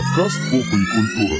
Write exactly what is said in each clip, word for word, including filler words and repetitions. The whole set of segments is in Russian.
Подкаст «Попа и культура».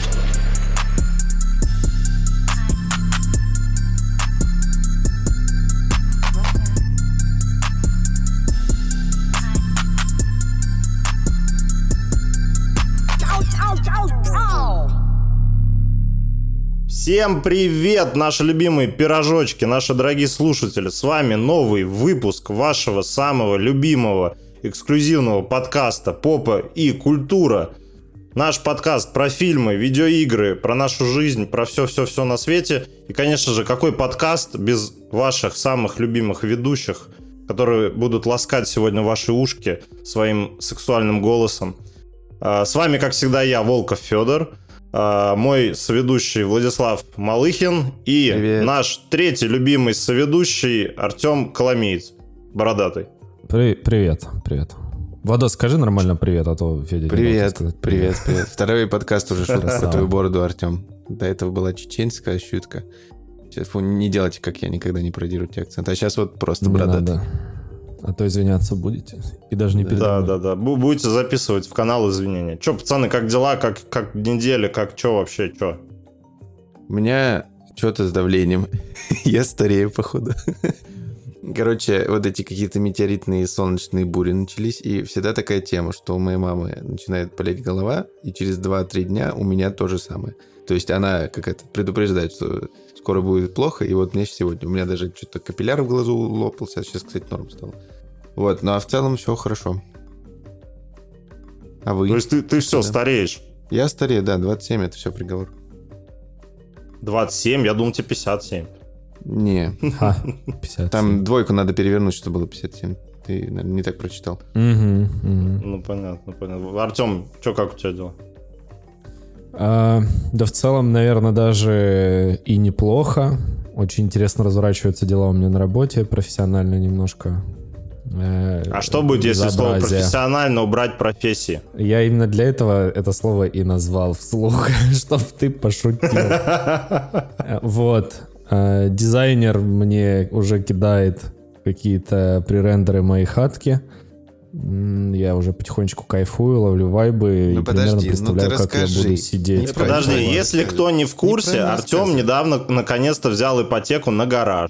Всем привет, наши любимые пирожочки, наши дорогие слушатели. С вами новый выпуск вашего самого любимого эксклюзивного подкаста «Попа и культура». Наш подкаст про фильмы, видеоигры, про нашу жизнь, про все-все-все на свете. И, конечно же, какой подкаст без ваших самых любимых ведущих, которые будут ласкать сегодня ваши ушки своим сексуальным голосом. С вами, как всегда, я, Волков Федор. Мой соведущий Владислав Малыхин и Привет. Наш третий любимый соведущий Артем Коломеец, бородатый. При- привет, привет. Владос, скажи нормально привет, а то Федя Привет, привет, привет, привет. Второй подкаст уже шутка про твою бороду, Артем. До этого была чеченская шутка. Сейчас фу, не делайте, как я, никогда не пародируйте акцент. А сейчас вот просто бородатый. А то извиняться будете. И даже не да, передо мной. Да, да, да. Будете записывать в канал извинения. Че, пацаны, как дела? Как, как неделя? Как что вообще? Че? У меня что-то с давлением. Я старею, походу. Короче, вот эти какие-то метеоритные солнечные бури начались. И всегда такая тема, что у моей мамы начинает болеть голова. И через два-три дня у меня то же самое. То есть она как-то предупреждает, что скоро будет плохо. И вот мне сегодня, у меня даже что-то капилляр в глазу лопался. Сейчас, кстати, норм стало. Вот, ну а в целом все хорошо. А вы? То есть ты, ты все, да. Стареешь? Я старею, да, двадцать семь это все приговор. двадцать семь? Я думал, тебе пятьдесят семь. Не. Ха, пятьдесят семь. Там двойку надо перевернуть, чтобы было пятьдесят семь. Ты, наверное, не так прочитал. Угу, угу. Ну, понятно, понятно. Артем, что, как у тебя дела? А, да в целом, наверное, даже и неплохо. Очень интересно разворачиваются дела у меня на работе, профессионально немножко. А что будет, если слово профессионально убрать профессии? Я именно для этого это слово и назвал вслух, чтобы ты пошутил. Вот. Дизайнер мне уже кидает какие-то пререндеры моей хатки. Я уже потихонечку кайфую, ловлю вайбы ну, и подожди, примерно представляю, ну, как расскажи. Я буду сидеть. Не, подожди, не если расскажи. Кто не в курсе, не Артем недавно наконец-то взял ипотеку на гараж.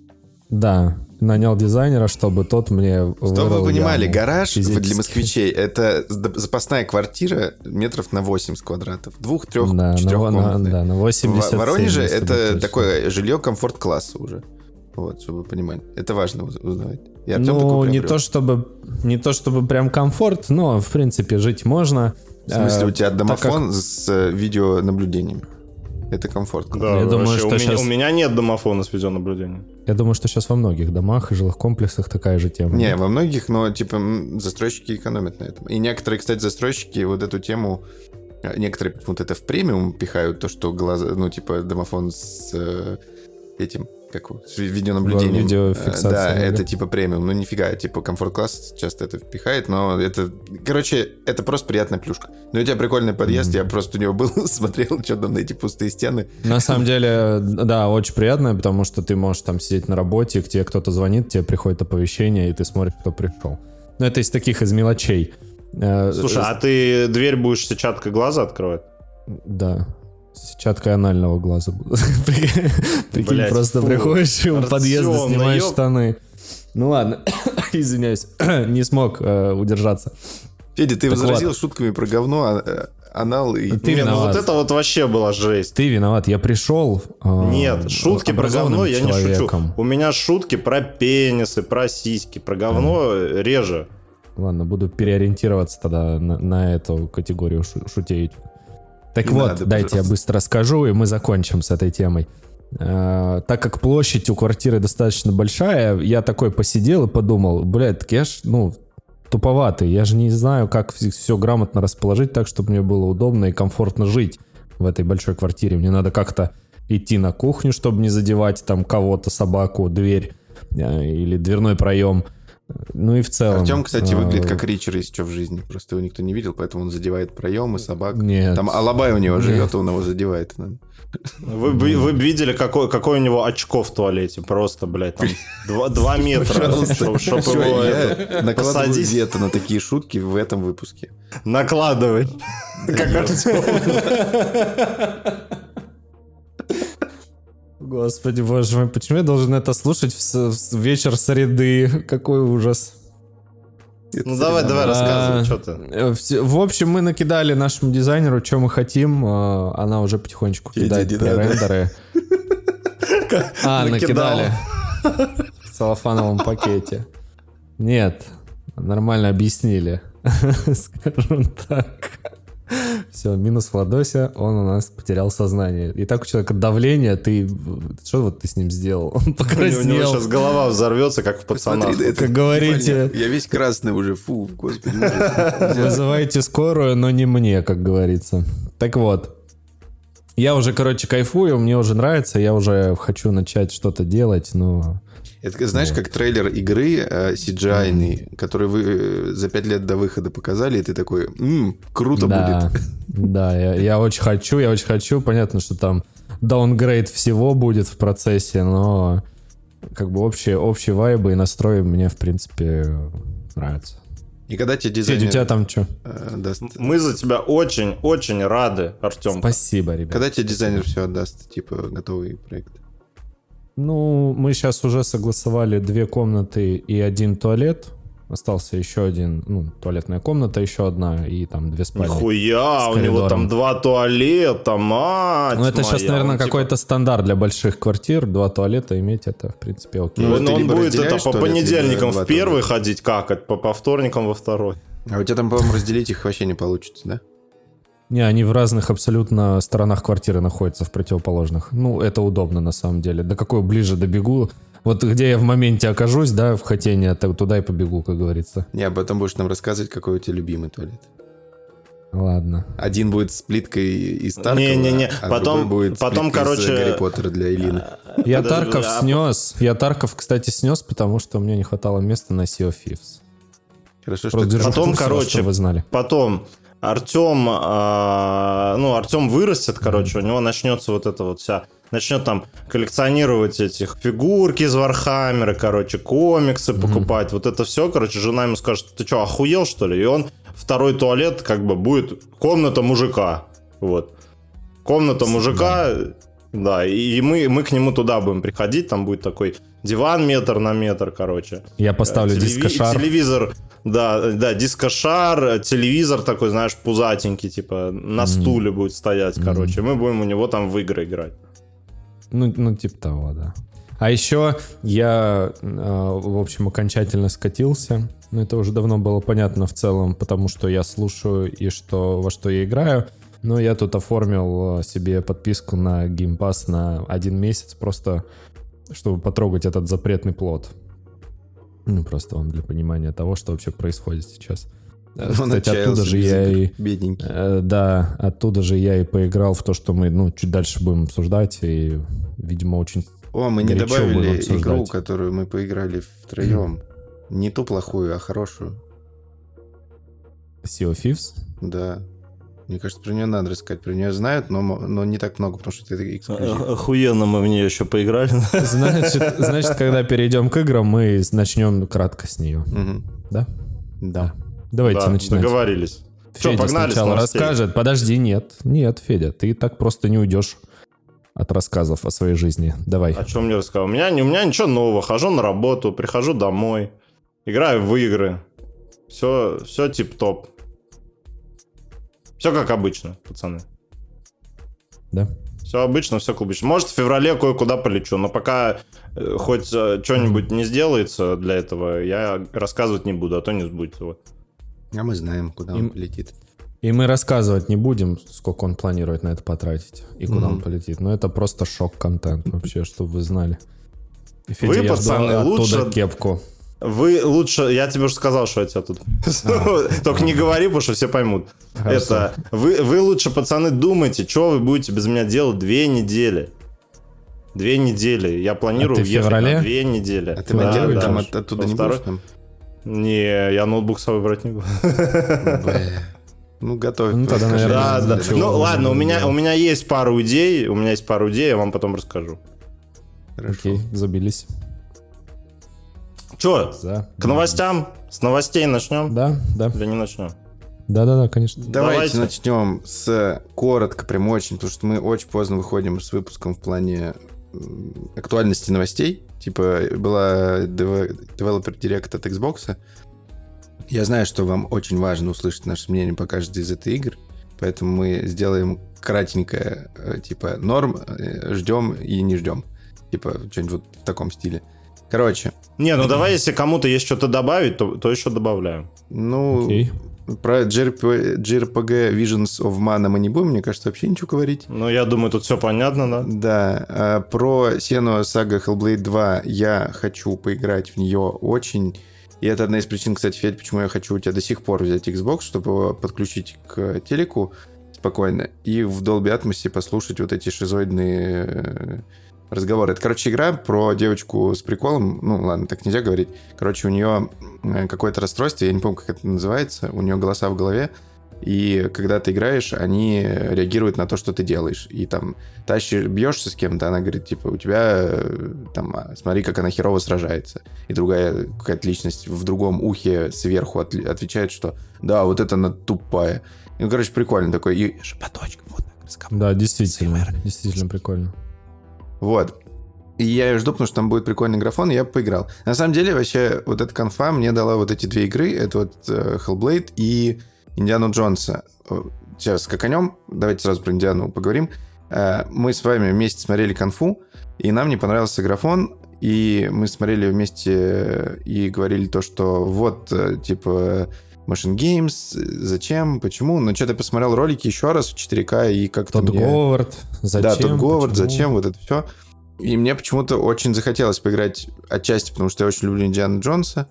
Да. Нанял дизайнера, чтобы тот мне вырыл. Чтобы вы понимали, гараж для москвичей — это запасная квартира метров на восемьдесят квадратов. Двух, трех, да, четырехкомнатная. Да, на восемьдесят семь. В Воронеже это такое жилье комфорт-класса уже. Вот, чтобы вы понимали. Это важно узнавать. Ну, не то, чтобы, не то чтобы прям комфорт, но, в принципе, жить можно. В смысле, у тебя домофон как... с видеонаблюдением? Это комфорт. Да, я думаю, что у, сейчас... меня, у меня нет домофона с видеонаблюдением. Я думаю, что сейчас во многих домах и жилых комплексах такая же тема. Не, во многих, но типа застройщики экономят на этом. И некоторые, кстати, застройщики вот эту тему, некоторые вот это в премиум пихают, то, что глаза, ну типа домофон с э, этим, как с видеонаблюдением. Видеофиксация. Да, да, это типа премиум. Ну нифига, типа комфорт-класс часто это впихает, но это, короче, это просто приятная плюшка. Ну у тебя прикольный подъезд, mm-hmm. я просто у него был, смотрел, что там на эти пустые стены. На самом деле, да, очень приятно, потому что ты можешь там сидеть на работе, к тебе кто-то звонит, тебе приходит оповещение, и ты смотришь, кто пришел. Ну это из таких, из мелочей. Слушай, а ты дверь будешь сетчаткой глаза открывать? Да. Сетчаткой анального глаза. Прикинь, просто фу, приходишь в подъезд, снимаешь ёб... штаны. Ну ладно, извиняюсь, не смог э, удержаться. Федя, ты так возразил вот. Шутками про говно, а, анал и... Ты Нет, ну вот это вот вообще была жесть. Ты виноват, я пришел... Э, Нет, шутки про говно я человеком. Не шучу. У меня шутки про пенисы, про сиськи, про говно а. реже. Ладно, буду переориентироваться тогда на, на эту категорию шу- шутей. Так не вот, надо, дайте пожалуйста. Я быстро скажу, и мы закончим с этой темой. Э, так как площадь у квартиры достаточно большая, я такой посидел и подумал, блядь, так я ж, ну, туповатый, я же не знаю, как все грамотно расположить так, чтобы мне было удобно и комфортно жить в этой большой квартире. Мне надо как-то идти на кухню, чтобы не задевать там кого-то, собаку, дверь э, или дверной проем. Ну и в целом... Артем, кстати, выглядит как Ричард, если что, в жизни. Просто его никто не видел, поэтому он задевает проемы, собак. Нет. Там Алабай у него живет, он его задевает. Вы бы вы видели, какой, какой у него очко в туалете? Просто, блядь, там два метра. Чтобы его накладываю вето на такие шутки в этом выпуске. Накладывай. Как Артем. Господи, боже мой, почему я должен это слушать в, с- в вечер среды? Какой ужас. Ну давай, давай, рассказывай, А, что ты. э, вс- В общем, мы накидали нашему дизайнеру, что мы хотим. э, Она уже потихонечку Федя, кидает не надо. пререндеры. А, Накидала. накидали. В целлофановом пакете. Нет, нормально объяснили. Скажем так. Все, минус Владося, он у нас потерял сознание. И так у человека давление, ты... Что вот ты с ним сделал? Он У него покраснел. сейчас голова взорвется, как в пацанах. Посмотри, это Как говорите- непонятно. Я весь красный уже, фу, господи. ужас. Вызывайте скорую, но не мне, как говорится. Так вот. Я уже, короче, кайфую, мне уже нравится, я уже хочу начать что-то делать, но... Это знаешь, как трейлер игры э, си джи ай-ный, который вы э, за пять лет до выхода показали, и ты такой, «М, круто да, будет». да, я, я очень хочу, я очень хочу. Понятно, что там даунгрейд всего будет в процессе, но как бы общие, общие вайбы и настрой мне, в принципе, нравятся. И когда тебе Федя, дизайнер у тебя там что? э, даст... Мы за тебя очень-очень рады, Артем. Спасибо, ребят. Когда тебе дизайнер все отдаст, типа, готовый проект? Ну, мы сейчас уже согласовали две комнаты и один туалет. Остался еще один, ну, туалетная комната, еще одна, и там две спальни. Нихуя, с у него коридором. там два туалета, мать Ну, это сейчас, моя. наверное, Он, типа, какой-то стандарт для больших квартир. Два туалета иметь, это, в принципе, окей. Ну, Ну, но ты он либо будет это разделяешь по туалет, понедельникам либо два в первый туалета. ходить какать, по, по вторникам во второй. А у тебя там, по-моему, разделить их вообще не получится, да? Не, они в разных абсолютно сторонах квартиры находятся, в противоположных. Ну, это удобно, на самом деле. До какой ближе добегу. Вот где я в моменте окажусь, да, в хотении, так туда и побегу, как говорится. Не, об этом будешь нам рассказывать, какой у тебя любимый туалет. Ладно. Один будет с плиткой из Таркова, Не-не-не, а потом- другой будет с потом, плиткой из короче- Гарри Поттера для Элины. Я Подожди, Тарков а- снес. Я Тарков, кстати, снес, потому что мне не хватало места на Sea of Thieves. Хорошо, что Просто ты держу в Потом, курсе вас, короче, чтобы вы знали. Потом Артем, а, ну, Артем вырастет, короче, у него начнется вот это вот вся... Начнет там коллекционировать этих фигурки из Вархаммера, короче, комиксы покупать. Вот это все, короче, жена ему скажет, ты что, охуел, что ли? И он второй туалет как бы будет комната мужика. Вот. Комната мужика, да, и мы, мы к нему туда будем приходить, там будет такой диван метр на метр, короче. Я поставлю Телеви- дискошар. Телевизор, да, да, дискошар, телевизор такой, знаешь, пузатенький, типа, на стуле будет стоять, короче. Мы будем у него там в игры играть. Ну, ну, типа того, да. А еще я, э, в общем, окончательно скатился. Ну, это уже давно было понятно в целом, потому что я слушаю и что, во что я играю. Но я тут оформил себе подписку на Game Pass на один месяц, просто чтобы потрогать этот запретный плод. Ну, просто вам для понимания того, что вообще происходит сейчас. Он Кстати, отчаялся оттуда же без я игр. и... Бедненький. Э, Да, оттуда же я и поиграл в то, что мы, ну, чуть дальше будем обсуждать, и, видимо, очень... О, мы не горячо будем добавили обсуждать. игру, которую мы поиграли втроем. Не ту плохую, а хорошую. Sea of Thieves. Да. Мне кажется, про нее надо рассказать. Про нее знают, но, мо- но не так много, потому что это эксклюзив. Охуенно мы в нее еще поиграли. Значит, значит, когда перейдем к играм, мы начнем кратко с нее. Мгм. Да? Да. Давайте Да, начинать. договорились. Что, Федя погнали с сначала новостей? расскажет. Подожди, нет. Нет, Федя, ты так просто не уйдешь от рассказов о своей жизни. Давай. О чем мне рассказал? У меня, не- у меня ничего нового. Хожу на работу, прихожу домой, играю в игры. Все, все тип-топ. Все как обычно, пацаны. Да? Все обычно, все клубично. Может, в феврале кое-куда полечу, но пока э, хоть э, что-нибудь не сделается для этого, я рассказывать не буду, а то не сбудется. Вот. А мы знаем, куда Им- он полетит. И мы рассказывать не будем, сколько он планирует на это потратить и куда Мгм. он полетит. Но это просто шок-контент вообще, чтобы вы знали. И, Федя, Вы, я жду пацаны, оттуда лучше- кепку. Вы лучше... Я тебе уже сказал, что я тебя тут... Только не говори, потому что все поймут. Хорошо. Это... Вы, вы лучше, пацаны, думайте, что вы будете без меня делать две недели. Две недели. Я планирую А ты в въехать феврале? на две недели. А ты Да, монтировать да. там Во от- оттуда не второй- будешь нам? Не, я ноутбук с собой брать не буду. Б. Ну, готовь. Ну, тогда, расскажи. наверное, Да, да. ничего Ну уже ладно, у не меня, делать. у меня есть пару идей. У меня есть пару идей, я вам потом расскажу. Хорошо. Окей, забились. Че, За. к новостям? С новостей начнем? Да, да. Или не начнем? Да-да-да, конечно. Давайте, Давайте начнем с коротко, прям очень, потому что мы очень поздно выходим с выпуском в плане актуальности новостей. Типа, была Developer Direct от Xbox. Я знаю, что вам очень важно услышать наше мнение по каждой из этой игр, поэтому мы сделаем кратенькое, типа, норм, ждем и не ждем. Типа, что-нибудь вот в таком стиле. Короче. Не, ну давай, если кому-то есть что-то добавить, то, то еще добавляем. Ну, okay. Про джей ар пи джи Visions of Mana мы не будем, мне кажется, вообще ничего говорить. Ну, я думаю, тут все понятно, да? Да. Про Senua Saga Hellblade два я хочу поиграть в нее очень. И это одна из причин, кстати, Федь, почему я хочу у тебя до сих пор взять Xbox, чтобы его подключить к телеку спокойно и в Dolby Atmos послушать вот эти шизоидные разговоры. Это, короче, игра про девочку с приколом. Ну, ладно, так нельзя говорить. Короче, у нее какое-то расстройство, я не помню, как это называется. У нее голоса в голове. И когда ты играешь, они реагируют на то, что ты делаешь. И там тащишь, бьешься с кем-то, она говорит, типа, у тебя там, смотри, как она херово сражается. И другая какая-то личность в другом ухе сверху от, отвечает, что да, вот это она тупая. И, ну, короче, прикольно такой. И шепоточком вот так разговаривает. Да, действительно. Действительно прикольно. Вот. И я ее жду, потому что там будет прикольный графон, и я поиграл. На самом деле, вообще, вот эта конфа мне дала вот эти две игры. Это вот Hellblade и Индиану Джонса. Сейчас скаканем. Давайте сразу про Индиану поговорим. Мы с вами вместе смотрели конфу, и нам не понравился графон. И мы смотрели вместе и говорили то, что вот, типа, Machine Games, зачем, почему. Но что-то посмотрел ролики еще раз в четыре ка, и как-то Тодд мне... Говард, зачем? Да, Тодд Говард, почему? зачем, вот это все. И мне почему-то очень захотелось поиграть отчасти, потому что я очень люблю Индиану Джонса.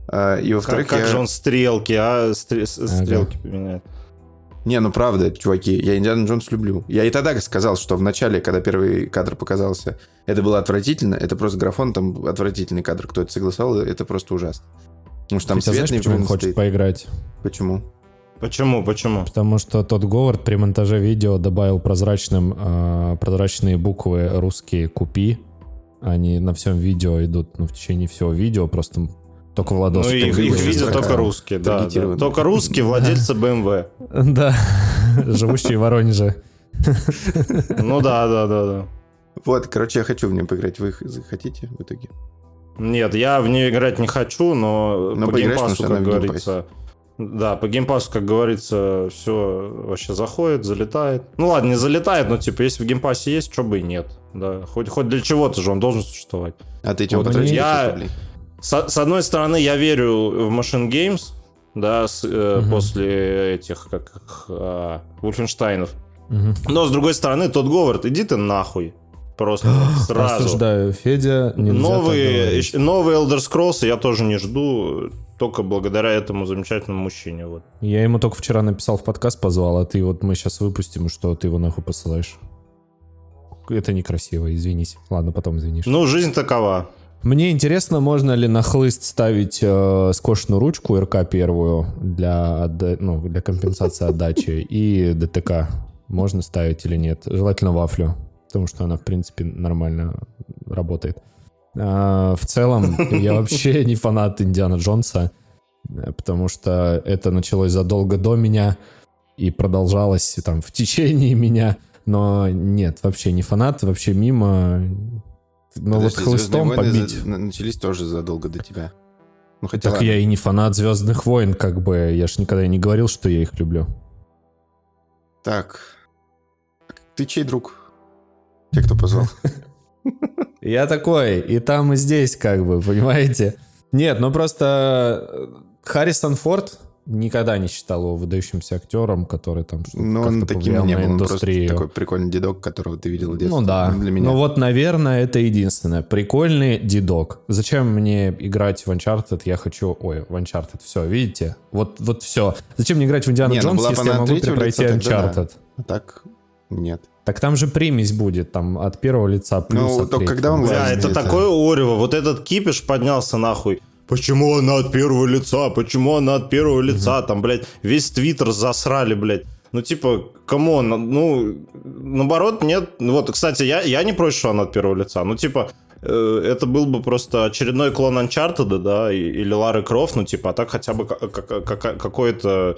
И во-вторых, как, как я... же он стрелки, а? Стр... Стрелки ага. поменяет. Не, ну правда, чуваки, я Индиану Джонс люблю. Я и тогда сказал, что в начале, когда первый кадр показался, это было отвратительно. Это просто графон, там отвратительный кадр. Кто это согласовал, это просто ужасно. Потому что там Хотя, свет знаешь, не почему он хочет стоит. поиграть? Почему? Почему, почему? Потому что Тодд Говард при монтаже видео добавил прозрачным, э, прозрачные буквы русские «Купи». Они на всем видео идут, ну, в течение всего видео, просто только Владос. Ну, их, их видят только русские, да, да. Только русские владельцы бэ эм вэ. Да, живущие в Воронеже. Ну да, да, да, да. Вот, короче, я хочу в нее поиграть. Вы хотите в итоге? Нет, я в нее играть не хочу, но, но по геймпасу, как говорится... Да, по геймпасу, как говорится, все вообще заходит, залетает. Ну ладно, не залетает, но типа, если в геймпассе есть, что бы и нет. Да, хоть, хоть для чего-то же он должен существовать. А ты чем вот потратишь? Я, с, с одной стороны, я верю в Machine Games, да, с, э, угу. после этих, как э, Wolfenstein'ов. Угу. Но с другой стороны, Тодд Говард, иди ты нахуй. Просто сразу. Осуждаю, Федя. Новые, новые Elder Scrolls я тоже не жду, только благодаря этому замечательному мужчине. Вот. Я ему только вчера написал в подкаст, позвал, а ты вот мы сейчас выпустим, что ты его нахуй посылаешь. Это некрасиво, извинись. Ладно, потом извинишь. Ну, жизнь такова. Мне интересно, можно ли на хлыст ставить э, скошенную ручку эр ка первую для, ну, для компенсации отдачи и дэ тэ ка. Можно ставить или нет? Желательно вафлю. Потому что она, в принципе, нормально работает. А, в целом, я вообще не фанат Индиана Джонса, потому что это началось задолго до меня и продолжалось там в течение меня. Но нет, вообще не фанат, вообще мимо. Но Подожди, вот хлыстом побить... За... начались тоже задолго до тебя. Ну, хотя так ладно. Я и не фанат «Звездных войн», как бы. Я ж никогда не говорил, что я их люблю. Так. Ты чей друг? Те, кто позвал. Я такой, и там, и здесь, как бы, понимаете? Нет, ну просто Харрисон Форд никогда не считал его выдающимся актером, который там ну, как-то он повлиял не на был, индустрию. Он такой прикольный дедок, которого ты видел в детстве. Ну да, для меня. Ну вот, наверное, это единственное. Прикольный дедок. Зачем мне играть в Uncharted? Я хочу... Ой, в Uncharted, все, видите? Вот, вот все. Зачем мне играть в Индиану Джонс, ну, если я могу пройти Uncharted? Да. Так, нет. Так там же примесь будет, там, от первого лица плюс ну, от третьего. Когда он да, это, это такое орево. Вот этот кипиш поднялся нахуй. Почему она от первого лица? Почему она от первого лица? Там, блядь, весь твиттер засрали, блядь. Ну, типа, камон, ну, наоборот, нет. Вот, кстати, я, я не против, что она от первого лица. Ну, типа, э, это был бы просто очередной клон Uncharted, да, или Лары Крофт, ну, типа, а так хотя бы как, как, какое-то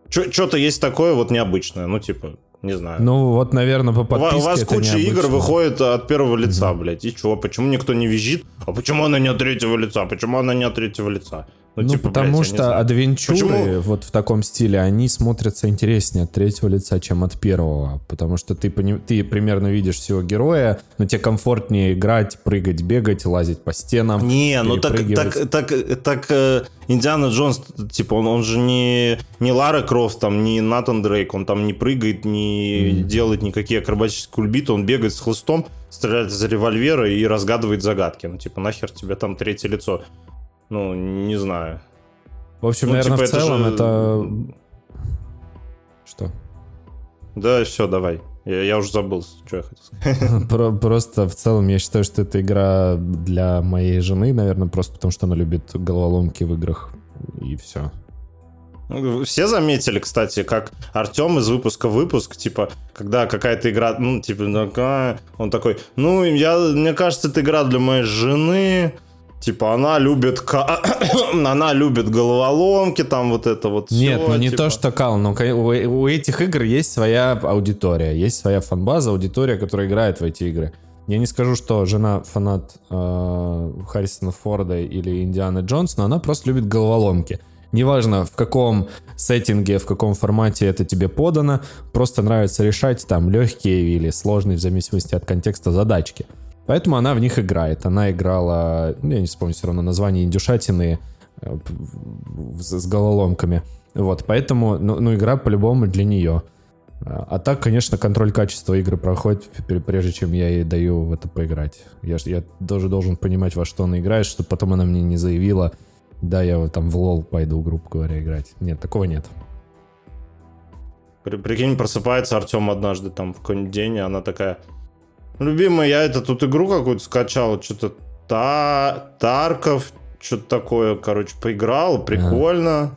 Что-то есть такое вот необычное, ну, типа, не знаю. Ну, вот, наверное, по подписке У вас это куча необычно. игр выходит от первого лица, Mm-hmm. блядь. И чё? Почему никто не визжит? А почему она не от третьего лица? Почему она не от третьего лица? Ну, Ну, типа, потому блядь, что адвенчуры Почему? вот в таком стиле, они смотрятся интереснее от третьего лица, чем от первого. Потому что ты, пони- ты примерно видишь всего героя, но тебе комфортнее играть, прыгать, бегать, лазить по стенам. Не, ну так, перепрыгивать. так, так, так э, Индиана Джонс, типа, он, он же не, не Лара Крофт, там, не Натан Дрейк, он там не прыгает, не mm. делает никакие акробатические кульбиты, он бегает с хлыстом, стреляет из револьвера и разгадывает загадки. Ну, типа, нахер тебе там третье лицо? Ну, не знаю. В общем, ну, наверное, типа, в целом это... это... Что? Да, все, давай. Я, я уже забыл, что я хотел сказать. Просто в целом я считаю, что это игра для моей жены, наверное, просто потому что она любит головоломки в играх, и все. Все заметили, кстати, как Артем из выпуска в выпуск, типа, когда какая-то игра, ну, типа, такая, он такой, ну, я, мне кажется, это игра для моей жены, типа, она любит, она любит головоломки, там вот это вот все. Нет, ну не типа... то, что кал, но у этих игр есть своя аудитория, есть своя фан-база, аудитория, которая играет в эти игры. Я не скажу, что жена фанат э, Харрисона Форда или Индианы Джонс, но она просто любит головоломки. Неважно, в каком сеттинге, в каком формате это тебе подано, просто нравится решать там легкие или сложные, в зависимости от контекста, задачки. Поэтому она в них играет. Она играла, ну, я не вспомню все равно название, индюшатины с головоломками. Вот, поэтому, ну, ну игра по-любому для нее. А так, конечно, контроль качества игры проходит, прежде чем я ей даю в это поиграть. Я, я тоже должен понимать, во что она играет, чтобы потом она мне не заявила, да, я вот там в лол пойду, грубо говоря, играть. Нет, такого нет. Прикинь, просыпается Артем однажды там в какой-нибудь день, и она такая... Любимая, я это тут игру какую-то скачал, что-то та... Тарков, что-то такое, короче, поиграл, прикольно.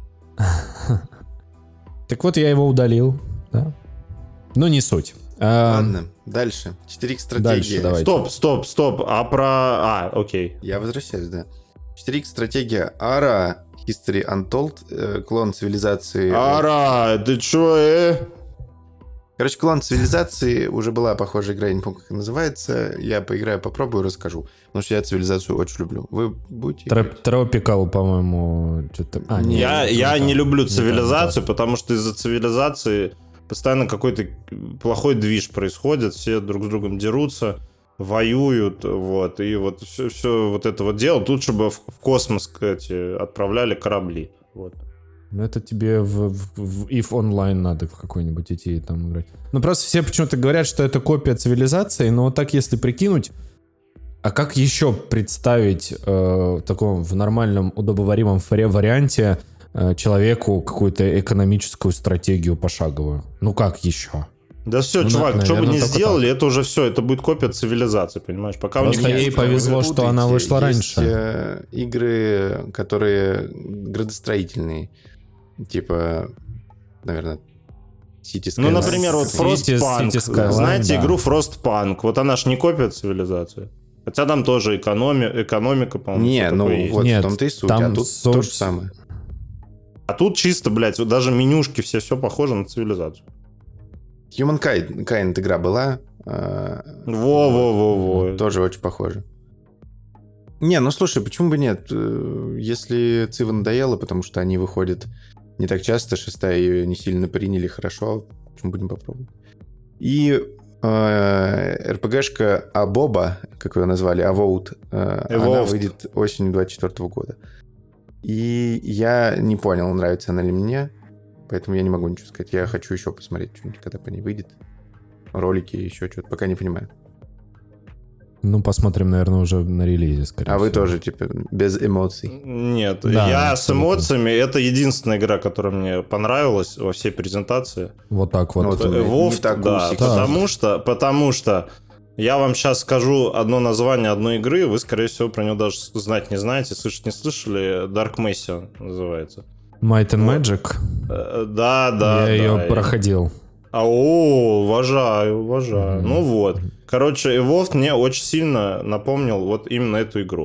Так вот, я его удалил, да? Ну, не суть. Ладно, дальше. четыре икс стратегия. Дальше, давайте. Стоп, стоп, стоп, а про... А, окей. Я возвращаюсь, да. четыре икс стратегия Ара, History Untold, э, клон цивилизации... Ара, ты чё, э? Короче, клон цивилизации, уже была похожая игра, я не помню, как она называется. Я поиграю, попробую, расскажу. Потому что я цивилизацию очень люблю. Вы будете... Тропикал, по-моему, что-то... А, нет, я не, я не люблю цивилизацию, не потому что из-за цивилизации постоянно какой-то плохой движ происходит, все друг с другом дерутся, воюют, вот, и вот все, все вот это вот дело. Лучше бы в космос, кстати, отправляли корабли, вот. Ну, это тебе в, в, в иф Online надо в какой-нибудь идти и там играть. Ну, просто все почему-то говорят, что это копия цивилизации, но вот так, если прикинуть, а как еще представить э, в таком в нормальном, удобоваримом варианте э, человеку какую-то экономическую стратегию пошаговую? Ну, как еще? Да все, ну, чувак, на, что бы ни сделали, так. Это уже все, это будет копия цивилизации, понимаешь? Пока Просто у них ей есть... повезло, что она вышла есть раньше. Игры, которые градостроительные. Типа, наверное, City Skyline. Ну, например, вот Frostpunk. Skyline, знаете да. игру Frostpunk? Вот она ж не копия цивилизации. Хотя там тоже экономи... экономика, по-моему. Не, ну есть. вот Нет, в том-то и суть. там А тут суть... то же самое. А тут чисто, блядь, вот даже менюшки все, все похоже на цивилизацию. Humankind Kind игра была. Во-во-во-во. Тоже очень похоже. Не, ну слушай, почему бы нет? Если Цива надоело, потому что они выходят не так часто, шестая ее не сильно приняли хорошо, почему будем попробовать? И э, РПГшка Абоба, как ее назвали, Avowed, э, она выйдет осенью двадцать четвёртого года. И я не понял, нравится она ли мне, поэтому я не могу ничего сказать. Я хочу еще посмотреть что-нибудь, когда по ней выйдет. Ролики, еще что-то, пока не понимаю. Ну, посмотрим, наверное, уже на релизе, скорее а всего. вы тоже, типа, без эмоций? Нет, да, я абсолютно. С эмоциями. Это единственная игра, которая мне понравилась во всей презентации. Вот так вот. вот Вов, да, потому что, потому что я вам сейчас скажу одно название одной игры, вы, скорее всего, про нее даже знать не знаете, слышать не слышали. Dark Messiah называется. Might and вот. Magic? Да, да, Я да. ее проходил. А, о, уважаю, уважаю. Mm-hmm. Ну вот. Короче, Evolved мне очень сильно напомнил вот именно эту игру.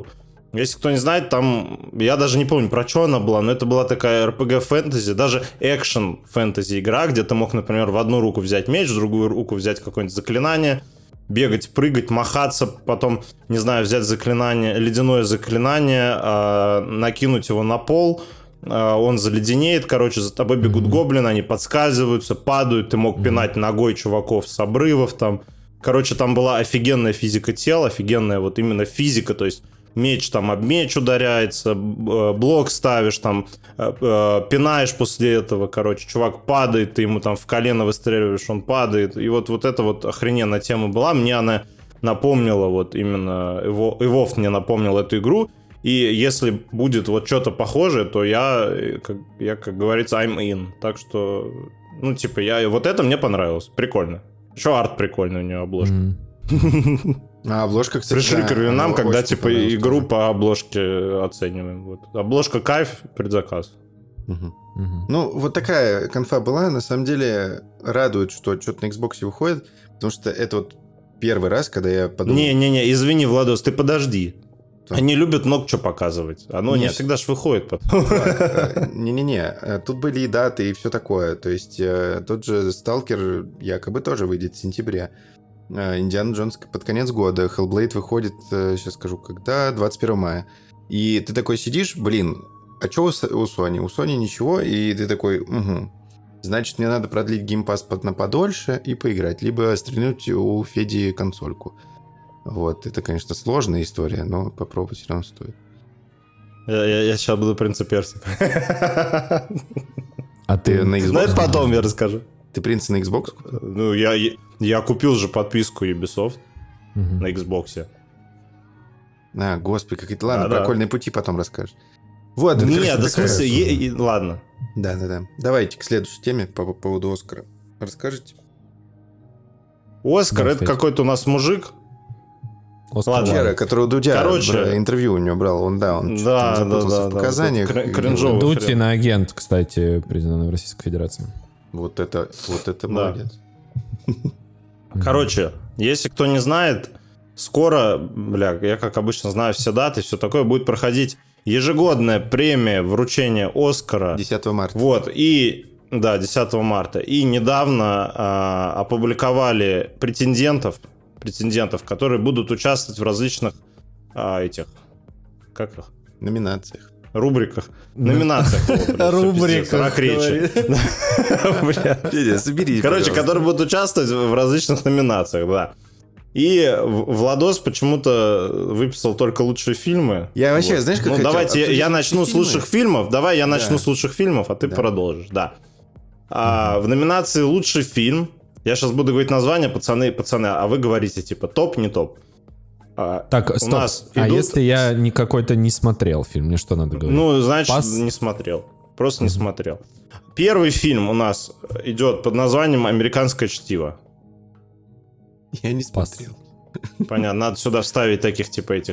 Если кто не знает, там, я даже не помню, про что она была, но это была такая эр пи джи-фэнтези, даже экшен-фэнтези игра, где ты мог, например, в одну руку взять меч, в другую руку взять какое-нибудь заклинание, бегать, прыгать, махаться, потом, не знаю, взять заклинание, ледяное заклинание, э, накинуть его на пол, э, он заледенеет, короче, за тобой бегут mm-hmm. гоблины, они подскальзываются, падают, ты мог mm-hmm. пинать ногой чуваков с обрывов там. Короче, там была офигенная физика тела, офигенная вот именно физика, то есть меч там об меч ударяется, блок ставишь, там пинаешь после этого, короче, чувак падает, ты ему там в колено выстреливаешь, он падает. И вот, вот эта вот охрененная тема была. Мне она напомнила вот именно, Evolve мне напомнил эту игру. И если будет вот что-то похожее, то я, как, я, как говорится, I'm in. Так что, ну, типа, я, вот это мне понравилось. Прикольно. Еще арт прикольный у него, обложка. Mm. А обложка, кстати, пришли да, к ревенам, когда типа игру тоже. по обложке оцениваем. Вот. Обложка кайф, предзаказ. Угу. Угу. Ну, вот такая конфа была. На самом деле радует, что что-то на Xbox выходит, потому что это вот первый раз, когда я подумал... Не-не-не, извини, Владос, ты подожди. Что? Они любят много что показывать. Оно Нет. не всегда ж выходит потом. Не-не-не, тут были и даты, и все такое. То есть тот же Сталкер якобы тоже выйдет в сентябре. Индиана Джонс под конец года. Hellblade выходит, сейчас скажу, когда? двадцать первого мая. И ты такой сидишь, блин, а что у Sony? У Sony ничего, и ты такой, угу. Значит, мне надо продлить геймпасс на подольше и поиграть. Либо стрельнуть у Феди консольку. Вот, это, конечно, сложная история, но попробовать все равно стоит. Я, я, я сейчас буду принца Персика. А ты на Xbox? Ну, это потом я расскажу. Ты принца на Xbox? Ну, я, я купил же подписку Ubisoft угу. на Xbox. А, господи, какие-то... Ладно, а, про да. окольные пути потом расскажешь. Вот, Нет, да в смысле, е- е- ладно. Да-да-да. Давайте к следующей теме по, по поводу Оскара. Расскажите. Оскар, да, это кстати. какой-то у нас мужик. Ладно. Вчера, который у Дудя Короче, брал, интервью у него брал, он, да, он да, да, да, в показаниях. Да, кринжовый Дудь агент, кстати, признанный в Российской Федерации. Вот это, вот это да. молодец. Короче, если кто не знает, скоро, бля, я как обычно знаю все даты, все такое, будет проходить ежегодная премия вручения Оскара. десятого марта. Вот, и, да, десятого марта. И недавно а, опубликовали претендентов, претендентов, которые будут участвовать в различных а, этих, как их? Номинациях. Рубриках. Номинациях. Рубриках. Короче, которые будут участвовать в различных номинациях, да. И Владос почему-то выписал только лучшие фильмы. Я вообще, вот. знаешь, как Ну, хотел давайте я, я начну фильмы? с лучших фильмов. Давай я начну да. с лучших фильмов, а ты да. продолжишь. Да. А, в номинации «Лучший фильм» я сейчас буду говорить название, пацаны, пацаны, а вы говорите, типа, топ, не топ. А, так, стоп. Нас а идут... если я не какой-то не смотрел фильм, мне что надо говорить? Ну, значит, Пас... не смотрел. Просто mm-hmm. не смотрел. Первый фильм у нас идет под названием «Американское чтиво». Я не смотрел. Понятно, надо сюда вставить таких, типа, этих...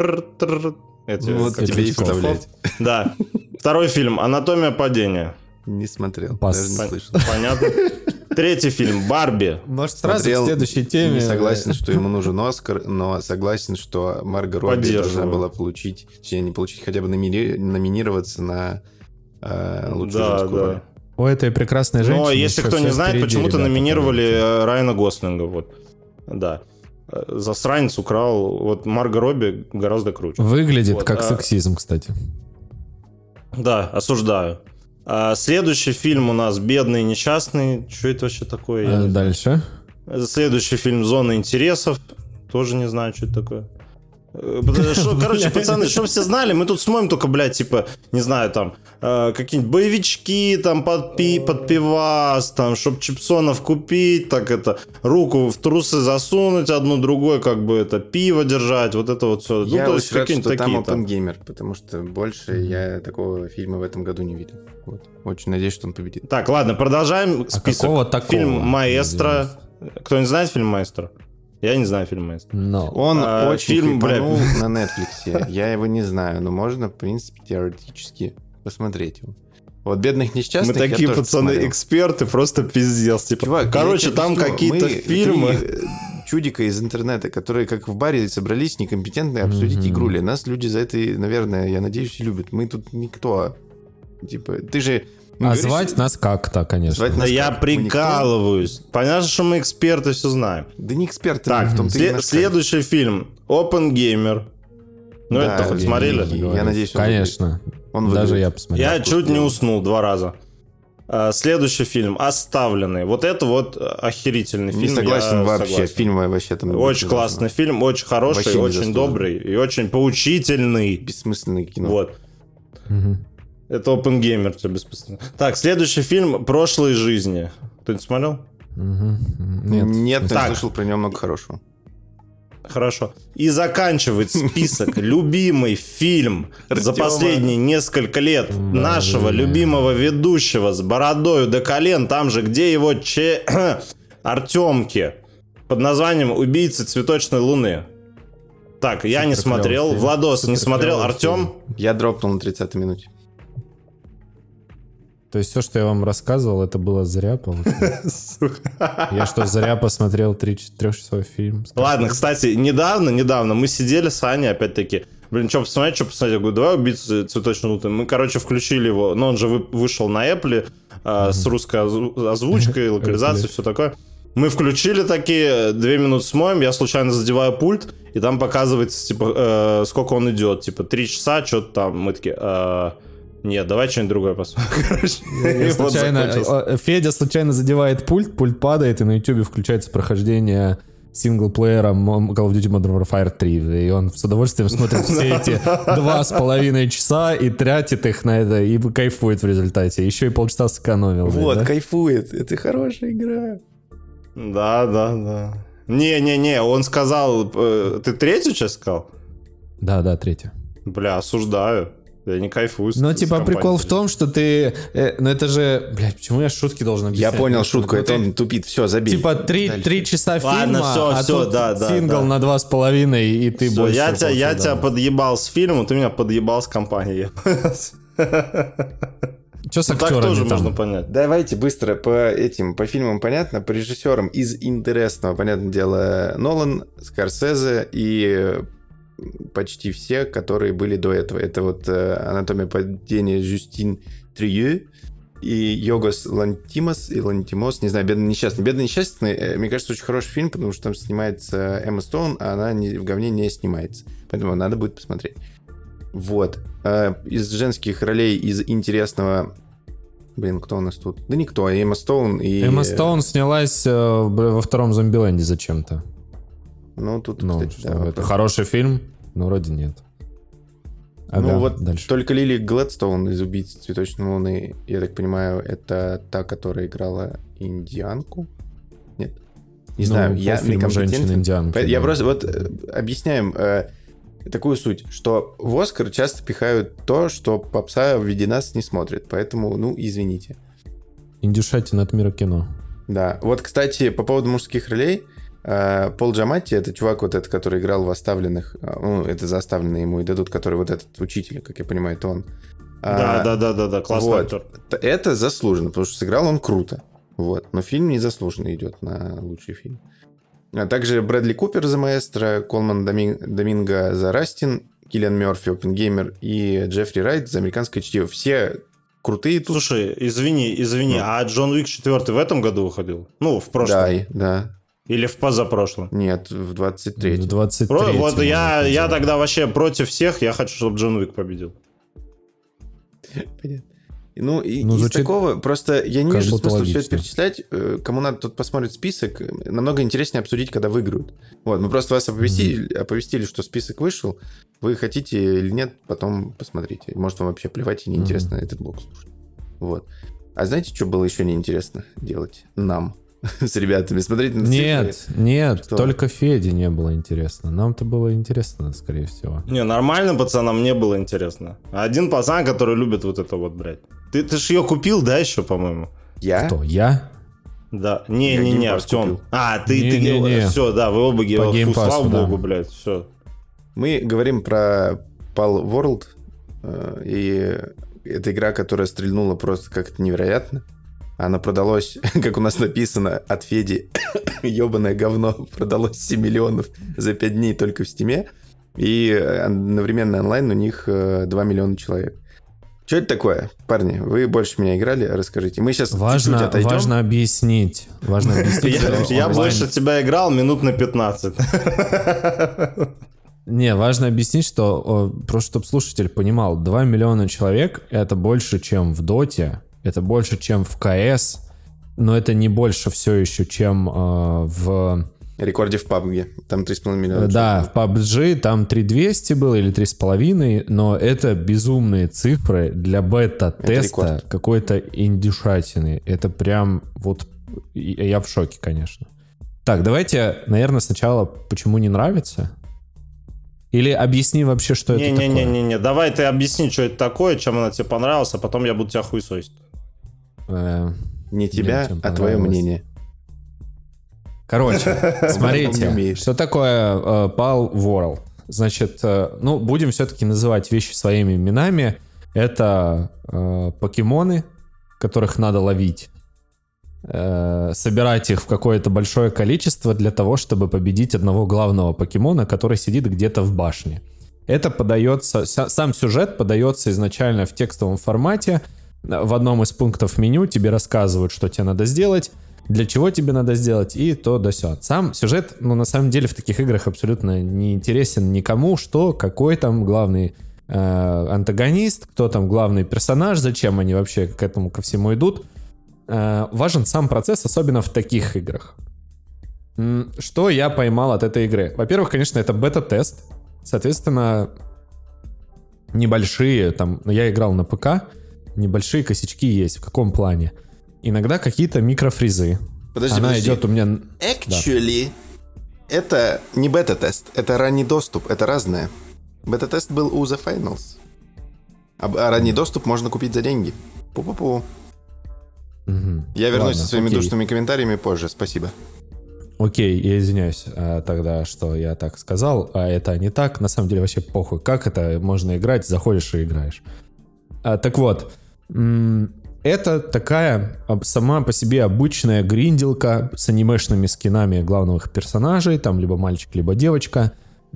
Эти, вот тебе и вставлять. Да. Второй фильм «Анатомия падения». Не смотрел, Пас. даже не слышал. Понятно. Третий фильм «Барби». Может, сразу смотрел, к следующей теме. Не согласен, что ему нужен Оскар, но согласен, что Марго Робби должна была получить, точнее, не получить, хотя бы номини- номинироваться на э, лучшую да, женскую да. роль. У этой прекрасной женщины. Но если кто не знает, почему-то ребята, номинировали конечно. Райана Гослинга. Вот. Да. Засранец украл. Вот Марго Робби гораздо круче. Выглядит вот. как а... сексизм, кстати. Да, осуждаю. А следующий фильм у нас «Бедный и несчастный». Что это вообще такое? А дальше. Следующий фильм «Зона интересов». Тоже не знаю, что это такое. Шо, короче, пацаны, чтобы все знали, мы тут смотрим только, блядь, типа, не знаю, там, э, какие-нибудь боевички, там, под, пи, под пивас, там, чтоб чипсонов купить, так это, руку в трусы засунуть, одну другой, как бы, это, пиво держать, вот это вот все. Я ну, очень рад, что там Оппенгеймер, потому что больше mm-hmm. я такого фильма в этом году не видел. Вот. Очень надеюсь, что он победит. Так, ладно, продолжаем список. А такого, фильм «Маэстро». Кто не знает фильм «Маэстро»? Я не знаю фильм «Маэстро». No. Он а, очень фильм, хайпанул на Netflix. Я его не знаю, но можно, в принципе, теоретически посмотреть его. Вот «Бедных несчастных» мы такие я пацаны посмотрел. Эксперты, просто пиздец. Типа, Чувак, короче, там объясню, какие-то мы фильмы... Три, чудика из интернета, которые как в баре собрались некомпетентные обсудить mm-hmm. игру. Нас люди за это, наверное, я надеюсь, любят. Мы тут никто. Типа, ты же... А говоришь, звать нас как-то, конечно. Звать нас я как? Прикалываюсь. Понятно, что мы эксперты, все знаем. Да не эксперты. Так, в том след- следующий фильм. Oppenheimer. Ну, да, это хоть смотрели? Я, я надеюсь, он Конечно. Он Даже я посмотрел. Я чуть не уснул два раза. А, следующий фильм «Оставленный». Вот это вот охерительный фильм. Не согласен я вообще. Согласен. Фильм вообще там... Очень классный фильм, очень хороший, очень добрый и очень поучительный. Бессмысленный кино. Вот. Угу. Это Oppenheimer, все беспостойно. Так, следующий фильм «Прошлые жизни». Кто-нибудь смотрел? Угу. Нет. Нет, так. я слышал про него много хорошего. Хорошо. И заканчивает список любимый фильм за последние несколько лет нашего любимого ведущего с бородою до колен, там же, где его че... Артемки, под названием «Убийцы цветочной луны». Так, я не смотрел. Владос не смотрел. Артем? Я дропнул на тридцатой минуте. То есть все, что я вам рассказывал, это было зря, получается? Я что, зря посмотрел трехчасовой фильм? Ладно, кстати, недавно, недавно мы сидели с Аней, опять-таки, блин, что посмотреть, что посмотреть? Я говорю, давай «Убийцу цветочной луны». Мы, короче, включили его, но он же вышел на Apple э, с русской озвучкой, локализацией, все такое. Мы включили такие, две минуты смотрим, я случайно задеваю пульт, и там показывается, типа, э, сколько он идет, типа, три часа, что-то там, мы такие... Э, Нет, давай что-нибудь другое посмотрим. Случайно, Федя случайно задевает пульт, пульт падает, и на ютубе включается прохождение синглплеера Call of Duty Modern Warfare три. И он с удовольствием смотрит все эти два с половиной часа и тратит их на это, и кайфует в результате. Еще и полчаса сэкономил. Вот, да? Кайфует. Это хорошая игра. Да, да, да. Не-не-не, он сказал... Ты третью часть сказал? Да, да, третью. Бля, осуждаю. Я не кайфую. Ну, типа, прикол в том, что ты... Э, ну, это же... Блядь, почему я шутки должен объяснять? Я понял шутку, это он тупит. Все, забей. Типа, три, три часа фильма, Ладно, все, а все, тут да, да, сингл да. на два с половиной, и ты все, больше... Я, тебя, я тебя подъебал с фильмом, ты меня подъебал с компанией. Что с ну, актерами так тоже там? можно понять. Давайте быстро по этим, по фильмам понятно, по режиссерам из интересного, понятное дело, Нолан, Скорсезе и... почти все, которые были до этого. Это вот э, «Анатомия падения» Жюстин Трие и Йогос Лантимос, и Лантимос, не знаю, «Бедный несчастный». «Бедный несчастный», э, мне кажется, очень хороший фильм, потому что там снимается Эмма Стоун, а она не, в говне не снимается. Поэтому надо будет посмотреть. Вот. Э, из женских ролей, из интересного... Блин, кто у нас тут? Да никто, Эмма Стоун и... Эмма Стоун снялась э, во втором «Зомбиленде» зачем-то. Ну, тут, ну, кстати, что, да, это хороший фильм, но вроде нет. Ага, ну вот дальше. Только Лили Глэдстоун из «Убийц цветочной луны», я так понимаю, это та, которая играла индианку? Нет? Не ну, знаю, я женщина-индианка. Я да. просто вот объясняем э, такую суть, что в «Оскар» часто пихают то, что попса в виде нас не смотрит, поэтому, ну, извините. Индюшатина от мира кино. Да, вот, кстати, по поводу мужских ролей, Пол Джаматти, это чувак вот этот, который играл в «Оставленных», ну, это за «Оставленные» ему и дадут, который вот этот учитель, как я понимаю, это он. Да, а, да, да, да, да, классный вот. актер. Это заслуженно, потому что сыграл он круто, вот, но фильм незаслуженно идет на лучший фильм. А также Брэдли Купер за «Маэстро», Колман Доми... Доминго за «Растин», Киллиан Мёрфи, «Оппенгеймер» и Джеффри Райт за «Американское чтиво». Все крутые тут. Слушай, извини, извини, ну. а Джон Уик четыре в этом году выходил? Ну, в прошлом. Да, да. Или в позапрошлом? Нет, в двадцать третьем. В двадцать третьем. Вот я, я тогда вообще против всех, я хочу, чтобы Джон Уик победил. Понятно. Ну, и, ну, из звучит... такого, просто я не вижу смысла логично. все это перечислять. Кому надо тут посмотреть список, намного интереснее обсудить, когда выиграют. Вот, мы просто вас оповестили, mm-hmm. оповестили, что список вышел. Вы хотите или нет, потом посмотрите. Может, вам вообще плевать и неинтересно mm-hmm. этот блог слушать. Вот. А знаете, что было еще неинтересно делать нам? С ребятами смотреть на Нет, цифры. нет, Что? только Феде не было интересно. Нам-то было интересно, скорее всего. Не, нормальным пацанам не было интересно. Один пацан, который любит вот это вот, блядь. Ты, ты ж ее купил, да, еще, по-моему? Я? Кто, я? Да. Не-не-не, Артем. А, ты, не, ты, не, не. Все, да, вы оба геймпассы. Слава да. богу, блядь, все. Мы говорим про Pal World, и это игра, которая стрельнула просто как-то невероятно. Оно продалось, как у нас написано, от Феди, ебаное говно, продалось семь миллионов за пять дней только в Стиме. И одновременно онлайн у них два миллиона человек. Что это такое? Парни, вы больше меня играли, расскажите. Мы сейчас важно, чуть-чуть отойдем. Важно объяснить. Важно объяснить. Я больше тебя играл минут на пятнадцать. Не, важно объяснить, что, просто чтобы слушатель понимал, два миллиона человек — это больше, чем в Доте, это больше, чем в КС, но это не больше все еще, чем э, в... Рекорде в пабге, там три с половиной миллиона. Да, в пабг там три тысячи двести было или три с половиной, но это безумные цифры для бета-теста какой-то индюшатины. Это прям вот... Я в шоке, конечно. Так, давайте, наверное, сначала, почему не нравится? Или объясни вообще, что не, это не, такое. Не-не-не, давай ты объясни, что это такое, чем она тебе понравилась, а потом я буду тебя хуесосить. Э, не тебя, а твое мнение. Короче, смотрите, что такое uh, Pal World. Значит, uh, ну, будем все-таки называть вещи своими именами. Это uh, покемоны, которых надо ловить. Uh, собирать их в какое-то большое количество для того, чтобы победить одного главного покемона, который сидит где-то в башне. Это подается, сам сюжет подается изначально в текстовом формате. В одном из пунктов меню тебе рассказывают, что тебе надо сделать, для чего тебе надо сделать, и то да сё. Сам сюжет, ну, на самом деле, в таких играх абсолютно не интересен никому, что, какой там главный э, антагонист, кто там главный персонаж, зачем они вообще к этому ко всему идут. Э, важен сам процесс, особенно в таких играх. Что я поймал от этой игры? Во-первых, конечно, это бета-тест. Соответственно, небольшие, там, я играл на ПК, небольшие косячки есть. В каком плане? Иногда какие-то микрофризы. Подожди, Она подожди. идет у меня... Actually, да. Это не бета-тест, это ранний доступ, это разное. Бета-тест был у The Finals. А, а ранний доступ можно купить за деньги. Пу-пу-пу. Угу. Я вернусь Ладно, со своими окей. душными комментариями позже, спасибо. Окей, я извиняюсь а, тогда, что я так сказал, а это не так. На самом деле вообще похуй. Как это можно играть? Заходишь и играешь. А, так вот, м- это такая сама по себе обычная гринделка с анимешными скинами главных персонажей, там либо мальчик, либо девочка,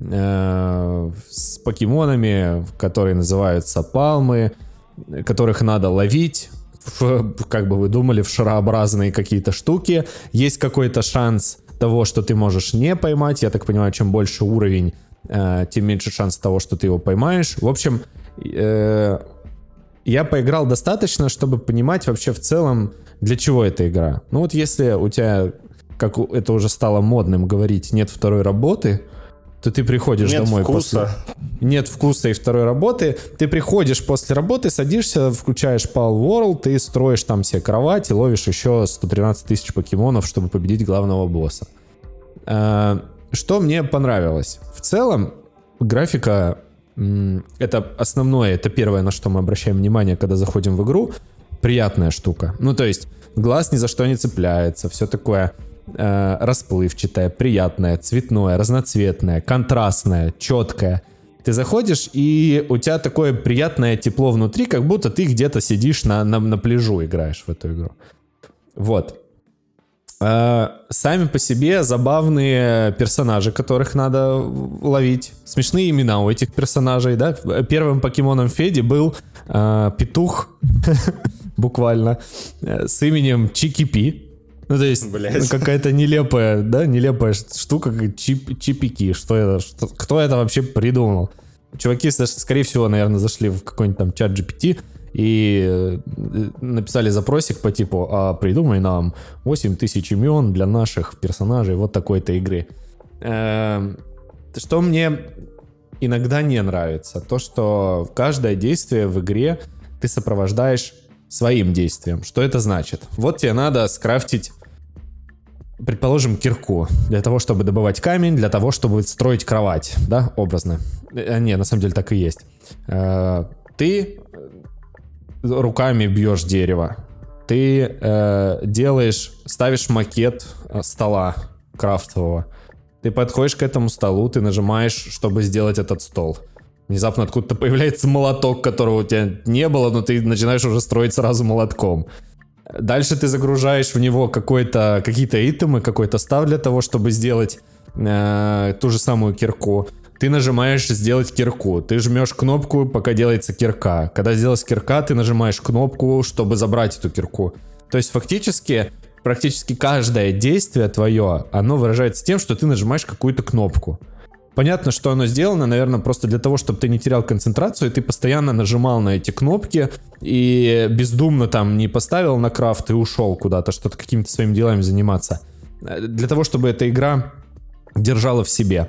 э- с покемонами, которые называются палмы, которых надо ловить, в, как бы вы думали, в шарообразные какие-то штуки. Есть какой-то шанс того, что ты можешь не поймать. Я так понимаю, чем больше уровень, э- тем меньше шанс того, что ты его поймаешь. В общем... Э- Я поиграл достаточно, чтобы понимать вообще в целом, для чего эта игра. Ну вот если у тебя, как это уже стало модным говорить, нет второй работы, то ты приходишь нет домой вкуса. после... Нет вкуса и второй работы. Ты приходишь после работы, садишься, включаешь Pal World, ты строишь там себе кровать и ловишь еще сто тринадцать тысяч покемонов, чтобы победить главного босса. Что мне понравилось? В целом, графика... Это основное, это первое, на что мы обращаем внимание, когда заходим в игру. Приятная штука. Ну, то есть, глаз ни за что не цепляется. Все такое э, расплывчатое, приятное, цветное, разноцветное, контрастное, четкое. Ты заходишь, и у тебя такое приятное тепло внутри, как будто ты где-то сидишь на, на, на пляжу, играешь в эту игру. Вот. Сами по себе забавные персонажи, которых надо ловить. Смешные имена у этих персонажей, да? Первым покемоном Феди был э, петух, буквально, с именем Чики-Пи. Ну, то есть, Блять. какая-то нелепая, да, нелепая штука, как чип, Чипики. Что это? Что, кто это вообще придумал? Чуваки, скорее всего, наверное, зашли в какой-нибудь там чат джи пи ти и написали запросик по типу: а придумай нам восемь тысяч имен для наших персонажей вот такой-то игры. Что мне иногда не нравится, то, что каждое действие в игре ты сопровождаешь своим действием. Что это значит? Вот тебе надо скрафтить, предположим, кирку для того, чтобы добывать камень, для того, чтобы строить кровать, да, образно. Не, на самом деле так и есть. Ты руками бьешь дерево, ты э, делаешь, ставишь макет стола крафтового, ты подходишь к этому столу, ты нажимаешь, чтобы сделать этот стол. Внезапно откуда-то появляется молоток, которого у тебя не было, но ты начинаешь уже строить сразу молотком. Дальше ты загружаешь в него какой-то, какие-то итемы, какой-то став для того, чтобы сделать э, ту же самую кирку. Ты нажимаешь «Сделать кирку». Ты жмешь кнопку, пока делается кирка. Когда сделалась кирка, ты нажимаешь кнопку, чтобы забрать эту кирку. То есть фактически, практически каждое действие твое, оно выражается тем, что ты нажимаешь какую-то кнопку. Понятно, что оно сделано, наверное, просто для того, чтобы ты не терял концентрацию, и ты постоянно нажимал на эти кнопки и бездумно там не поставил на крафт и ушел куда-то, что-то какими-то своими делами заниматься. Для того, чтобы эта игра держала в себе.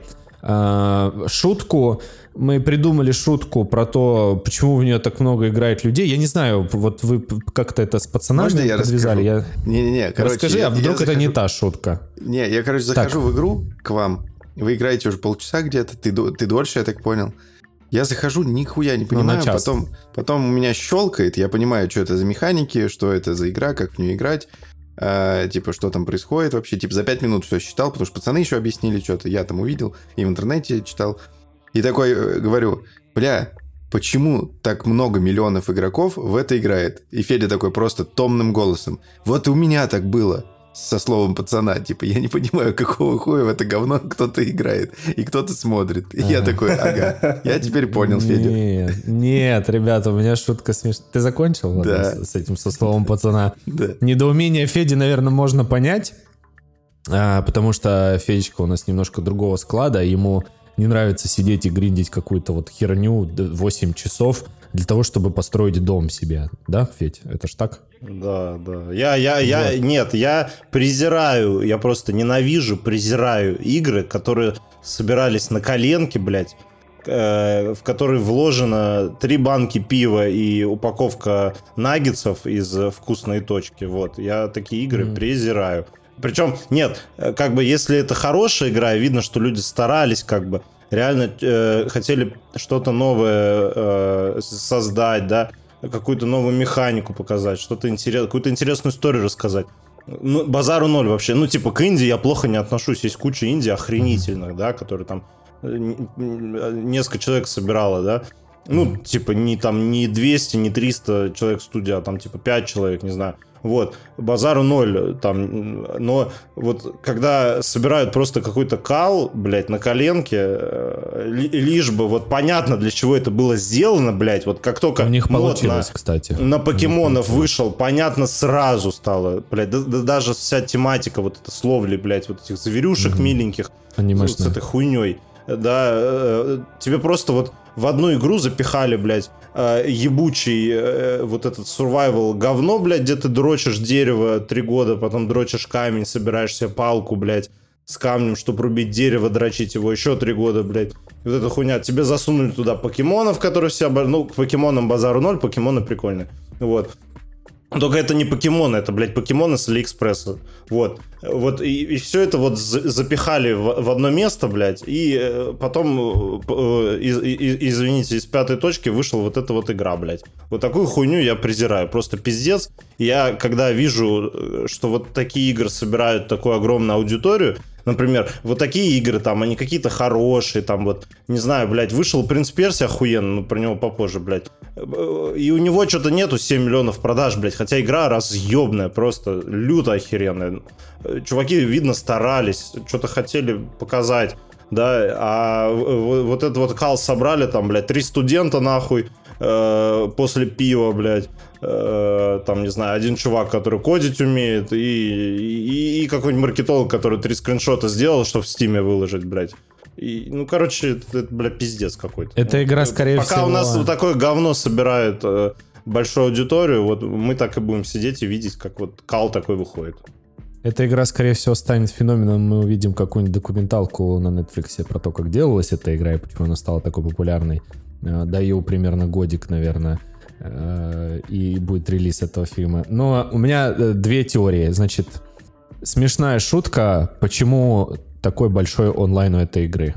Шутку, мы придумали шутку про то, почему в нее так много играет людей. Я не знаю, вот вы как-то это с пацанами я подвязали. Я... Не-не-не, короче, расскажи, я, а вдруг я это захожу... не та шутка? Не, я, короче, захожу так. в игру к вам. Вы играете уже полчаса где-то, ты, ты дольше, я так понял. Я захожу, нихуя не понимаю, ну, потом, потом у меня щелкает, я понимаю, что это за механики, что это за игра, как в нее играть, э, типа, что там происходит вообще. Типа, за пять минут все считал, потому что пацаны еще объяснили что-то, я там увидел, и в интернете читал. И такой э, говорю, бля, почему так много миллионов игроков в это играет? И Федя такой просто томным голосом, вот и у меня так было. Со словом пацана, типа, я не понимаю, какого хуя в это говно кто-то играет, и кто-то смотрит. И я такой, ага, я теперь понял, Федя. Нет, нет, ребята, у меня шутка смешная. Ты закончил да. с, с этим, со словом пацана? Да. Недоумение Феди, наверное, можно понять, а, потому что Федечка у нас немножко другого склада, ему не нравится сидеть и гриндить какую-то вот херню восемь часов для того, чтобы построить дом себе. Да, Федь? Это ж так? Да, да. Я, я, я, вот. Нет, я презираю, я просто ненавижу, презираю игры, которые собирались на коленке, блядь, э, в которые вложено три банки пива и упаковка наггетсов из вкусной точки. Вот, я такие игры mm. презираю. Причем, нет, как бы, если это хорошая игра, видно, что люди старались, как бы, реально э, хотели что-то новое э, создать, да, какую-то новую механику показать, что-то интересное, какую-то интересную историю рассказать. Ну, базару ноль вообще. Ну, типа, к инди я плохо не отношусь. Есть куча инди охренительных, да, которые там несколько человек собирало, да. Ну, типа, не там не двести, не триста человек студия, а там, типа, пять человек, не знаю. Вот, базару ноль, там, но вот когда собирают просто какой-то кал, блядь, на коленке, лишь бы вот понятно, для чего это было сделано, блядь, вот как только у них получилось, на, кстати. На покемонов вышел, понятно сразу стало, блядь, да, да, даже вся тематика вот эта словли, блядь, вот этих зверюшек mm-hmm. миленьких анимешная. С этой хуйней, да, тебе просто вот в одну игру запихали, блядь, ебучий вот этот survival говно, блядь, где ты дрочишь дерево три года, потом дрочишь камень, собираешь себе палку, блядь, с камнем, чтобы рубить дерево, дрочить его еще три года, блядь. И вот эта хуйня. Тебе засунули туда покемонов, которые все... Ну, к покемонам базару ноль, покемоны прикольные. Вот. Только это не покемоны, это, блядь, покемоны с Алиэкспресса. Вот. Вот и, и все это вот запихали в, в одно место, блядь, и потом, из, из, извините, из пятой точки вышла вот эта вот игра, блядь. Вот такую хуйню я презираю, просто пиздец. Я, когда вижу, что вот такие игры собирают такую огромную аудиторию, например, вот такие игры, там, они какие-то хорошие, там, вот, не знаю, блядь, вышел «Принц Персия» охуенно, но про него попозже, блядь. И у него что-то нету семь миллионов продаж, блядь, хотя игра разъебная, просто люто охеренная. Чуваки, видно, старались, что-то хотели показать, да, а вот этот вот кал собрали, там, блядь, три студента, нахуй, э, после пива, блядь, э, там, не знаю, один чувак, который кодить умеет, и, и, и какой-нибудь маркетолог, который три скриншота сделал, чтобы в Стиме выложить, блядь. И, ну, короче, это, это, бля, пиздец какой-то. Эта игра, скорее Пока всего... Пока у нас вот такое говно собирает э, большую аудиторию, вот мы так и будем сидеть и видеть, как вот кал такой выходит. Эта игра, скорее всего, станет феноменом. Мы увидим какую-нибудь документалку на Netflix про то, как делалась эта игра и почему она стала такой популярной. Даю примерно годик, наверное, и будет релиз этого фильма. Но у меня две теории. Значит, смешная шутка, почему такой большой онлайн у этой игры.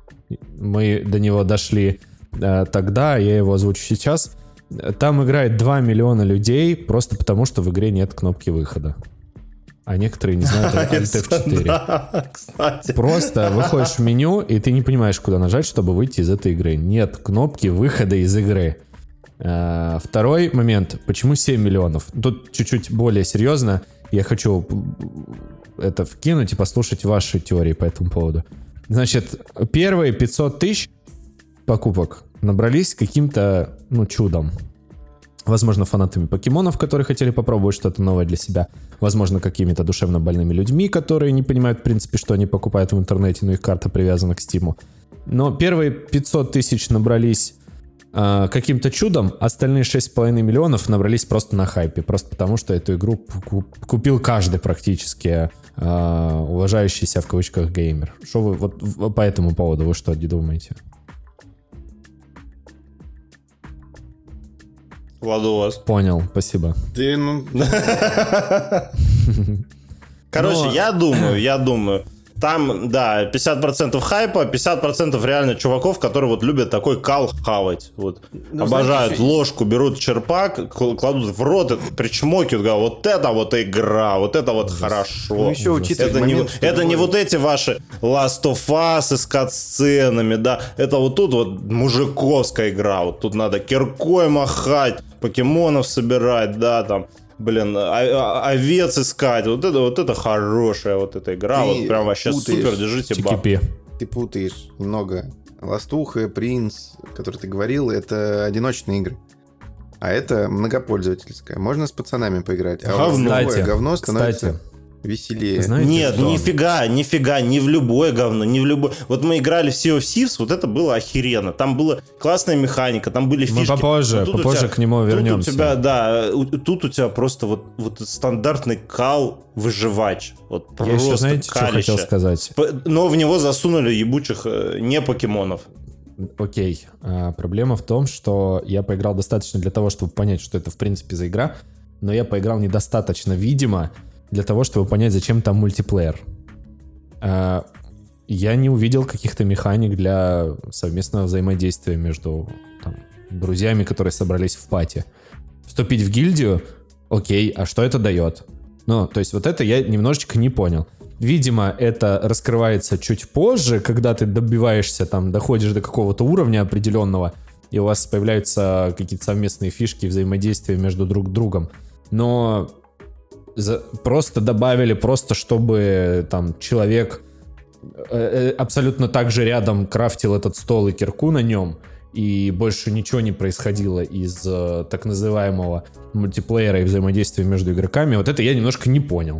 Мы до него дошли тогда, я его озвучу сейчас. Там играет два миллиона людей просто потому, что в игре нет кнопки выхода. А некоторые не знают Alt эф четыре. Да, кстати. Просто выходишь в меню, и ты не понимаешь, куда нажать, чтобы выйти из этой игры. Нет кнопки выхода из игры. А, второй момент. Почему семь миллионов? Тут чуть-чуть более серьезно. Я хочу это вкинуть и послушать ваши теории по этому поводу. Значит, первые пятьсот тысяч покупок набрались каким-то, ну, чудом. Возможно, фанатами покемонов, которые хотели попробовать что-то новое для себя. Возможно, какими-то душевно больными людьми, которые не понимают, в принципе, что они покупают в интернете, но их карта привязана к Стиму. Но первые пятьсот тысяч набрались э, каким-то чудом, остальные шесть с половиной миллионов набрались просто на хайпе. Просто потому, что эту игру купил каждый практически э, уважающийся в кавычках геймер. Что вы вот по этому поводу, вы что думаете? Ладно у вас. Понял, спасибо. Ты, ну... Короче, Но... я думаю, я думаю, там, да, пятьдесят процентов хайпа, пятьдесят процентов реально чуваков, которые вот любят такой кал хавать. Вот. Ну, обожают знаете, ложку, берут черпак, кладут в рот, причмокивают, говорят, вот это вот игра, вот это вот хорошо. Ну, еще учитывая это момент, не, это не вот эти ваши Last of Us с кат-сценами, да, это вот тут вот мужиковская игра, вот тут надо киркой махать, покемонов собирать, да, там, блин, овец искать, вот это, вот это хорошая вот эта игра, ты вот прям вообще путаешь. Супер, держите баб. Ты путаешь много. Ластуха, Принц, который ты говорил, это одиночные игры. А это многопользовательская. Можно с пацанами поиграть. А говно. любое Кстати, говно становится... кстати. Веселее. Знаете, Нет, что? нифига, нифига, не в любое говно, не в любое. Вот мы играли в Sea of Thieves, вот это было охеренно. Там была классная механика, там были фишки. Мы попозже, попозже тебя, к нему вернемся. Тут у тебя, да, тут у тебя просто вот, вот стандартный кал выживач. Вот Я еще, знаете, калище. Что хотел сказать? Но в него засунули ебучих не покемонов. Окей. А, проблема в том, что я поиграл достаточно для того, чтобы понять, что это в принципе за игра, но я поиграл недостаточно, видимо, для того, чтобы понять, зачем там мультиплеер. А, я не увидел каких-то механик для совместного взаимодействия между там, друзьями, которые собрались в пати. Вступить в гильдию, окей, а что это дает? Ну, то есть вот это я немножечко не понял. Видимо, это раскрывается чуть позже, когда ты добиваешься, там, доходишь до какого-то уровня определенного, и у вас появляются какие-то совместные фишки взаимодействия между друг другом. Но за, просто добавили, просто чтобы там человек э, абсолютно так же рядом крафтил этот стол и кирку на нем, и больше ничего не происходило из э, так называемого мультиплеера и взаимодействия между игроками. Вот это я немножко не понял.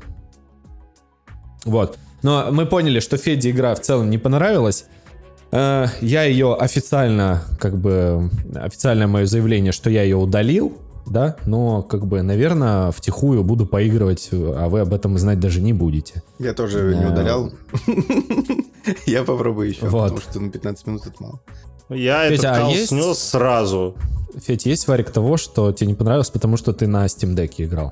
Вот. Но мы поняли, что Феде игра в целом не понравилась. Э, я ее официально, как бы, официальное мое заявление, что я ее удалил, да, но, как бы, наверное, втихую буду поигрывать, а вы об этом знать даже не будете. Я тоже не удалял. Я попробую еще, потому что на пятнадцать минут это мало. Я этот кал снес сразу. Федь, есть варик того, что тебе не понравилось, потому что ты на Steam Deck играл?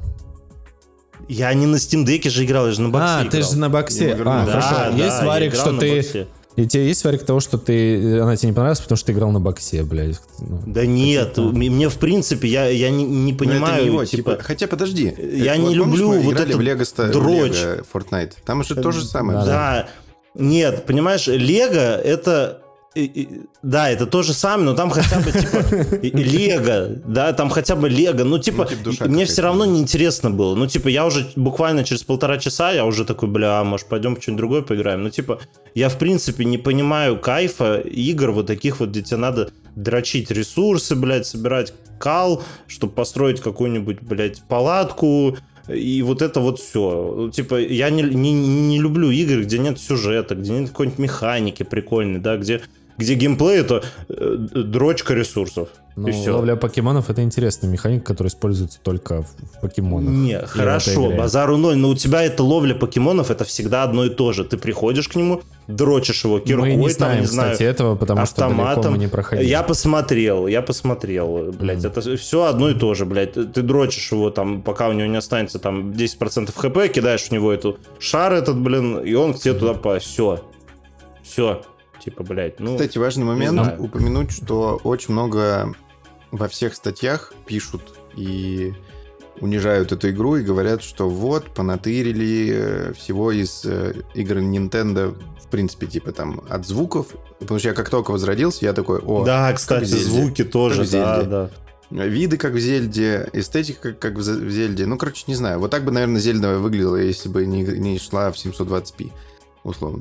Я не на Steam Deck же играл, я же на боксе А, играл. ты же на боксе. А, да, хорошо. Да, есть варик, что ты... Боксе. И тебе есть варик того, что ты... Она тебе не понравилась, потому что ты играл на боксе, блядь? Ну, да нет, мне в принципе, я, я не, не понимаю, не его, типа... типа... Хотя, подожди. Я вот не люблю вот это в Lego, дрочь. В Lego Fortnite. Там же то же самое. Да, да. Нет, понимаешь, Лего это... Да, это то же самое, но там хотя бы типа Лего, да, там хотя бы Лего, ну типа, ну, типа мне все равно неинтересно было, ну типа я уже буквально через полтора часа я уже такой, бля, может пойдем что-нибудь другое поиграем, ну типа я в принципе не понимаю кайфа игр вот таких вот, где тебе надо дрочить ресурсы, блядь, собирать кал, чтобы построить какую-нибудь, блядь, палатку. И вот это вот все. Типа, я не, не, не люблю игры, где нет сюжета, где нет какой-нибудь механики прикольной, да, где, где геймплей это э, дрочка ресурсов. Ну, ловля покемонов — это интересная механика, которая используется только в, в покемонах. Не, хорошо, базару ноль, но у тебя это ловля покемонов, это всегда одно и то же. Ты приходишь к нему, дрочишь его киркой, мы не знаем, там, не кстати, знаю, этого, потому автоматом. Что далеко мы не проходили. Я посмотрел, я посмотрел, блядь, mm. это все одно и то же, блядь. Ты дрочишь его там, пока у него не останется там десять процентов хп, кидаешь в него эту шар этот, блин, и он к тебе mm. туда по... Все. Все. Типа, блядь, ну... Кстати, важный момент упомянуть, что очень много... Во всех статьях пишут и унижают эту игру и говорят, что вот, понатырили всего из игр Nintendo, в принципе, типа там от звуков. Потому что я как только возродился, я такой, о, да, кстати, звуки тоже, да, да. виды, как в Зельде, эстетика, как в Зельде. Ну, короче, не знаю. Вот так бы, наверное, Зельда выглядела, если бы не, не шла в семьсот двадцать пи, условно.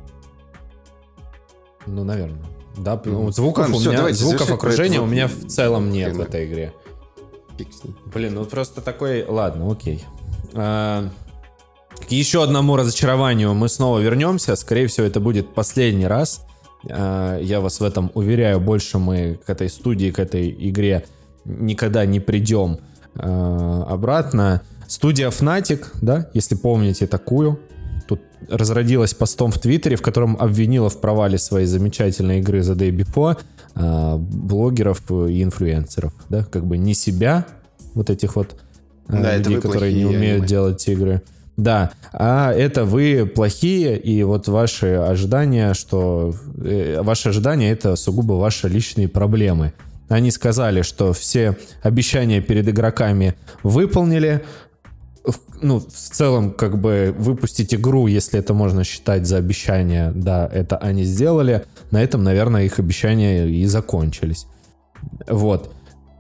Ну, наверное. Да, ну, звуков Ладно, у все, меня, звуков окружения это... у меня в целом нет Блин, в этой игре. Пикси. Блин, ну просто такой... Ладно, окей. А... К еще одному разочарованию мы снова вернемся. Скорее всего, это будет последний раз. А... Я вас в этом уверяю. Больше мы к этой студии, к этой игре никогда не придем а... обратно. Студия Fnatic, да, если помните такую, тут разродилась постом в Твиттере, в котором обвинила в провале своей замечательной игры The Day Before а, блогеров и инфлюенсеров, да, как бы не себя, вот этих вот да, людей, которые не умеют аниме. делать игры, да, а это вы плохие, и вот ваши ожидания, что э, ваши ожидания это сугубо ваши личные проблемы. Они сказали, что все обещания перед игроками выполнили. Ну, в целом, как бы выпустить игру, если это можно считать за обещание, да, это они сделали. На этом, наверное, их обещания и закончились. Вот.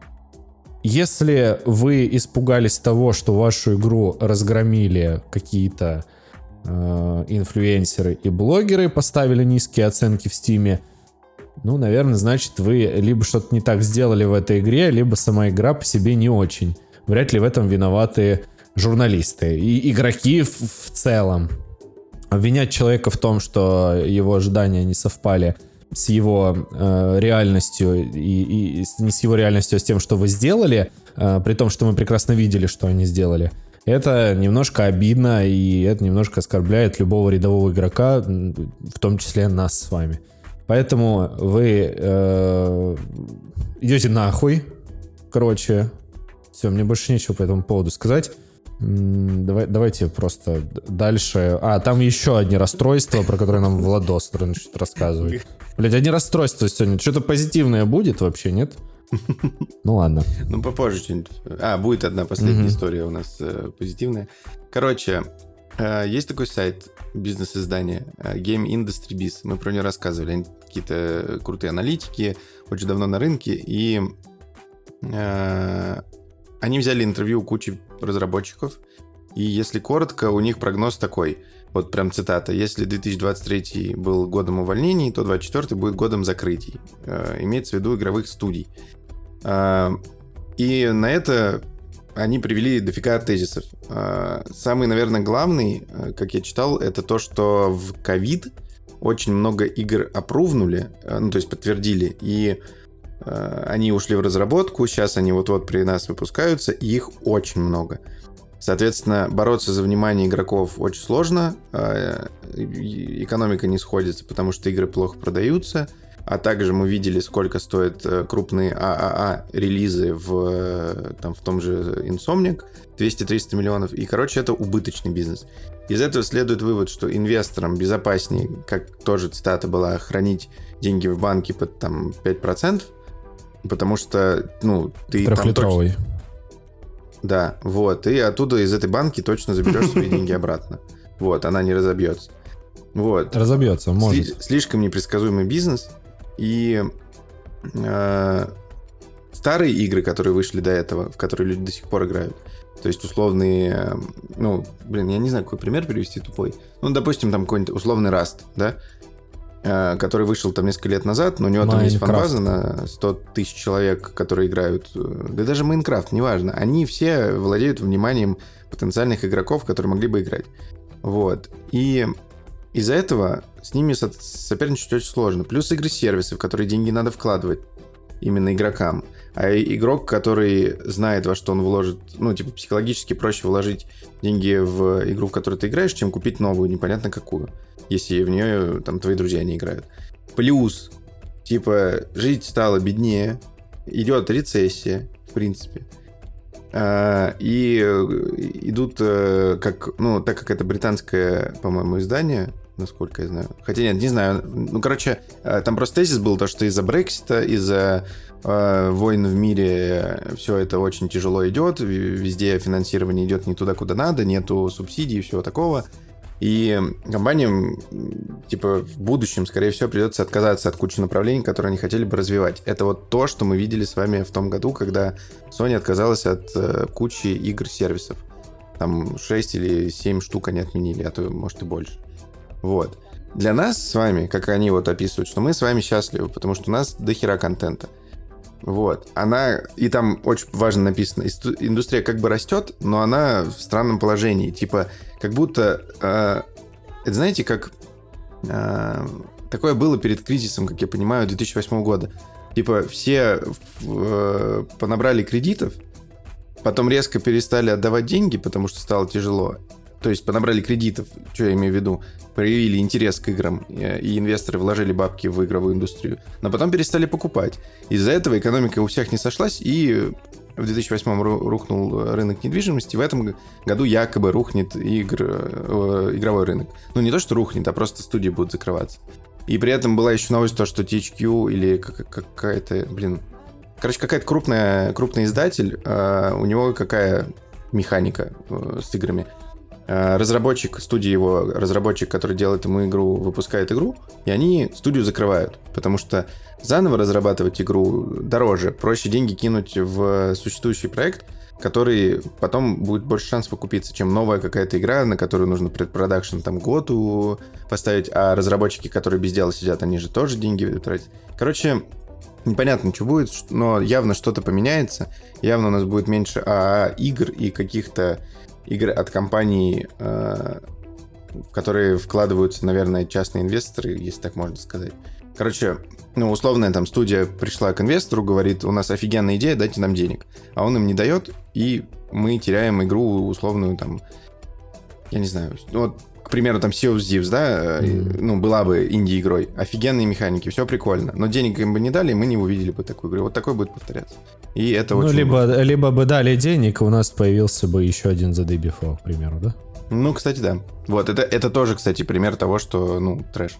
Если вы испугались того, что вашу игру разгромили какие-то э, инфлюенсеры и блогеры, поставили низкие оценки в Стиме, ну, наверное, значит, вы либо что-то не так сделали в этой игре, либо сама игра по себе не очень. Вряд ли в этом виноваты журналисты и игроки в, в целом. Обвинять человека в том, что его ожидания не совпали с его э, реальностью и, и не с его реальностью, а с тем, что вы сделали, э, при том, что мы прекрасно видели, что они сделали, это немножко обидно, и это немножко оскорбляет любого рядового игрока, в том числе нас с вами. Поэтому вы э, идете нахуй. Короче, все, мне больше нечего по этому поводу сказать. Давай, давайте просто дальше. А, там еще одни расстройства, про которые нам Владос значит, рассказывает. Блять, одни расстройства сегодня. Что-то позитивное будет вообще, нет? Ну ладно. Ну, попозже что-нибудь. А, будет одна последняя mm-hmm. история у нас э, позитивная. Короче, э, есть такой сайт, бизнес-издание, э, Game Industry Biz. Мы про него рассказывали. Они какие-то крутые аналитики, очень давно на рынке. И э, они взяли интервью у кучи разработчиков. И если коротко, у них прогноз такой. Вот прям цитата. Если две тысячи двадцать третий был годом увольнений, то двадцать четвёртый будет годом закрытий. Э, имеется в виду игровых студий. Э, и на это они привели дофига тезисов. Э, самый, наверное, главный, э, как я читал, это то, что в ковид очень много игр опрувнули, э, ну, то есть подтвердили, и э, они ушли в разработку, сейчас они вот-вот при нас выпускаются, и их очень много. Соответственно, бороться за внимание игроков очень сложно, экономика не сходится, потому что игры плохо продаются, а также мы видели, сколько стоят крупные ААА-релизы в, там, в том же Insomniac, двести-триста миллионов, и, короче, это убыточный бизнес. Из этого следует вывод, что инвесторам безопаснее, как тоже цитата была, хранить деньги в банке под там, пять процентов, потому что, ну, ты трехлитровый. Там точно... Да, вот, и оттуда из этой банки точно заберешь свои деньги обратно. Вот, она не разобьется. Вот. Разобьется, может. Сли- слишком непредсказуемый бизнес. И э- старые игры, которые вышли до этого, в которые люди до сих пор играют, то есть условные, ну, блин, я не знаю, какой пример привести тупой. Ну, допустим, там какой-нибудь условный Rust, да, который вышел там несколько лет назад, но у него там есть фан-база на сто тысяч человек, которые играют. Да даже Майнкрафт, неважно. Они все владеют вниманием потенциальных игроков, которые могли бы играть. Вот. И из-за этого с ними соперничать очень сложно. Плюс игры-сервисы, в которые деньги надо вкладывать именно игрокам. А игрок, который знает, во что он вложит, ну, типа, психологически проще вложить деньги в игру, в которую ты играешь, чем купить новую, непонятно какую, если в нее там твои друзья не играют. Плюс, типа, жить стало беднее, идет рецессия, в принципе. А, и идут, как, ну, так как это британское, по-моему, издание, насколько я знаю. Хотя нет, не знаю. Ну, короче, там просто тезис был, то, что из-за Брексита, из-за э, войн в мире все это очень тяжело идет, везде финансирование идет не туда, куда надо, нету субсидий и всего такого. И компаниям, типа, в будущем, скорее всего, придется отказаться от кучи направлений, которые они хотели бы развивать. Это вот то, что мы видели с вами в том году, когда Sony отказалась от э, кучи игр-сервисов. Там шесть или семь штук они отменили, а то, может, и больше. Вот. Для нас с вами, как они вот описывают, что мы с вами счастливы, потому что у нас дохера контента. Вот. Она, и там очень важно написано, индустрия как бы растет, но она в странном положении. Типа, как будто, э, это знаете, как э, такое было перед кризисом, как я понимаю, две тысячи восьмого года. Типа, все э, понабрали кредитов, потом резко перестали отдавать деньги, потому что стало тяжело. То есть понабрали кредитов, что я имею в виду, проявили интерес к играм, и инвесторы вложили бабки в игровую индустрию, но потом перестали покупать. Из-за этого экономика у всех не сошлась, и в две тысячи восьмом рухнул рынок недвижимости, в этом году якобы рухнет игр, э, игровой рынок. Ну, не то, что рухнет, а просто студии будут закрываться. И при этом была еще новость, то, что ти эйч кью или какая-то, блин... Короче, какая-то крупная, крупный издатель, э, у него какая механика э, с играми. Разработчик, студии его, разработчик, который делает ему игру, выпускает игру, и они студию закрывают, потому что заново разрабатывать игру дороже, проще деньги кинуть в существующий проект, который потом будет больше шансов окупиться, чем новая какая-то игра, на которую нужно предпродакшн там год поставить, а разработчики, которые без дела сидят, они же тоже деньги тратят. Короче, непонятно, что будет, но явно что-то поменяется, явно у нас будет меньше ААА игр и каких-то игры от компаний, э, в которые вкладываются, наверное, частные инвесторы, если так можно сказать. Короче, ну, условная там студия пришла к инвестору, говорит, у нас офигенная идея, дайте нам денег. А он им не дает, и мы теряем игру условную там, я не знаю, вот, к примеру, там Sea of Thieves, да, mm-hmm. ну, была бы инди-игрой, офигенные механики, все прикольно, но денег им бы не дали, мы не увидели бы такую игру. Вот такое будет повторяться. И это ну, очень... либо, либо бы дали денег, и у нас появился бы еще один The Day Before, к примеру, да? Ну, кстати, да. Вот, это, это тоже, кстати, пример того, что, ну, трэш.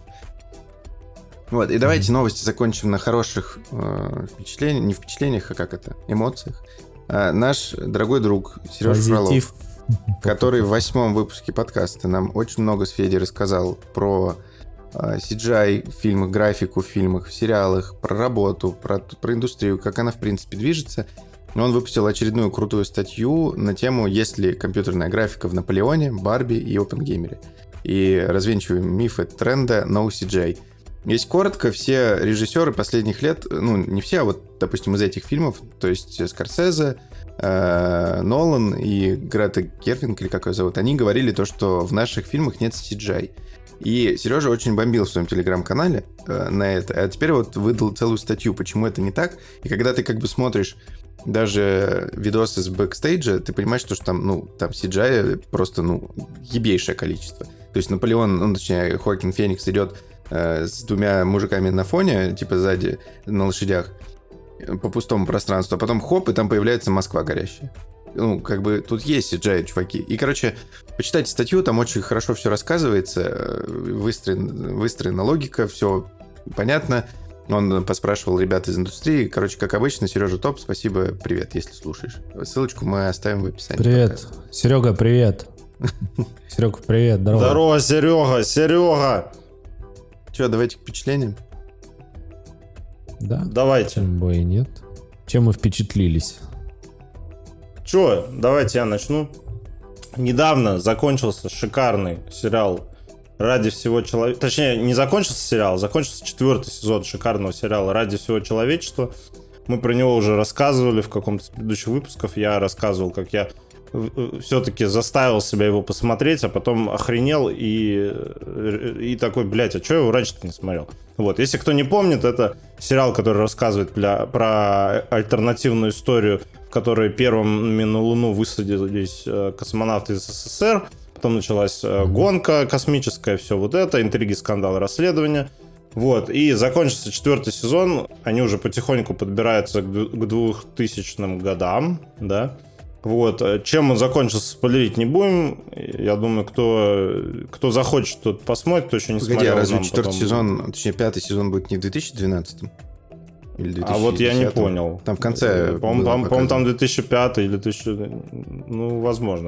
Вот, и давайте mm-hmm. новости закончим на хороших э, впечатлениях, не впечатлениях, а как это, эмоциях. А, наш дорогой друг Сережа Фролов, который в восьмом выпуске подкаста нам очень много с Федей рассказал про э, си джи ай в фильмах, графику в фильмах, в сериалах, про работу, про, про индустрию, как она, в принципе, движется. Он выпустил очередную крутую статью на тему, есть ли компьютерная графика в Наполеоне, Барби и OpenGamer. И развенчиваем мифы тренда No си джи ай. Если коротко, все режиссеры последних лет, ну, не все, а вот, допустим, из этих фильмов, то есть Скорсезе, э, Нолан и Грета Гервинг, или как ее зовут, они говорили то, что в наших фильмах нет си джи ай. И Сережа очень бомбил в своем телеграм-канале э, на это, а теперь вот выдал целую статью, почему это не так. И когда ты как бы смотришь даже видосы с бэкстейджа, ты понимаешь, что там, ну, там си джи ай просто, ну, ебейшее количество. То есть Наполеон, ну, точнее, Хоакин Феникс идет э, с двумя мужиками на фоне, типа сзади на лошадях, по пустому пространству, а потом хоп, и там появляется Москва горящая. Ну, как бы тут есть си джи ай, чуваки. И, короче, почитайте статью, там очень хорошо все рассказывается, выстроена, выстроена логика, все понятно. Он поспрашивал ребят из индустрии. Короче, как обычно, Сережа топ, спасибо, привет, если слушаешь. Ссылочку мы оставим в описании. Привет, пока. Серега, привет. Серега, привет, здорово. Здорово, Серега, Серега. Че, давайте к впечатлениям? Да. Давайте. Чем бы и нет. Чем мы впечатлились? Че, давайте я начну. Недавно закончился шикарный сериал «Ради всего человечества». Точнее, не закончился сериал, закончился четвертый сезон шикарного сериала «Ради всего человечества». Мы про него уже рассказывали в каком-то из предыдущих выпусков. Я рассказывал, как я все-таки заставил себя его посмотреть, а потом охренел и, и такой, блядь, а что я его раньше-то не смотрел? Вот, если кто не помнит, это сериал, который рассказывает для, про альтернативную историю, в которой первыми на Луну высадились космонавты из эс эс эс, потом началась гонка космическая, все вот это, интриги, скандалы, расследования. Вот, и закончился четвертый сезон, они уже потихоньку подбираются к двухтысячным годам, да. Вот, чем он закончился, спойлерить не будем. Я думаю, кто, кто захочет, тот посмотрит, кто еще не Погоди, смотрел. А разве четвертый потом... сезон, точнее пятый сезон будет не в две тысячи двенадцатом? Или две тысячи десятом? А вот я не понял. Там в конце... По-моему, по-моему там две тысячи пятый или две тысячи... Ну, возможно.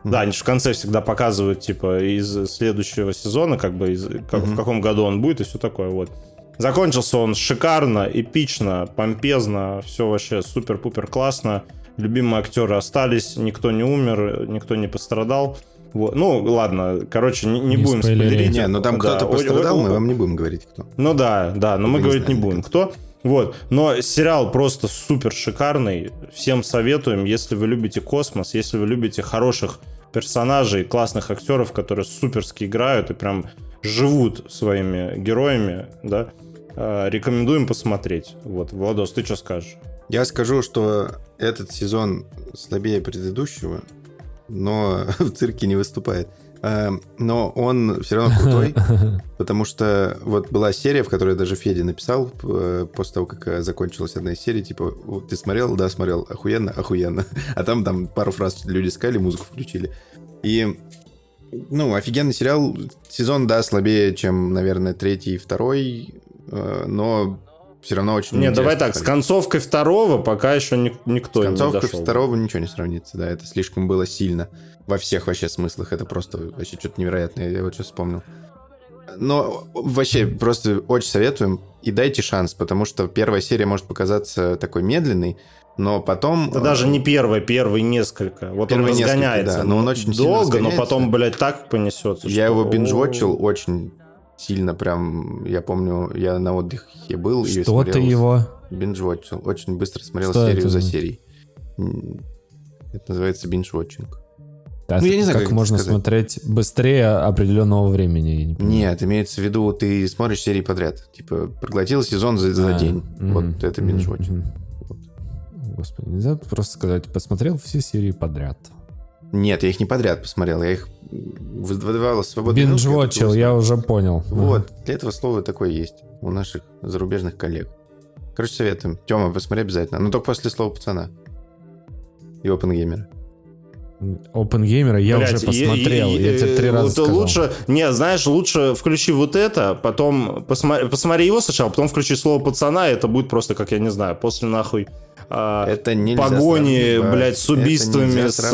Да, они же в конце всегда показывают, типа, из следующего сезона, как бы, из, как, mm-hmm. в каком году он будет и все такое, вот. Закончился он шикарно, эпично, помпезно, все вообще супер-пупер классно. Любимые актеры остались, никто не умер, никто не пострадал. Вот. Ну, ладно, короче, не, не, не будем спойлерить. Не, ну там да, кто-то пострадал, мы вам не будем говорить, кто. Ну да, да, но мы не говорить не будем, кто. Вот, но сериал просто супер шикарный, всем советуем, если вы любите космос, если вы любите хороших персонажей, классных актеров, которые суперски играют и прям живут своими героями, да, рекомендуем посмотреть. Вот, Владос, ты что скажешь? Я скажу, что этот сезон слабее предыдущего, но в цирке не выступает. Но он все равно крутой, потому что вот была серия, в которой даже Федя написал, после того, как закончилась одна из серий, типа, ты смотрел? Да, смотрел. Охуенно? Охуенно. А там, там пару фраз люди сказали, музыку включили. И, ну, офигенный сериал. Сезон, да, слабее, чем, наверное, третий и второй, но все равно очень... Нет, давай так, с концовкой второго пока еще ни, никто не дошел. С концовкой второго ничего не сравнится, да, это слишком было сильно. Во всех вообще смыслах, это просто вообще что-то невероятное, я вот сейчас вспомнил. Но вообще просто очень советуем и дайте шанс, потому что первая серия может показаться такой медленной, но потом... Это даже не первая, первый несколько. Вот первый он разгоняется. Да, но он очень долго, но потом, блядь, так понесется. Я его бинж-вотчил очень... Сильно прям, я помню, я на отдыхе был. Что и смотрел, ты его? Binge-watchил. Очень быстро смотрел Что серию это? за серией. Это называется binge-watching. Да, ну, я не знаю, как, как можно сказать. Смотреть быстрее определенного времени? Не Нет, имеется в виду, ты смотришь серии подряд. Типа, проглотил сезон за, за а, день. Mm-hmm, вот это binge-watching. Mm-hmm. Вот. Господи, нельзя просто сказать, посмотрел все серии подряд. Нет, я их не подряд посмотрел, я их выдавал свободно. Бинж-вотчил, я уже понял. Вот, для этого слова такое есть у наших зарубежных коллег. Короче, советуем. Тёма, посмотри обязательно. Но только после слова пацана. И опенгеймера. Опенгеймера я Блядь, уже посмотрел, и, и, я тебе три раза сказал. Лучше, не, знаешь, лучше включи вот это, потом посмотри, посмотри его сначала, потом включи слово пацана, и это будет просто, как я не знаю, после нахуй это погони, блядь, с убийствами, с,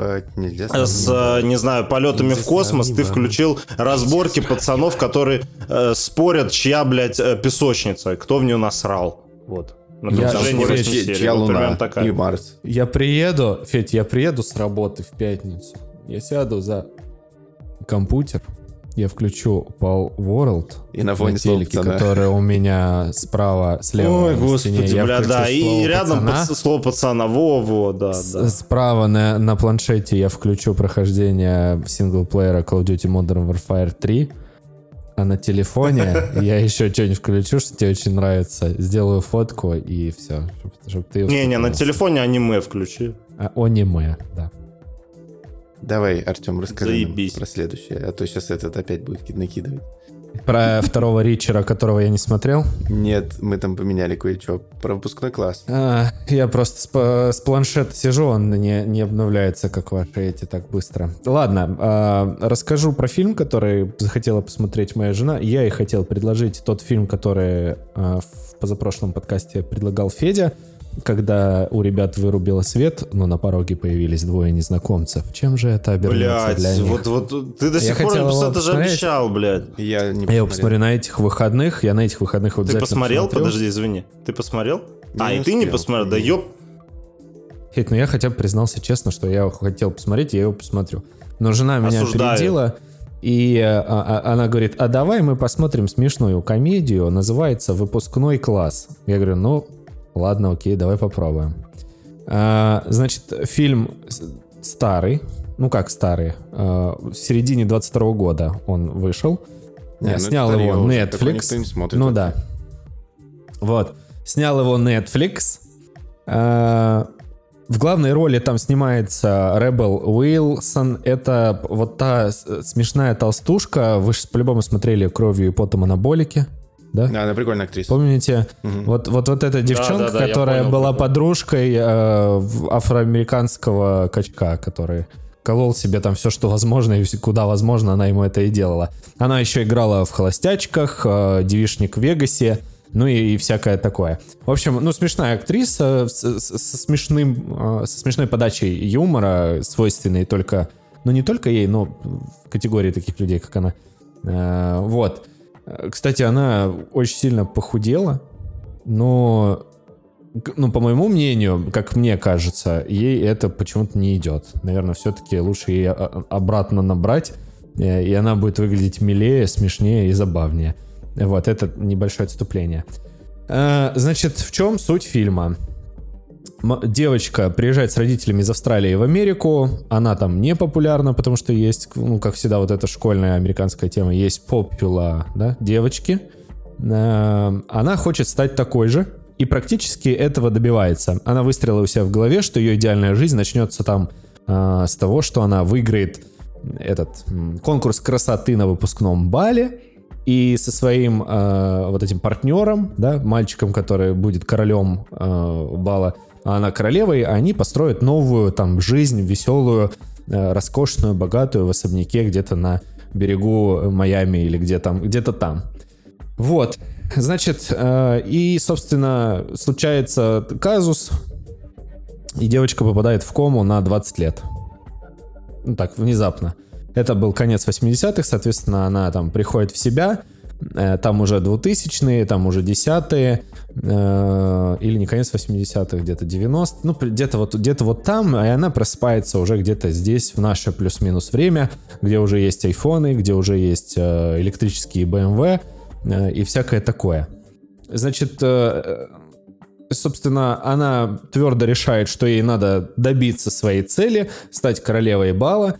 с, не знаю, полетами нельзя в космос, ты включил разборки пацанов, которые э, спорят, чья, блядь, песочница, кто в нее насрал. Вот. На протяжении восьми серий. Чья вот Луна и Марс. Я приеду, Федь, я приеду с работы в пятницу, я сяду за компьютер, я включу Pal World и на фоне на телеке, который у меня справа, слева. Ой, господи, стене. бля, да, и рядом пацана, под, слово пацана, во-во, да, с, да. Справа на, на планшете я включу прохождение синглплеера Call of Duty Modern Warfare три, а на телефоне я еще что-нибудь включу, что тебе очень нравится, сделаю фотку и все. Чтобы ты Не-не, на телефоне аниме включи. А, аниме, да. Давай, Артем, расскажи нам про следующее, а то сейчас этот опять будет накидывать. Про второго Ричера, которого я не смотрел? Нет, мы там поменяли кое-что. Про выпускной класс. А, я просто с, с планшета сижу, он не, не обновляется, как ваши эти, так быстро. Ладно, а, расскажу про фильм, который захотела посмотреть моя жена. Я ей хотел предложить тот фильм, который а, в позапрошлом подкасте предлагал Федя, когда у ребят вырубило свет, но на пороге появились двое незнакомцев. Чем же это обернется блядь, для них? вот, вот ты до сих я пор это же обещал, блядь. Я, не я его посмотрю на этих выходных. Я на этих выходных обязательно Ты посмотрел? посмотрю. Подожди, извини. Ты посмотрел? Я а, не и успел. ты не посмотрел? Да ёп. Хейт, ну я хотя бы признался честно, что я хотел посмотреть, я его посмотрю. Но жена меня Осуждаю. опередила, и а, а, она говорит, а давай мы посмотрим смешную комедию, называется «Выпускной класс». Я говорю, ну... Ладно, окей, давай попробуем. А, значит, фильм старый, ну как старый, а, в середине двадцать второго года он вышел. Не, Снял ну, его уже, Netflix. Не смотрит, ну да. Вот. Снял его Netflix. А, в главной роли там снимается Ребел Уилсон. Это вот та смешная толстушка. Вы же по-любому смотрели «Кровью и потом анаболики». Да? Да, она прикольная актриса. Помните? Угу. Вот, вот, вот эта девчонка, да, да, да, которая понял, была понял. подружкой э, афроамериканского качка, который колол себе там все, что возможно, и куда возможно, она ему это и делала. Она еще играла в «Холостячках», э, «Девичник в Вегасе», ну и, и всякое такое. В общем, ну, смешная актриса с, с, со, смешным, э, со смешной подачей юмора, свойственной только Но не только ей, но в категории таких людей, как она. Э, вот. Кстати, она очень сильно похудела, но, ну, по моему мнению, как мне кажется, ей это почему-то не идет. Наверное, все-таки лучше ей обратно набрать, и она будет выглядеть милее, смешнее и забавнее. Вот, это небольшое отступление. Значит, в чем суть фильма? Девочка приезжает с родителями из Австралии в Америку. Она там не популярна, потому что есть, ну, как всегда, вот эта школьная американская тема. Есть попула, да, девочки. Она хочет стать такой же. И практически этого добивается. Она выстроила у себя в голове, что ее идеальная жизнь начнется там э, с того, что она выиграет этот м, конкурс красоты на выпускном бале. И со своим э, вот этим партнером, да, мальчиком, который будет королем э, бала, а она королевой, они построят новую там жизнь, веселую, э, роскошную, богатую в особняке где-то на берегу Майами или где там, где-то там. Вот, значит, э, и, собственно, случается казус, и девочка попадает в кому на двадцать лет. Ну так, внезапно. Это был конец восьмидесятых, соответственно, она там приходит в себя, э, там уже двухтысячные, там уже десятые, э, или не конец восьмидесятых, где-то девяностые, ну, где-то вот, где-то вот там, и она просыпается уже где-то здесь, в наше плюс-минус время, где уже есть айфоны, где уже есть э, электрические бэ эм вэ э, и всякое такое. Значит, э, собственно, она твердо решает, что ей надо добиться своей цели, стать королевой бала,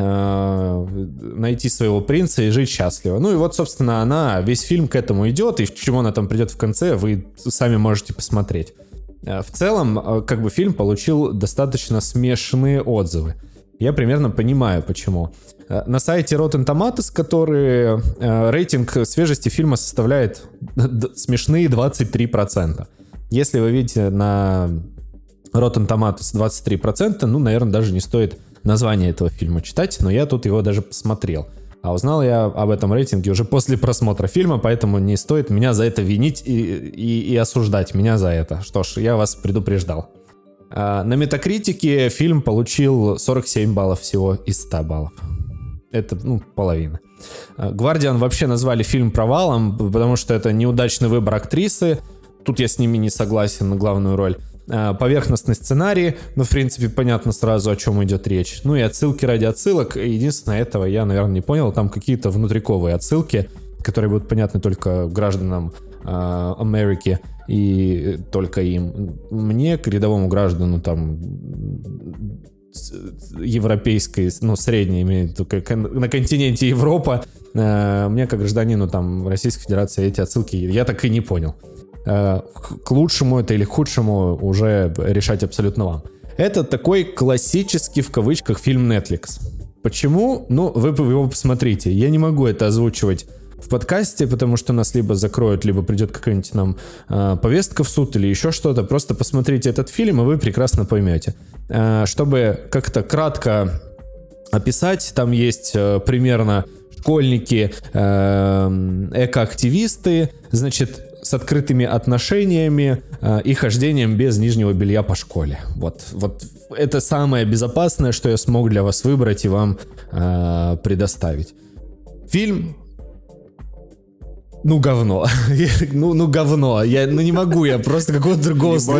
найти своего принца и жить счастливо. Ну и вот, собственно, она, весь фильм к этому идет, и к чему она там придет в конце, вы сами можете посмотреть. В целом, как бы фильм получил достаточно смешные отзывы. Я примерно понимаю, почему. На сайте Rotten Tomatoes, который рейтинг свежести фильма составляет смешные двадцать три процента. Если вы видите на Rotten Tomatoes двадцать три процента, ну, наверное, даже не стоит название этого фильма читать, но я тут его даже посмотрел. А узнал я об этом рейтинге уже после просмотра фильма, поэтому не стоит меня за это винить и, и, и осуждать меня за это. Что ж, я вас предупреждал. А, на Метакритике фильм получил сорок семь баллов всего из ста баллов. Это, ну, половина. Guardian вообще назвали фильм провалом, потому что это неудачный выбор актрисы. Тут я с ними не согласен на главную роль. Поверхностный сценарий, ну, в принципе, понятно сразу, о чем идет речь. Ну и отсылки ради отсылок. Единственное, этого я, наверное, не понял. Там какие-то внутриковые отсылки, которые будут понятны только гражданам э, Америки и только им. Мне, к рядовому граждану, там, европейской, ну, средней, имеет только на континенте Европа, э, мне, как гражданину, там, Российской Федерации, эти отсылки я так и не понял. К лучшему это или к худшему уже решать абсолютно вам. Это такой классический, в кавычках, фильм Netflix. Почему? Ну, вы его посмотрите. Я не могу это озвучивать в подкасте, потому что нас либо закроют, либо придет какая-нибудь нам э, повестка в суд или еще что-то. Просто посмотрите этот фильм, и вы прекрасно поймете. Э, чтобы как-то кратко описать, там есть э, примерно школьники, э, экоактивисты, значит, с открытыми отношениями э, и хождением без нижнего белья по школе. Вот, вот это самое безопасное, что я смог для вас выбрать и вам э, предоставить. Фильм, ну, говно. ну, ну, говно. Я, ну, не могу, я просто какого-то другого слова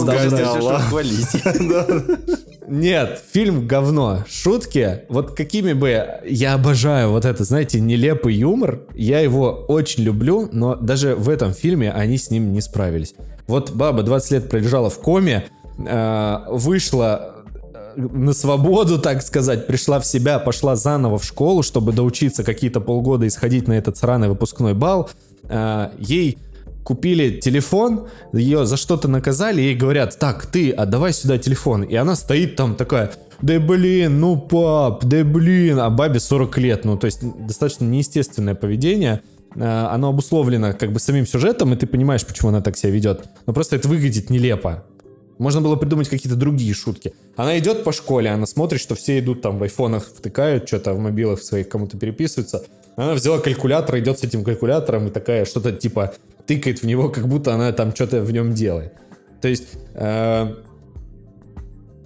Нет, фильм говно. Шутки, вот какими бы... Я обожаю вот это, знаете, нелепый юмор. Я его очень люблю, но даже в этом фильме они с ним не справились. Вот баба двадцать лет пролежала в коме, э, вышла на свободу, так сказать, пришла в себя, пошла заново в школу, чтобы доучиться какие-то полгода и сходить на этот сраный выпускной бал. Э, ей... Купили телефон, ее за что-то наказали, ей говорят: так, ты, отдавай сюда телефон. И она стоит там такая: да блин, ну пап, да блин. А бабе сорок лет, ну то есть достаточно неестественное поведение. Оно обусловлено как бы самим сюжетом, и ты понимаешь, почему она так себя ведет. Но просто это выглядит нелепо. Можно было придумать какие-то другие шутки. Она идет по школе, она смотрит, что все идут там в айфонах, втыкают, что-то в мобилах своих кому-то переписываются. Она взяла калькулятор, идет с этим калькулятором и такая что-то типа тыкает в него, как будто она там что-то в нем делает. То есть э,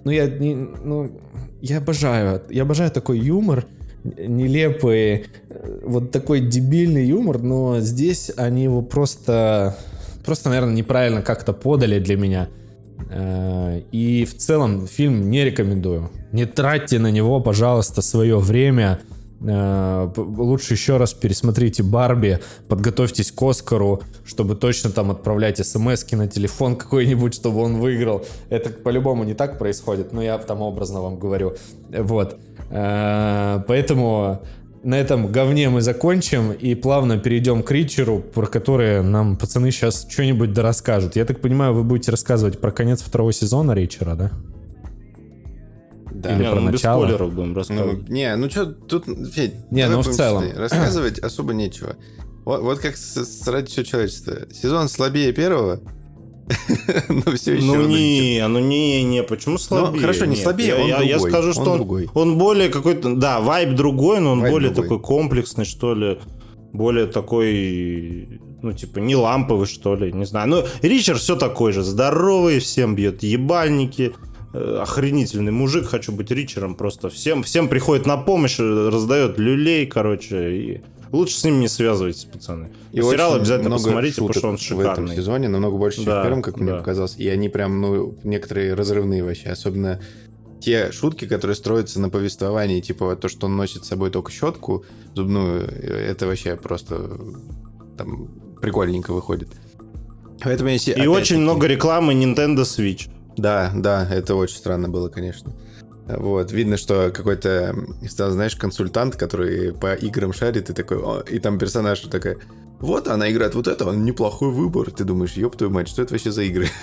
Ну, я, не, ну, я обожаю, я обожаю такой юмор, нелепый, вот такой дебильный юмор, но здесь они его просто, просто, наверное, неправильно как-то подали для меня. И в целом фильм не рекомендую. Не тратьте на него, пожалуйста, свое время. Лучше еще раз пересмотрите «Барби», подготовьтесь к «Оскару», чтобы точно там отправлять смс-ки на телефон какой-нибудь, чтобы он выиграл. Это по-любому не так происходит, но я там образно вам говорю. Вот. Поэтому на этом говне мы закончим и плавно перейдем к Ричеру, про который нам пацаны сейчас что-нибудь дорасскажут. Я так понимаю, вы будете рассказывать про конец второго сезона Ричера, да? Да. Или не, про ну, начало? Без спойлеров будем рассказывать. Ну, не, ну что, тут, Федь, не, ну в целом. Честны. Рассказывать особо нечего. Вот, вот как срать все человечество. Сезон слабее первого, но все еще... Ну не, ну не, не, почему слабее? Ну хорошо, не слабее, он другой. Я скажу, что он, он более какой-то... Да, вайб другой, но он более такой комплексный, что ли. Более такой... Ну, типа, не ламповый, что ли, не знаю. Ну, Ричард все такой же. Здоровый, всем бьет ебальники. Охренительный мужик, хочу быть Ричером. Просто всем, всем приходит на помощь, раздает люлей, короче. И лучше с ним не связывайтесь, пацаны. И сериал обязательно посмотрите, потому что он шикарный. В этом сезоне намного больше, чем да, в первом, как да. мне показалось. И они прям, ну, некоторые разрывные вообще. Особенно те шутки, которые строятся на повествовании. Типа то, что он носит с собой только щетку зубную. Это вообще просто там прикольненько выходит. Поэтому если, и очень много рекламы Nintendo Switch. Да, да, это очень странно было, конечно. Вот, видно, что какой-то, знаешь, консультант, который по играм шарит, и такой, о, и там персонаж такая, вот она играет вот это, он неплохой выбор. Ты думаешь, ёб твою мать, что это вообще за игры?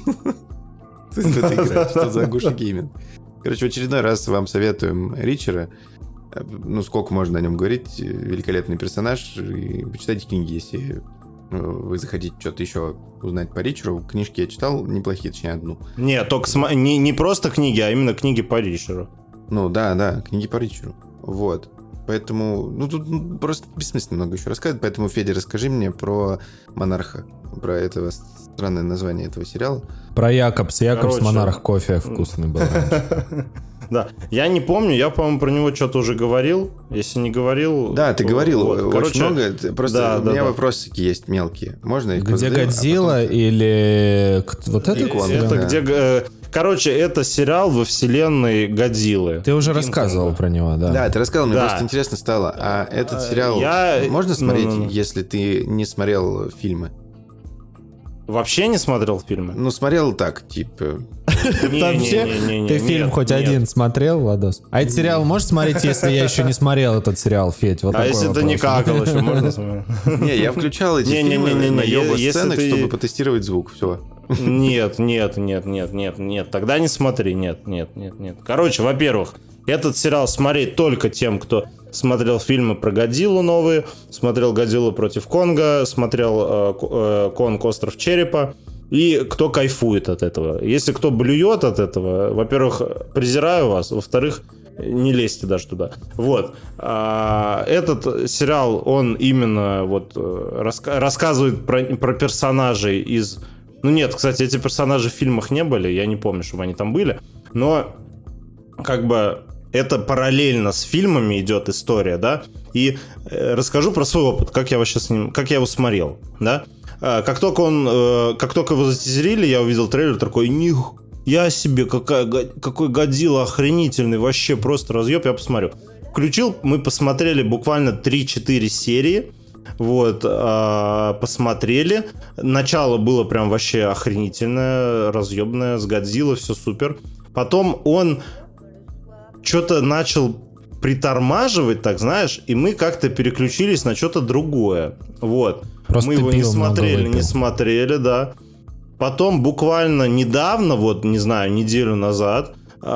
Что за Гуша Гейминг? Короче, в очередной раз вам советуем Ричера. Ну, сколько можно о нем говорить. Великолепный персонаж. И почитайте книги, если вы захотите что-то еще узнать по Ричеру. Книжки я читал неплохие, точнее, одну. Не, только см... не, не просто книги, а именно книги по Ричеру. Ну, да, да, книги по Ричеру. Вот. Поэтому, ну, тут ну, просто бессмысленно много еще рассказывать. Поэтому, Федя, расскажи мне про Монарха. Про этого странное название этого сериала. Про Якобс. Якобс Короче... Монарх кофе вкусный был. Да, я не помню, я, по-моему, про него что-то уже говорил. Если не говорил... Да, ты говорил вот. Очень Короче, много. Просто да, у меня да, вопросики да. есть мелкие. Можно их Где позадаю, Годзилла а потом... или... Вот это? И, это да. где... Короче, это сериал во вселенной Годзиллы. Ты уже рассказывал Кинг. Про него, да. Да, ты рассказывал, мне да. просто интересно стало. А этот сериал я... можно смотреть, ну, ну, ну. если ты не смотрел фильмы? Вообще не смотрел фильмы? Ну, смотрел так, типа... Вообще? Ты фильм хоть один смотрел, Владос? А этот сериал можешь смотреть, если я еще не смотрел этот сериал, Федь? А если ты не какал еще, можно смотреть? Не, я включал эти фильмы на ёбо-сценах, чтобы потестировать звук, все. Нет, нет, нет, нет, нет, нет, тогда не смотри, нет, нет, нет, нет. Короче, во-первых, этот сериал смотреть только тем, кто смотрел фильмы про Годзиллу новые, смотрел Годзиллу против Конга, смотрел э, э, Конг Остров Черепа, и кто кайфует от этого. Если кто блюет от этого, во-первых, презираю вас, во-вторых, не лезьте даже туда. Вот. А, этот сериал, он именно вот раска- рассказывает про, про персонажей из... Ну нет, кстати, эти персонажи в фильмах не были, я не помню, чтобы они там были, но как бы это параллельно с фильмами идет история, да, и э, расскажу про свой опыт, как я вообще с ним, как я его смотрел, да. Э, как только он, э, как только его затизерили, я увидел трейлер, такой, них, я себе, какая, какой Годзилла охренительный, вообще просто разъеб, я посмотрю. Включил, мы посмотрели буквально три-четыре серии. Вот, э, посмотрели. Начало было прям вообще охренительное, разъебное, с Годзиллой, все супер. Потом он что-то начал притормаживать, так знаешь, и мы как-то переключились на что-то другое. Вот. Просто мы его не смотрели, не смотрели, да. Потом буквально недавно, вот, не знаю, неделю назад,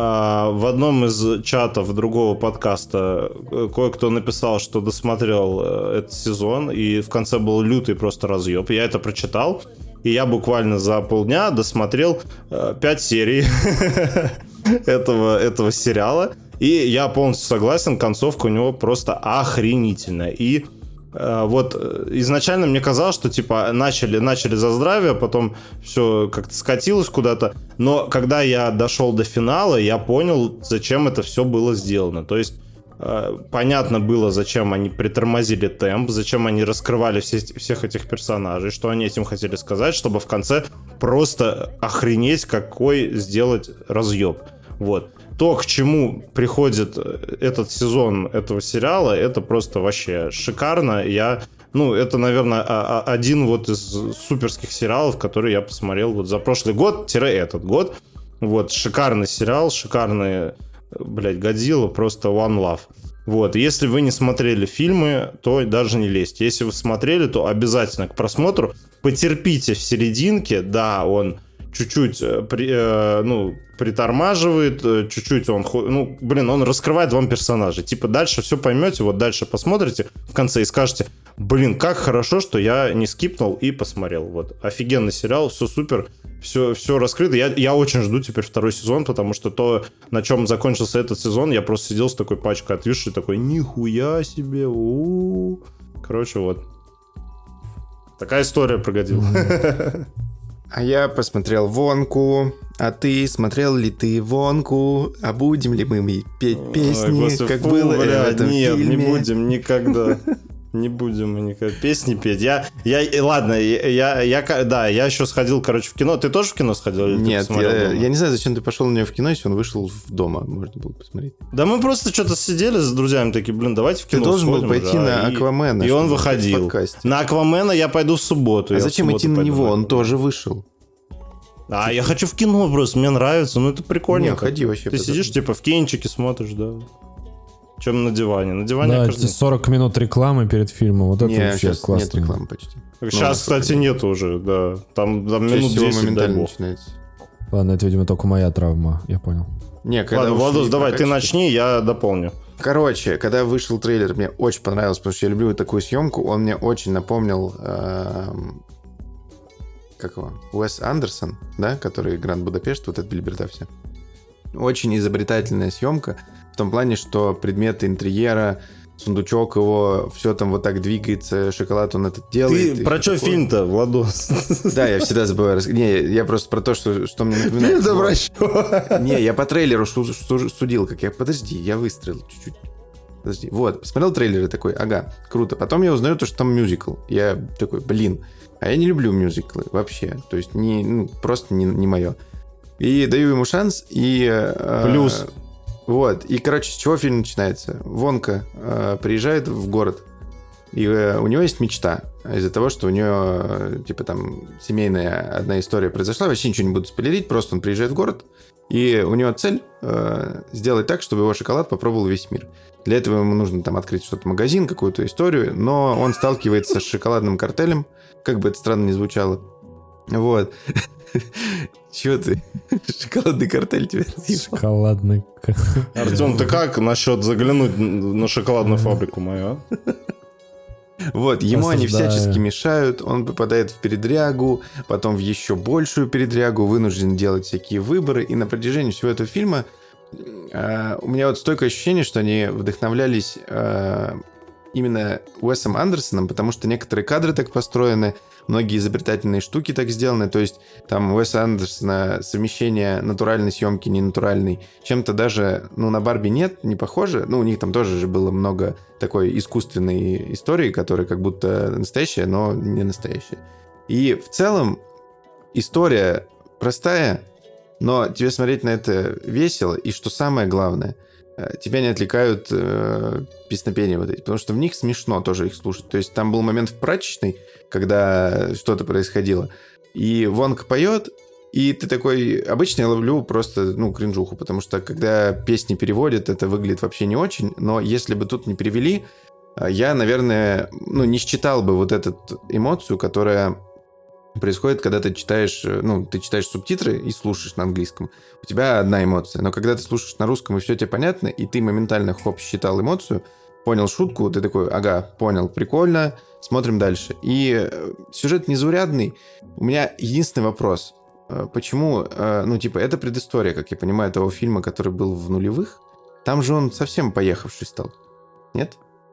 в одном из чатов другого подкаста кое-кто написал, что досмотрел этот сезон, и в конце был лютый просто разъеб. Я это прочитал, и я буквально за полдня досмотрел пять серий этого, этого сериала. И я полностью согласен, концовка у него просто охренительная. И Вот изначально мне казалось, что типа начали, начали за здравие, потом все как-то скатилось куда-то, но когда я дошел до финала, я понял, зачем это все было сделано. То есть понятно было, зачем они притормозили темп, зачем они раскрывали все, всех этих персонажей, что они этим хотели сказать, чтобы в конце просто охренеть, какой сделать разъеб. Вот. То, к чему приходит этот сезон этого сериала, это просто вообще шикарно. Я, ну, это, наверное, один вот из суперских сериалов, который я посмотрел вот за прошлый год-этот год. Вот, шикарный сериал, шикарные, блядь, Годзилла, просто one love. Вот, если вы не смотрели фильмы, то даже не лезьте. Если вы смотрели, то обязательно к просмотру. Потерпите в серединке, да, он чуть-чуть, при, э, ну, притормаживает, чуть-чуть он, ну, блин, он раскрывает вам персонажей. Типа дальше все поймете, вот дальше посмотрите в конце и скажете, блин, как хорошо, что я не скипнул и посмотрел. Вот, офигенный сериал, все супер, все, все раскрыто. Я, я очень жду теперь второй сезон, потому что то, на чем закончился этот сезон, я просто сидел с такой пачкой от виши, такой, нихуя себе, у-у-у. Короче, вот. Такая история про Годзиллу. А я посмотрел «Вонку», а ты смотрел ли ты «Вонку», а будем ли мы петь песни, ой, господи, как фу, было бля, в этом нет, фильме? Не будем никогда. Не будем мы никогда песни петь. Я, я, ладно, я, я, да, я еще сходил, короче, в кино. Ты тоже в кино сходил? Или нет, я, я не знаю, зачем ты пошел на него в кино, если он вышел дома, можно было посмотреть. Да мы просто что-то сидели с друзьями, такие, блин, давайте в кино. Ты должен был пойти уже, на Аквамена. И, и он выходил. На Аквамена я пойду в субботу. А зачем идти на него? Он тоже вышел. А, я хочу в кино просто, мне нравится, ну это прикольно. Не, ходи вообще. Ты сидишь, типа, в кинчике смотришь, да. Чем на диване. На диване, да, кажется... сорок минут рекламы перед фильмом, вот это не, вообще сейчас классно. Нет рекламы почти. Сейчас, ну, кстати, нет уже, да. Там, там минут десять, дай бог. Начинается. Ладно, это, видимо, только моя травма, я понял. Не, когда ладно, Владос, давай, ты начни, я дополню. Короче, когда вышел трейлер, мне очень понравилось, потому что я люблю такую съемку. Он мне очень напомнил... Эм... Как его? Уэс Андерсон, да, который Гранд Будапешт, вот это Билиберда все. Очень изобретательная съемка в том плане, что предметы интерьера, сундучок его, все там вот так двигается, шоколад он это делает. Ты про что фильм-то, Владос? Да, я всегда забываю. Не, я просто про то, что, что мне напоминает. Фильм-то про что? Не, я по трейлеру судил, как я... Подожди, я выстрелил чуть-чуть. Подожди. Вот, посмотрел трейлер и такой, ага, круто. Потом я узнаю то, что там мюзикл. Я такой, блин, а я не люблю мюзиклы вообще. То есть не, ну, просто не, не мое. И даю ему шанс, и... Плюс. Э, вот. И, короче, с чего фильм начинается? Вонка э, приезжает в город, и э, у него есть мечта. Из-за того, что у нее, э, типа, там, семейная одна история произошла. Вообще ничего не буду спойлерить, просто он приезжает в город, и у него цель э, сделать так, чтобы его шоколад попробовал весь мир. Для этого ему нужно там открыть что-то, магазин, какую-то историю, но он сталкивается с шоколадным картелем, как бы это странно ни звучало. Вот. Чего ты? Шоколадный картель тебя разъебал. Шоколадный картель. Артем, ты как насчет заглянуть на шоколадную фабрику мою? Вот, ему они всячески мешают, он попадает в передрягу, потом в еще большую передрягу, вынужден делать всякие выборы, и на протяжении всего этого фильма э, у меня вот стойкое ощущение, что они вдохновлялись э, именно Уэсом Андерсоном, потому что некоторые кадры так построены, многие изобретательные штуки так сделаны, то есть там у Уэса Андерсона совмещение натуральной съемки, ненатуральной, чем-то даже, ну, на Барби нет, не похоже, ну, у них там тоже же было много такой искусственной истории, которая как будто настоящая, но не настоящая. И в целом история простая, но тебе смотреть на это весело, и что самое главное, тебя не отвлекают э, песнопения вот эти, потому что в них смешно тоже их слушать. То есть там был момент в прачечной, когда что-то происходило, и Вонка поет, и ты такой... Обычно я ловлю просто, ну, кринжуху, потому что когда песни переводят, это выглядит вообще не очень, но если бы тут не перевели, я, наверное, ну, не считал бы вот эту эмоцию, которая происходит, когда ты читаешь, ну, ты читаешь субтитры и слушаешь на английском. У тебя одна эмоция. Но когда ты слушаешь на русском, и все тебе понятно, и ты моментально, хоп, считал эмоцию, понял шутку, ты такой, ага, понял, прикольно, смотрим дальше. И сюжет незаурядный. У меня единственный вопрос. Почему, ну, типа, это предыстория, как я понимаю, того фильма, который был в нулевых. Там же он совсем поехавший стал. Нет?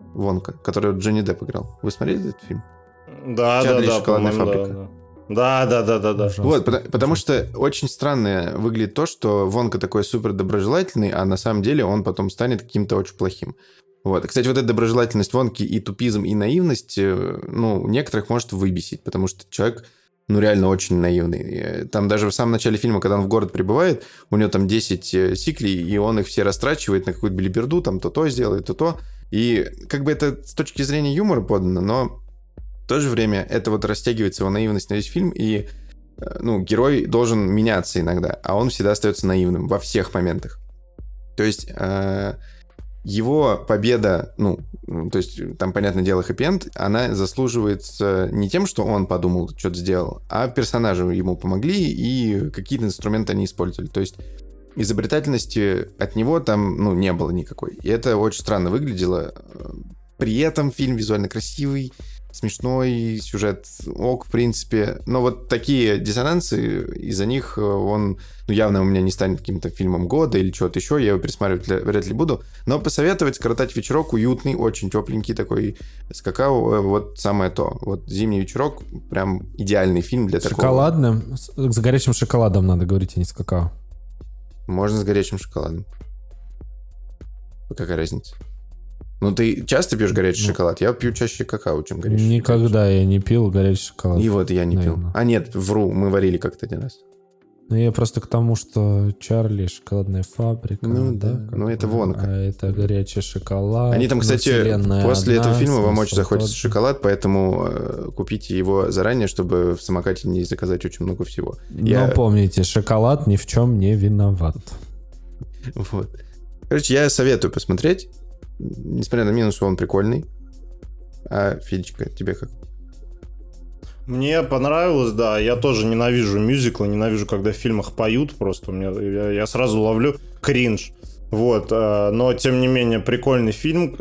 Вонка, который Джонни Депп играл. Вы смотрели этот фильм? Да, Чарли да, да. и шоколадная по-моему, фабрика. Да, да. Да, да, да, да, да. Вот, потому, потому что очень странно выглядит то, что Вонка такой супер доброжелательный, а на самом деле он потом станет каким-то очень плохим. Вот. Кстати, вот эта доброжелательность Вонки и тупизм, и наивность, ну, некоторых может выбесить, потому что человек, ну, реально очень наивный. Там даже в самом начале фильма, когда он в город прибывает, у него там десять сиклей, и он их все растрачивает на какую-то белиберду, там то-то сделает, то-то. И как бы это с точки зрения юмора подано, но в то же время это вот растягивается его наивность на весь фильм, и, ну, герой должен меняться иногда, а он всегда остается наивным во всех моментах. То есть э, его победа, ну, то есть там, понятное дело, хэппи-энд, она заслуживается не тем, что он подумал, что-то сделал, а персонажи ему помогли, и какие-то инструменты они использовали. То есть изобретательности от него там, ну, не было никакой. И это очень странно выглядело. При этом фильм визуально красивый, смешной, сюжет ок, в принципе. Но вот такие диссонансы, из-за них он, ну, явно у меня не станет каким-то фильмом года или чего-то еще, я его пересматривать вряд ли буду. Но посоветовать, скоротать вечерок, уютный, очень тепленький такой, с какао, вот самое то. Вот «Зимний вечерок» прям идеальный фильм для такого. Шоколадным? С горячим шоколадом надо говорить, а не с какао. Можно с горячим шоколадом. Какая разница? Ну, ты часто пьешь горячий ну, шоколад? Я пью чаще какао, чем горячий. Никогда я не пил горячий шоколад. И вот я не наверное. пил. А нет, вру, мы варили как-то один раз. Ну, я просто к тому, что Чарли, шоколадная фабрика. Ну, да, да ну это Вонка. А это горячий шоколад. Они там, кстати, после одна, этого фильма вам очень тот... захочется шоколад, поэтому э, купите его заранее, чтобы в самокате не заказать очень много всего. Но я... помните, шоколад ни в чем не виноват. Вот. Короче, я советую посмотреть. Несмотря на минус, он прикольный. А, Федечка, тебе как? Мне понравилось, да. Я тоже ненавижу мюзиклы, ненавижу, когда в фильмах поют. Просто у меня, я, я сразу ловлю кринж. Вот. Но, тем не менее, прикольный фильм.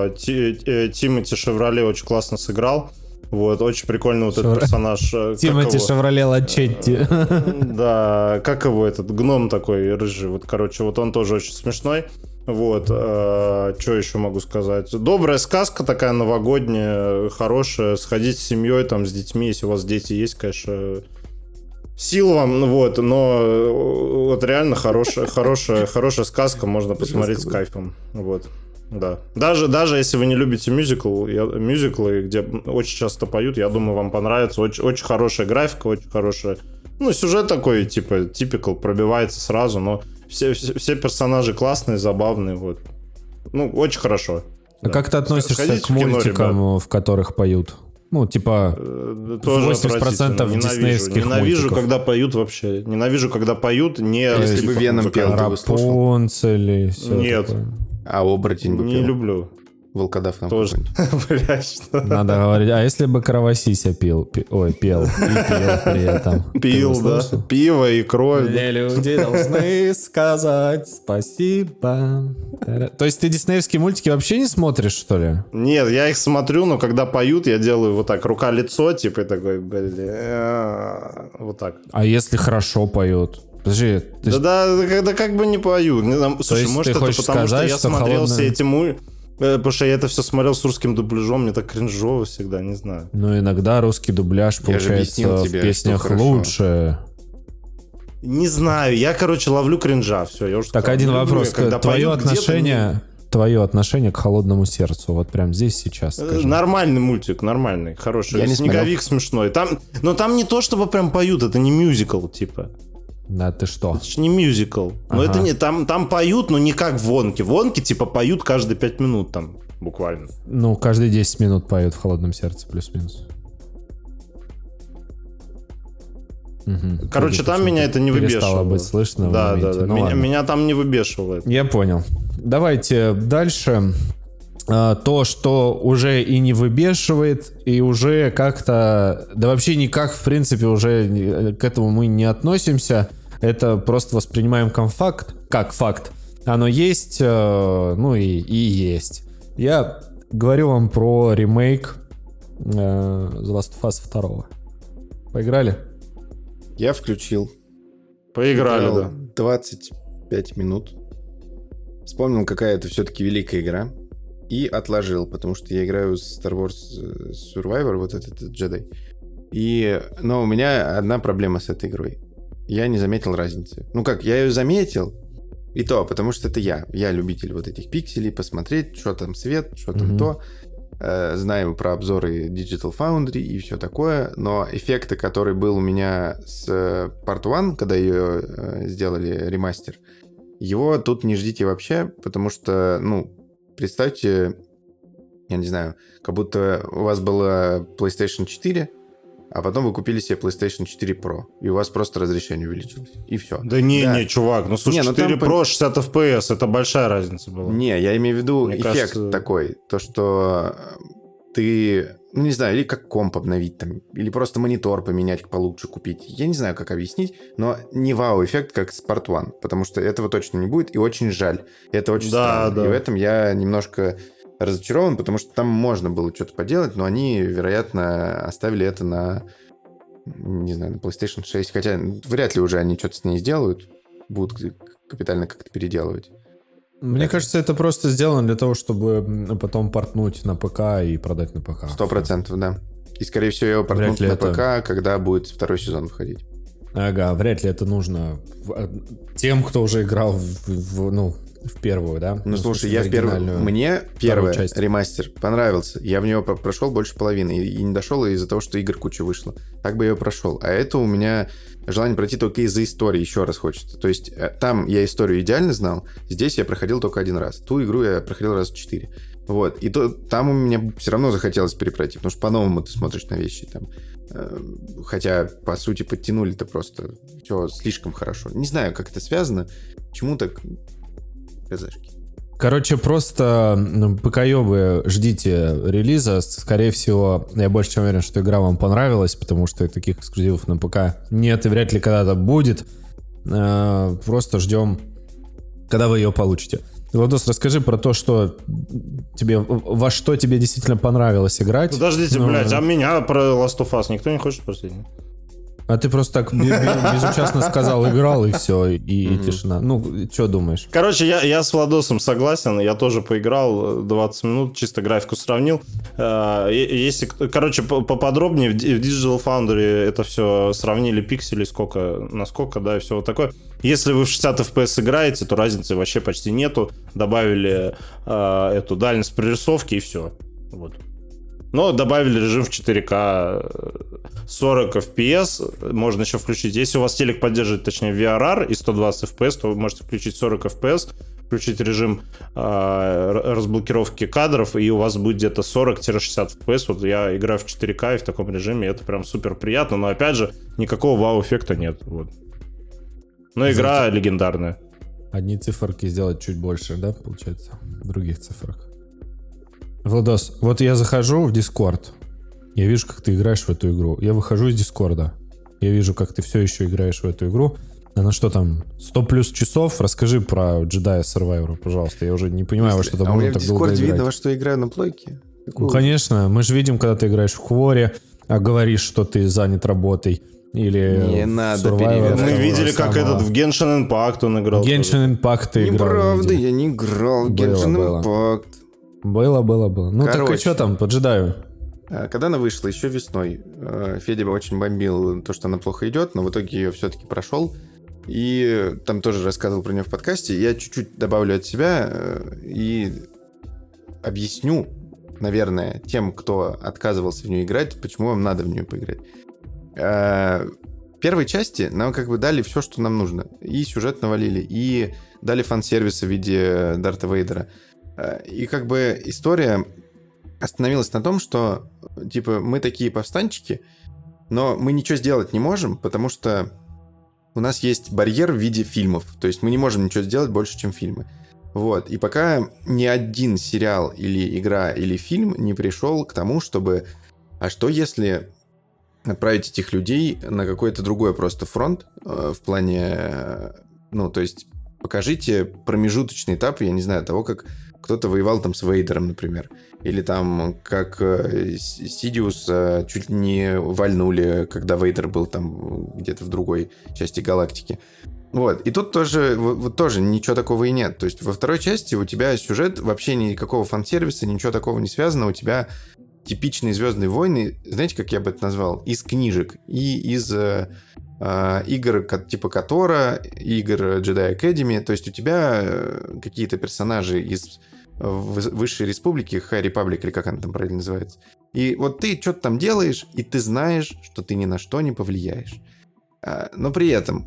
Тимоти Шевроле очень классно сыграл. Вот, очень прикольный вот Шевр... этот персонаж. Тимоти Шевроле Лачетти. Да, как его этот гном такой рыжий. Вот, короче, вот он тоже очень смешной. Вот, э, что еще могу сказать? Добрая сказка такая новогодняя, хорошая. Сходить с семьей, там, с детьми, если у вас дети есть, конечно, сил вам, вот, но вот реально хорошая, хорошая, хорошая сказка, можно посмотреть с кайфом, вот, да. Даже, даже если вы не любите мюзикл, я, мюзиклы, где очень часто поют, я думаю, вам понравится. Очень, очень хорошая графика, очень хорошая. Ну, сюжет такой, типа, типикал, пробивается сразу, но все, все, все персонажи классные, забавные, вот. Ну, очень хорошо. А да. Как ты относишься Сходите к мультикам, в, в которых поют? Ну, типа, тоже восемьдесят процентов диснеевских мультиков. Ненавижу, когда поют вообще. Ненавижу, когда поют. Не Если бы Веном пел, ты бы слушал? Рапунцель и все Нет. такое. А оборотень бы пел? Не люблю. Волкодав нам тоже. Блядь, что? Надо говорить, а если бы Кровосися пил, пи, ой, пел, и пел при этом. Пил, да, пиво и кровь. Мне люди должны сказать спасибо. То есть ты диснеевские мультики вообще не смотришь, что ли? Нет, я их смотрю, но когда поют, я делаю вот так, рука-лицо, типа такой, бля, вот так. А если хорошо поют? Подожди, ты... Да, да, да, да, как бы не поют. Слушай, может, это потому сказать, что я что смотрел холодная... все эти мультики. Потому что я это все смотрел с русским дубляжом, мне так кринжово всегда, не знаю. Ну, иногда русский дубляж, получается, в тебе, песнях лучше. Не знаю, я, короче, ловлю кринжа, все. Я уже так, сказал, один вопрос. Когда твое отношение... Твое отношение к «Холодному сердцу», вот прям здесь сейчас скажи. Нормальный мультик, нормальный, хороший. Я не Снеговик смотрел. Смешной. Там, но там не то, чтобы прям поют, это не мюзикл, типа. Да, ты что? Это же не мюзикл. Но ага. это не, там, там поют, но не как в Вонке. В Вонке, типа, поют каждые пять минут там, буквально. Ну, каждые десять минут поют в «Холодном сердце», плюс-минус. Угу. Короче, Ты там меня это не выбешивало. Перестало быть слышно. Да, да, да. Ну, меня, меня там не выбешивало это. Я понял. Давайте дальше. То, что уже и не выбешивает, и уже как-то... Да вообще никак, в принципе, уже к этому мы не относимся. Это просто воспринимаем как факт. Как факт. Оно есть, ну и, и есть. Я говорю вам про ремейк The Last of Us два. Поиграли? Я включил. Поиграли, Играл да. двадцать пять минут. Вспомнил, какая это все-таки великая игра. и отложил, потому что я играю в Star Wars Survivor, вот этот, этот джедай. И, но у меня одна проблема с этой игрой. Я не заметил разницы. Ну как, я ее заметил, и то, потому что это я. Я любитель вот этих пикселей, посмотреть, что там свет, что там mm-hmm. то. Э, знаю про обзоры Digital Foundry и все такое, но эффекты, который был у меня с Part один, когда ее э, сделали ремастер, его тут не ждите вообще, потому что, ну, представьте, я не знаю, как будто у вас была PlayStation четыре, а потом вы купили себе PlayStation четыре Pro, и у вас просто разрешение увеличилось, и все. Да не, да. не, чувак, ну слушай, не, ну четыре Pro шестьдесят эф пи эс, это большая разница была. Не, я имею в виду Мне эффект кажется... такой, то, что ты, ну не знаю, или как комп обновить там, или просто монитор поменять получше купить. Я не знаю, как объяснить, но не вау-эффект, как с Part один, потому что этого точно не будет, и очень жаль. Это очень да, странно. Да. И в этом я немножко разочарован, потому что там можно было что-то поделать, но они, вероятно, оставили это на, не знаю, на PlayStation шесть, хотя вряд ли уже они что-то с ней сделают, будут капитально как-то переделывать. Мне это... кажется, это просто сделано для того, чтобы потом портнуть на ПК и продать на ПК. Сто процентов, да. И, скорее всего, его портнут на это... ПК, когда будет второй сезон выходить. Ага, вряд ли это нужно тем, кто уже играл в, в, ну, в первую, да? Ну, ну слушай, я в первую... Мне первый ремастер понравился. Я в него прошел больше половины. И не дошел из-за того, что игр куча вышло. Так бы я его прошел. А это у меня желание пройти только из-за истории еще раз хочется. То есть там я историю идеально знал. Здесь я проходил только один раз. Ту игру я проходил раз четыре. Вот. И то, там у меня все равно захотелось перепройти. Потому что по-новому ты смотришь на вещи там. Хотя, по сути, подтянули-то просто все слишком хорошо. Не знаю, как это связано. Почему так... Короче, просто ПК-ёбы, ждите релиза. Скорее всего, я больше чем уверен, что игра вам понравилась, потому что таких эксклюзивов на ПК нет и вряд ли когда-то будет. Просто ждем, когда вы ее получите. Владос, расскажи про то, что тебе, во что тебе действительно понравилось играть. Подождите, но... блядь, а меня про Last of Us никто не хочет спросить? А ты просто так безучастно сказал, играл, и все, и, и тишина. Ну, что думаешь? Короче, я, я с Владосом согласен, я тоже поиграл двадцать минут, чисто графику сравнил. Если, короче, поподробнее, в Digital Foundry это все сравнили пиксели, сколько, насколько, да, и все вот такое. Если вы в шестьдесят эф пи эс играете, то разницы вообще почти нету. Добавили э, эту дальность прорисовки, и все. Вот. Но добавили режим в четыре ка сорок эф пи эс, можно еще включить. Если у вас телек поддерживает, точнее, ви ар ар и сто двадцать эф пи эс, то вы можете включить сорок эф пи эс, включить режим э, разблокировки кадров, и у вас будет где-то сорок-шестьдесят эф пи эс. Вот я играю в четыре ка и в таком режиме, это прям супер приятно, но опять же, никакого вау-эффекта нет. Вот. Но игра Знаете, легендарная. Одни циферки сделать чуть больше, да, получается, в других цифрах. Владос, вот я захожу в Discord, я вижу, как ты играешь в эту игру. Я выхожу из Дискорда, я вижу, как ты все еще играешь в эту игру. Она что там, сто плюс часов? Расскажи про Jedi Survivor, пожалуйста. Я уже не понимаю, во что там а можно так долго играть. А у меня в Discord видно, во что я играю на плойке? Ну, конечно, мы же видим, когда ты играешь в Кворе, а говоришь, что ты занят работой. Или не надо перевирать. Мы видели, как самого... этот в Genshin Impact он играл. Genshin Impact ты играл. Неправда, я не играл в Genshin Impact. Было, было, было. Ну Короче, так и что там по джедаю? Когда она вышла, еще весной, Федя очень бомбил то, что она плохо идет, но в итоге ее все-таки прошел. И там тоже рассказывал про нее в подкасте. Я чуть-чуть добавлю от себя и объясню, наверное, тем, кто отказывался в нее играть, почему вам надо в нее поиграть. В первой части нам как бы дали все, что нам нужно. И сюжет навалили, и дали фан-сервисы в виде Дарта Вейдера. И как бы история остановилась на том, что типа мы такие повстанчики, но мы ничего сделать не можем, потому что у нас есть барьер в виде фильмов. То есть мы не можем ничего сделать больше, чем фильмы. Вот. И пока ни один сериал или игра или фильм не пришел к тому, чтобы... А что если отправить этих людей на какой-то другой просто фронт э, в плане... Ну, то есть покажите промежуточный этап, я не знаю, того, как кто-то воевал там с Вейдером, например. Или там как Сидиус чуть не вальнули, когда Вейдер был там где-то в другой части галактики. Вот. И тут тоже, вот, тоже ничего такого и нет. То есть во второй части у тебя сюжет вообще никакого фан-сервиса, ничего такого не связано. У тебя типичные «Звездные войны», знаете, как я бы это назвал? Из книжек и из э, э, игр типа Котора, игр Jedi Academy. То есть у тебя какие-то персонажи из Высшей Республики, High Republic, или как она там правильно называется. И вот ты что-то там делаешь, и ты знаешь, что ты ни на что не повлияешь. Но при этом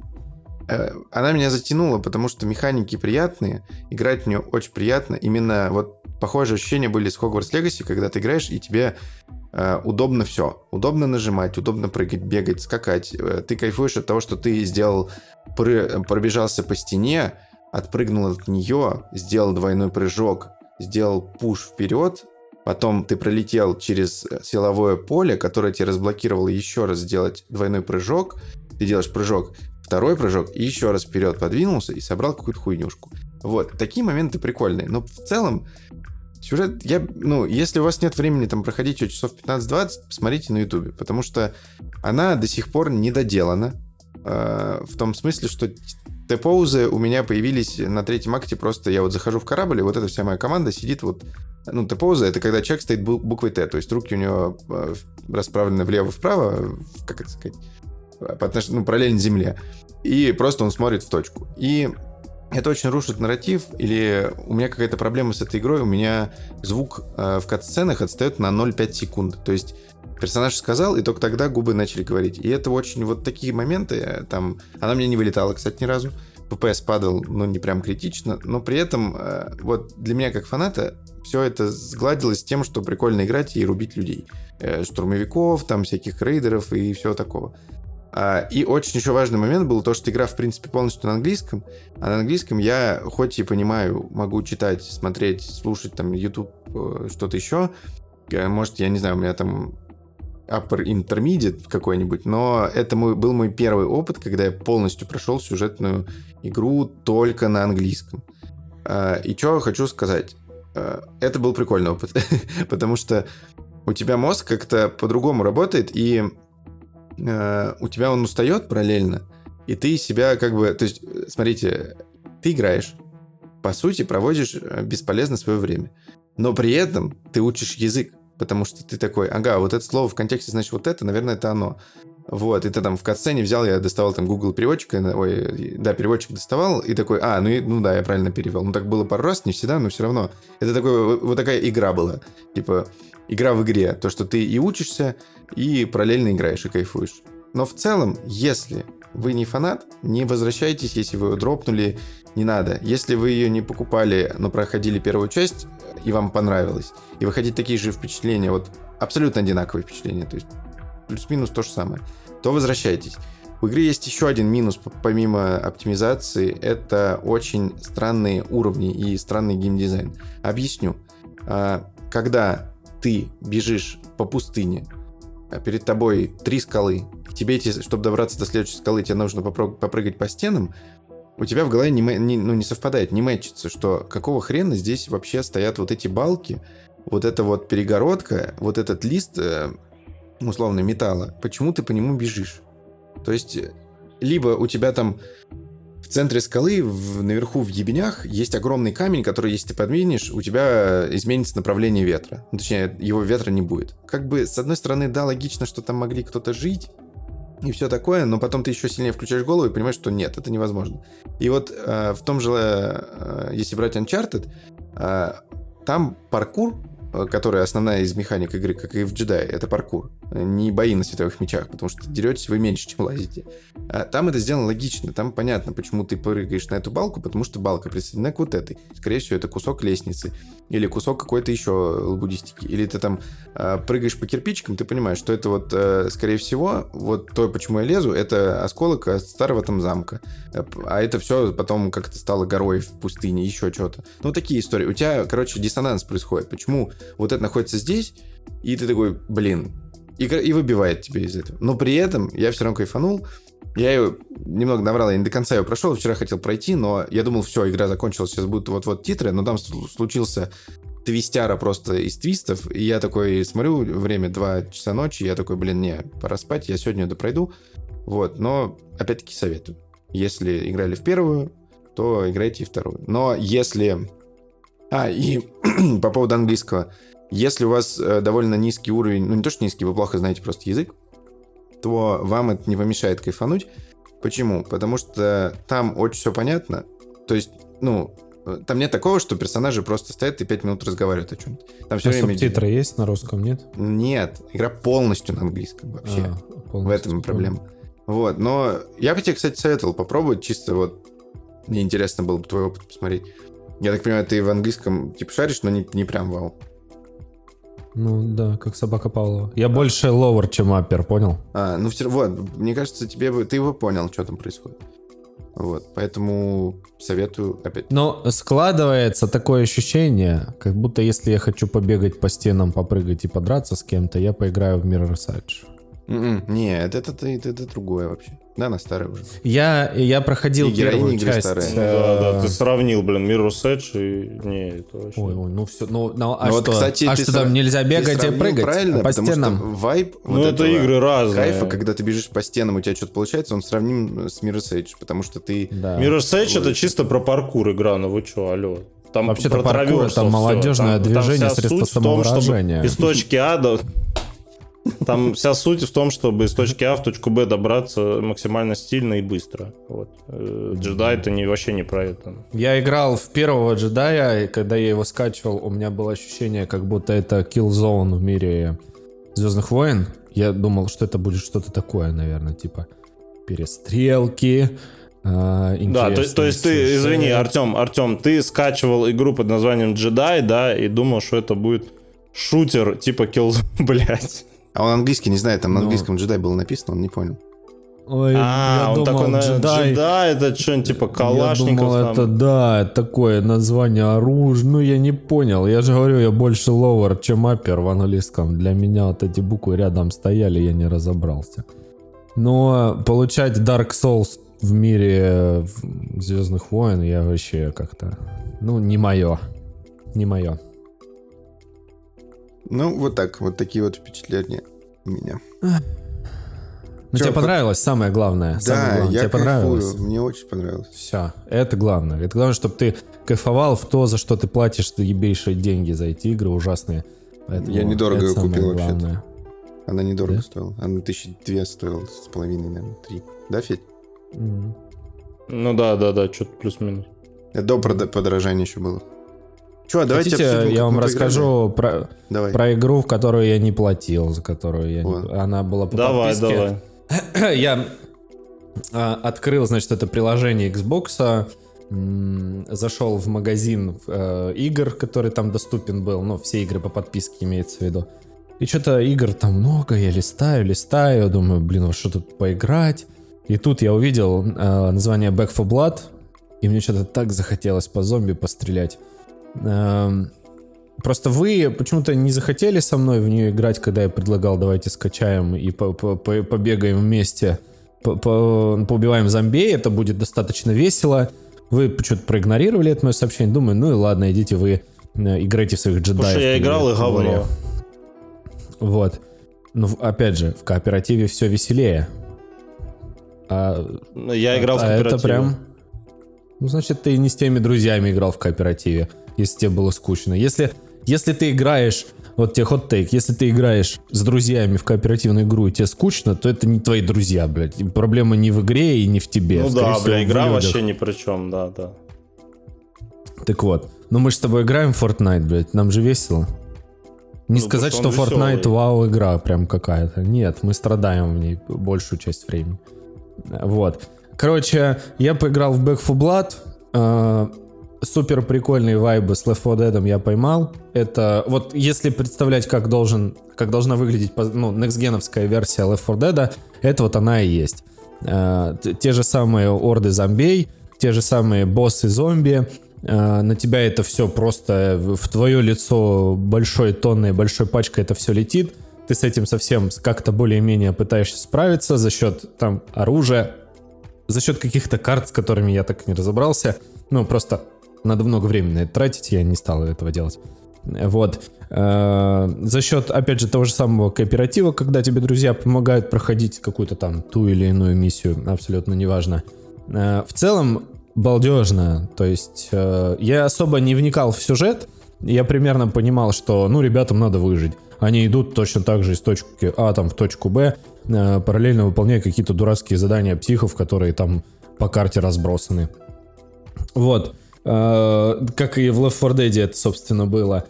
она меня затянула, потому что механики приятные, играть в нее очень приятно. Именно вот похожие ощущения были с Hogwarts Legacy, когда ты играешь, и тебе э, удобно все. Удобно нажимать, удобно прыгать, бегать, скакать. Ты кайфуешь от того, что ты сделал, пры- пробежался по стене, отпрыгнул от нее, сделал двойной прыжок, сделал пуш вперед, потом ты пролетел через силовое поле, которое тебе разблокировало еще раз сделать двойной прыжок. Ты делаешь прыжок, второй прыжок, и еще раз вперед подвинулся и собрал какую-то хуйнюшку. Вот, такие моменты прикольные. Но в целом, сюжет, я, ну, если у вас нет времени там проходить ее часов пятнадцать-двадцать, посмотрите на ютубе, потому что она до сих пор не доделана. Э, в том смысле, что Т-поузы у меня появились на третьем акте, просто я вот захожу в корабль, и вот эта вся моя команда сидит вот... Ну, Т-поуза — это когда человек стоит буквой Т, то есть руки у него расправлены влево-вправо, как это сказать, по отношению, ну, параллельно земле, и просто он смотрит в точку. И это очень рушит нарратив, или у меня какая-то проблема с этой игрой, у меня звук э, в кат-сценах отстает на ноль целых пять десятых секунд, то есть персонаж сказал, и только тогда губы начали говорить. И это очень вот такие моменты, там, она мне не вылетала, кстати, ни разу, пэ пэ эс падал, ну, не прям критично, но при этом, э, вот для меня как фаната, все это сгладилось тем, что прикольно играть и рубить людей. Э, штурмовиков, там, всяких рейдеров и всего такого. И очень еще важный момент был то, что игра, в принципе, полностью на английском. А на английском я, хоть и понимаю, могу читать, смотреть, слушать, там, YouTube, что-то еще. Может, я не знаю, у меня там upper intermediate какой-нибудь, но это мой, был мой первый опыт, когда я полностью прошел сюжетную игру только на английском. И что хочу сказать. Это был прикольный опыт, потому что у тебя мозг как-то по-другому работает, и у тебя он устает параллельно, и ты себя как бы... То есть, смотрите, ты играешь, по сути, проводишь бесполезно свое время, но при этом ты учишь язык, потому что ты такой, ага, вот это слово в контексте, значит, вот это, наверное, это оно. Вот, и ты там в катсцене взял, я доставал там Google переводчик, ой, да, переводчик доставал, и такой, а, ну, и, ну да, я правильно перевел. Ну, так было пару раз, не всегда, но все равно. Это такой, вот такая игра была, типа... Игра в игре. То, что ты и учишься, и параллельно играешь, и кайфуешь. Но в целом, если вы не фанат, не возвращайтесь, если вы ее дропнули, не надо. Если вы ее не покупали, но проходили первую часть, и вам понравилось, и вы хотите такие же впечатления, вот абсолютно одинаковые впечатления, то есть плюс-минус то же самое, то возвращайтесь. У игры есть еще один минус, помимо оптимизации, это очень странные уровни и странный геймдизайн. Объясню. Когда ты бежишь по пустыне, а перед тобой три скалы, тебе, чтобы добраться до следующей скалы, тебе нужно попро- попрыгать по стенам, у тебя в голове не, не, ну, не совпадает, не мэчится, что какого хрена здесь вообще стоят вот эти балки, вот эта вот перегородка, вот этот лист, условно, металла, почему ты по нему бежишь? То есть, либо у тебя там в центре скалы, в, наверху в ебенях, есть огромный камень, который, если ты подвинешь, у тебя изменится направление ветра. Ну, точнее, его ветра не будет. Как бы, с одной стороны, да, логично, что там могли кто-то жить, и все такое, но потом ты еще сильнее включаешь голову и понимаешь, что нет, это невозможно. И вот э, в том же, э, если брать Uncharted, э, там паркур, которая основная из механик игры, как и в Jedi, это паркур. Не бои на световых мечах, потому что деретесь вы меньше, чем лазите. А там это сделано логично, там понятно, почему ты прыгаешь на эту балку, потому что балка присоединена к вот этой. Скорее всего, это кусок лестницы, или кусок какой-то еще лабудистики. Или ты там э, прыгаешь по кирпичикам, ты понимаешь, что это вот, э, скорее всего, вот то, почему я лезу, это осколок от старого там замка. А это все потом как-то стало горой в пустыне, еще что-то. Ну, такие истории. У тебя, короче, диссонанс происходит. Почему вот это находится здесь, и ты такой, блин, и, и выбивает тебя из этого. Но при этом я все равно кайфанул. Я ее немного наврал, я не до конца ее прошел, вчера хотел пройти, но я думал, все, игра закончилась, сейчас будут вот-вот титры, но там случился твистяра просто из твистов, и я такой смотрю, время два часа ночи, я такой, блин, не, пора спать, я сегодня это пройду, вот, но опять-таки советую. Если играли в первую, то играйте и вторую. Но если... А, и по поводу английского. Если у вас э, довольно низкий уровень, ну не то что низкий, вы плохо знаете просто язык, то вам это не помешает кайфануть. Почему? Потому что там очень все понятно. То есть, ну, там нет такого, что персонажи просто стоят и пять минут разговаривают о чем-то. Там все а время... субтитры есть на русском, нет? Нет, игра полностью на английском вообще. А, в этом и проблема. Вот, но я бы тебе, кстати, советовал попробовать, чисто вот мне интересно было бы твой опыт посмотреть. Я так понимаю, ты в английском типа шаришь, но не, не прям вау. Ну да, как собака Павлова. Я а. больше ловер, чем аппер, понял? А, ну все, вот, мне кажется, тебе бы, ты его понял, что там происходит. Вот, поэтому советую опять. Но складывается такое ощущение, как будто если я хочу побегать по стенам, попрыгать и подраться с кем-то, я поиграю в Mirror's Edge. Mm-mm, нет, это, это, это, это другое вообще. Да, она старая уже. Я, я проходил и первую часть. Ну, да, да, ты сравнил, блин, Mirror's Edge и... Не, это вообще... Ой, ой, ну все, ну, ну а ну, что? Вот, кстати, а что там, нельзя бегать и прыгать правильно, по потому стенам? Что вайб ну, вот это игры разные. Кайфа, когда ты бежишь по стенам, у тебя что-то получается, он сравним с Mirror's Edge, потому что ты... Да. Mirror's Edge это чисто про паркур игра, ну вы чё, алло. Там вообще-то паркур, это молодежное там, движение, там средство самовыражения. Из точки А до... Там вся суть в том, чтобы из точки А в точку Б добраться максимально стильно и быстро. Вот. Джедай это не, вообще не про это. Я играл в первого джедая, и когда я его скачивал, у меня было ощущение, как будто это Killzone в мире Звездных войн. Я думал, что это будет что-то такое, наверное, типа перестрелки. Э, да, то, то есть ты, извини, Артем, Артем, ты скачивал игру под названием Джедай, да, и думал, что это будет шутер типа Killzone, блять. А он английский не знает, там на английском джедай было написано, он не понял. Ой, а, я он думал, такой, на джедай, джедай, это что-нибудь типа Калашников. Я думал, там. это, да, такое название оружия. Ну, я не понял. Я же говорю, я больше ловер, чем аппер в английском. Для меня вот эти буквы рядом стояли, я не разобрался. Но получать Dark Souls в мире Звездных войн я вообще как-то... Ну, не мое. Не мое. Ну, вот так, вот такие вот впечатления у меня. Ну, тебе понравилось, самое главное. Да, самое главное. я тебе кайфую, понравилось? Мне очень понравилось. Все, это главное. Это главное, чтобы ты кайфовал в то, за что ты платишь ебейшие деньги за эти игры ужасные. Поэтому я недорого ее купил главное. вообще-то. Она недорого да? стоила. Она тысячи две стоила с половиной, наверное, три. Да, Федь? Mm-hmm. Ну да, да, да, что-то плюс-минус. Это до подорожания еще было. Че, давайте Хотите, обсудим, я вам расскажу про, про игру, в которую я не платил, за которую я не... Она была по давай, подписке. Давай, Я а, открыл, значит, это приложение Xbox, м- зашел в магазин э, игр, который там доступен был, ну, все игры по подписке имеется в виду. И что-то игр там много, я листаю, листаю, думаю, блин, во что тут поиграть. И тут я увидел э, название Back four Blood, и мне что-то так захотелось по зомби пострелять. Просто вы почему-то не захотели со мной в нее играть, когда я предлагал, давайте скачаем и побегаем вместе, поубиваем зомби, это будет достаточно весело. Вы почему-то проигнорировали это мое сообщение. Думаю, ну и ладно, идите вы играйте в своих джедаев. Слушай, я играл и говно. Вот. Ну, опять же, в кооперативе все веселее. А, я играл а, в кооперативе. Это прям... Ну, значит, ты не с теми друзьями играл в кооперативе, если тебе было скучно. Если, если ты играешь, вот тебе хот-тейк, если ты играешь с друзьями в кооперативную игру и тебе скучно, то это не твои друзья, блядь. Проблема не в игре и не в тебе. Ну Скорее да, всего, бля, игра людях. вообще ни при чем, да, да. Так вот, ну мы же с тобой играем в Fortnite, блядь, нам же весело. Не ну, сказать, что Fortnite веселый. Вау игра прям какая-то. Нет, мы страдаем в ней большую часть времени. Вот. Короче, я поиграл в Back four Blood. Э, супер прикольные вайбы с Left four Dead я поймал. Это вот если представлять, как должен, как должна выглядеть, ну, некстгеновская версия Left four Dead, это вот она и есть. Э, те же самые орды зомбей, те же самые боссы зомби. Э, на тебя это все просто в твое лицо большой тонной, большой пачкой это все летит. Ты с этим совсем как-то более-менее пытаешься справиться за счет там оружия, за счет каких-то карт, с которыми я так и не разобрался, ну, просто надо много времени на это тратить, я не стал этого делать. Вот. За счет, опять же, того же самого кооператива, когда тебе друзья помогают проходить какую-то там ту или иную миссию, абсолютно неважно. В целом, балдежно. То есть я особо не вникал в сюжет, я примерно понимал, что, ну, ребятам надо выжить. Они идут точно так же из точки А там, в точку Б, параллельно выполняя какие-то дурацкие задания психов, которые там по карте разбросаны. Вот. Как и в Left фор Dead это, собственно, было.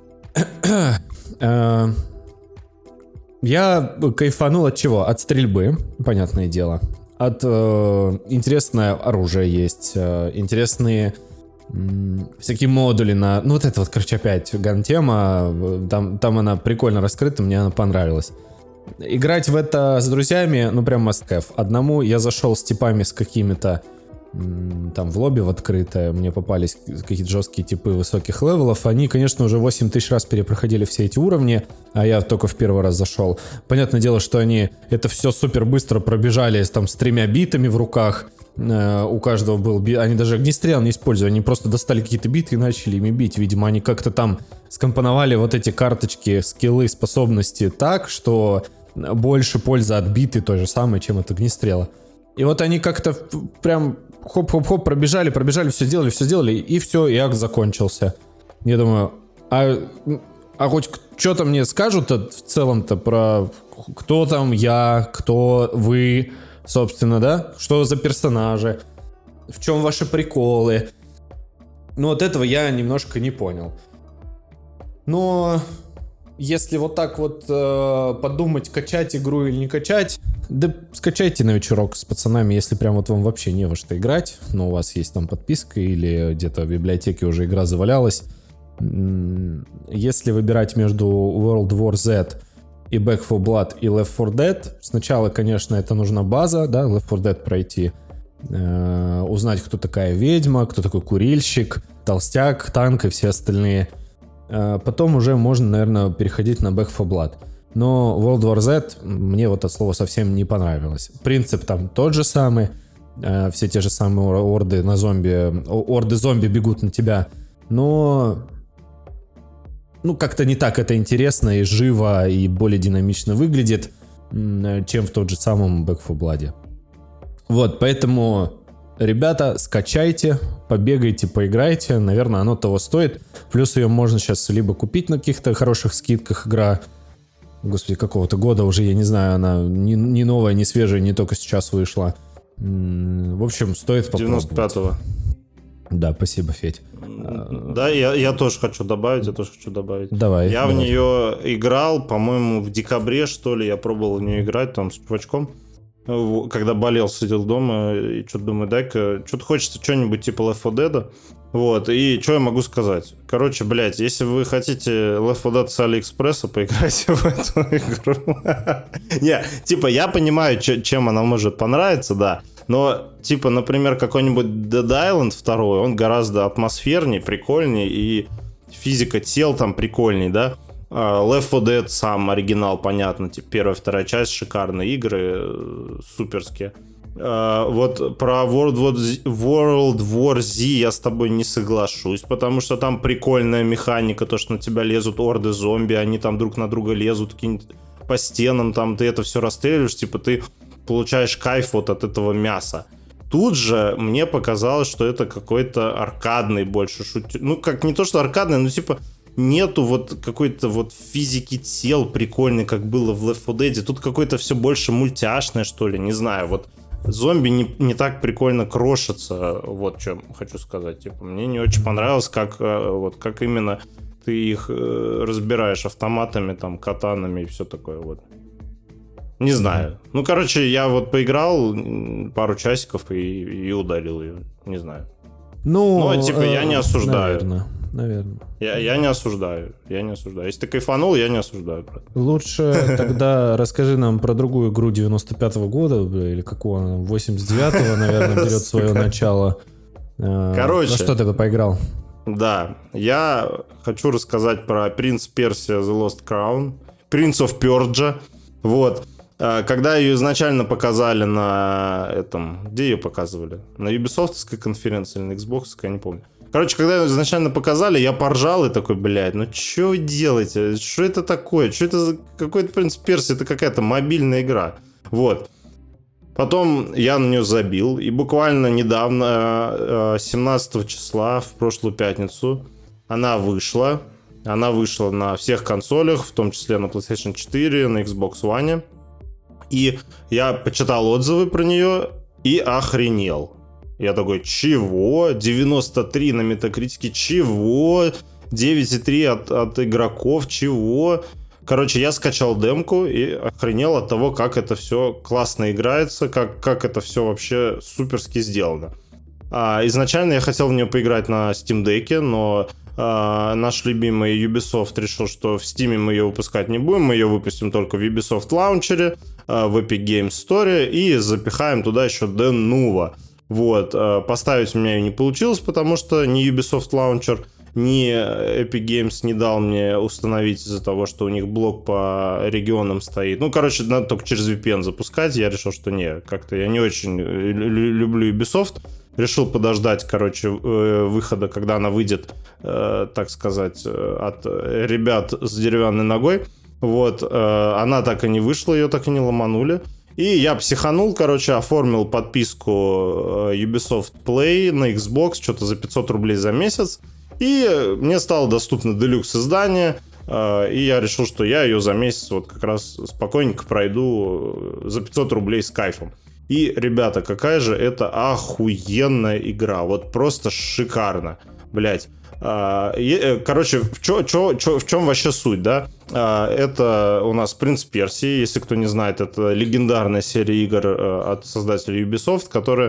Я кайфанул от чего? От стрельбы, понятное дело. От э, интересное оружие есть, э, интересные э, всякие модули на... Ну вот это вот, короче, опять ган-тема, там, там она прикольно раскрыта, мне она понравилась. Играть в это с друзьями, ну прям must have. Одному я зашел с типами с какими-то там в лобби в открытое, мне попались какие-то жесткие типы высоких левелов, они, конечно, уже восемь тысяч раз перепроходили все эти уровни, а я только в первый раз зашел. Понятное дело, что они это все супер быстро пробежали там с тремя битами в руках, у каждого был бит, они даже огнестрел не использовали, они просто достали какие-то биты и начали ими бить, видимо, они как-то там скомпоновали вот эти карточки, скиллы, способности так, что больше пользы от биты той же самой, чем от огнестрела. И вот они как-то прям хоп-хоп-хоп пробежали, пробежали, все сделали, все сделали, и все, и акт закончился. Я думаю, а, а хоть что-то мне скажут-то в целом-то про кто там я, кто вы, собственно, да? Что за персонажи, в чем ваши приколы? Ну вот этого я немножко не понял. Но если вот так вот э, подумать, качать игру или не качать, да скачайте на вечерок с пацанами, если прям вот вам вообще не во что играть, но у вас есть там подписка или где-то в библиотеке уже игра завалялась. Если выбирать между World War Z и Back фор Blood и Left фор Dead, сначала, конечно, это нужна база, да, Left фор Dead пройти, э, узнать, кто такая ведьма, кто такой курильщик, толстяк, танк и все остальные. Э, потом уже можно, наверное, переходить на Back фор Blood. Но World War Z мне вот от слова совсем не понравилось. Принцип там тот же самый. Э, все те же самые орды на зомби. Орды зомби бегут на тебя. Но ну, как-то не так это интересно и живо, и более динамично выглядит, чем в тот же самом Back фор Blood. Вот, поэтому, ребята, скачайте, побегайте, поиграйте. Наверное, оно того стоит. Плюс ее можно сейчас либо купить на каких-то хороших скидках. Игра, господи, какого-то года уже, я не знаю, она не, не новая, не свежая, не только сейчас вышла. В общем, стоит попробовать. девяносто пятого. Да, спасибо, Федь. Да, я, я тоже хочу добавить, я тоже хочу добавить. Давай. Я давай. в нее играл, по-моему, в декабре, что ли, я пробовал в нее играть, там, с чувачком. Когда болел, сидел дома, и что-то думаю, дай-ка, что-то хочется что-нибудь типа Left фор Dead. Вот, и что я могу сказать? Короче, блядь, если вы хотите Left фор Dead с Алиэкспресса, поиграйте в эту игру. Не, типа, я понимаю, чем она может понравиться, да. Но, типа, например, какой-нибудь Dead Island два, он гораздо атмосфернее, прикольнее, и физика тел там прикольнее, да. Left фор Dead сам оригинал, понятно, типа, первая, вторая часть, шикарные игры, суперские. Вот про World War Z, World War Z я с тобой не соглашусь, потому что там прикольная механика, то, что на тебя лезут орды зомби, они там друг на друга лезут по стенам, там ты это все расстреливаешь, типа ты получаешь кайф вот от этого мяса. Тут же мне показалось, что это какой-то аркадный больше шутер. Ну, как не то, что аркадный, но типа нету вот какой-то вот физики тел прикольной, как было в Left фор Dead. Тут какое-то все больше мультяшное, что ли, не знаю. Вот зомби не, не так прикольно крошатся, вот что хочу сказать. Типа, мне не очень понравилось, как, вот, как именно ты их разбираешь автоматами, там, катанами и все такое вот. Не знаю. Ну, короче, я вот поиграл пару часиков и, и удалил ее. Не знаю. Ну, Но, типа, э, я не осуждаю. Наверное, наверное. Я, я не осуждаю. Я не осуждаю. Если ты кайфанул, я не осуждаю, брат. Лучше тогда расскажи нам про другую игру девяносто пятого года, или какого она, восемьдесят девятого, наверное, берет свое начало. Короче. На что ты поиграл? Да, я хочу рассказать про Принц Персия The Lost Crown, Prince of Persia. Вот. когда ее изначально показали на этом... Где ее показывали? На Ubisoft'ской конференции или на Xbox, я не помню. Короче, когда ее изначально показали, я поржал и такой, блядь, ну что вы делаете? Что это такое? Что это за какой-то «Принц Персии»? Это какая-то мобильная игра. Вот. Потом я на нее забил. И буквально недавно, семнадцатого числа, в прошлую пятницу, она вышла. Она вышла на всех консолях, в том числе на PlayStation четыре, на Xbox One. И я почитал отзывы про нее и охренел. Я такой, чего? девяносто три на Метакритике, чего? девять и три от, от игроков, чего? Короче, я скачал демку и охренел от того, как это все классно играется, как, как это все вообще суперски сделано. А, изначально я хотел в нее поиграть на Steam Deck'е, но а, наш любимый Ubisoft решил, что в Steam мы ее выпускать не будем, мы ее выпустим только в Ubisoft Launcher, а, в Epic Games Store и запихаем туда еще Denuvo. Вот, поставить у меня ее не получилось, потому что ни Ubisoft Launcher, ни Epic Games не дал мне установить из-за того, что у них блок по регионам стоит. Ну, короче, надо только через ви пи эн запускать. Я решил, что не, как-то я не очень люблю Ubisoft. Решил подождать, короче, выхода, когда она выйдет, так сказать, от ребят с деревянной ногой. Вот, она так и не вышла, ее так и не ломанули. И я психанул, короче, оформил подписку Ubisoft Play на Xbox, что-то за пятьсот рублей за месяц. И мне стало доступно делюкс издание, и я решил, что я ее за месяц вот как раз спокойненько пройду за пятьсот рублей с кайфом. И, ребята, какая же это охуенная игра, вот просто шикарно, блять. Короче, в, чё, чё, чё, в чем вообще суть, да? Это у нас «Принц Персии», если кто не знает, это легендарная серия игр от создателей Ubisoft, которая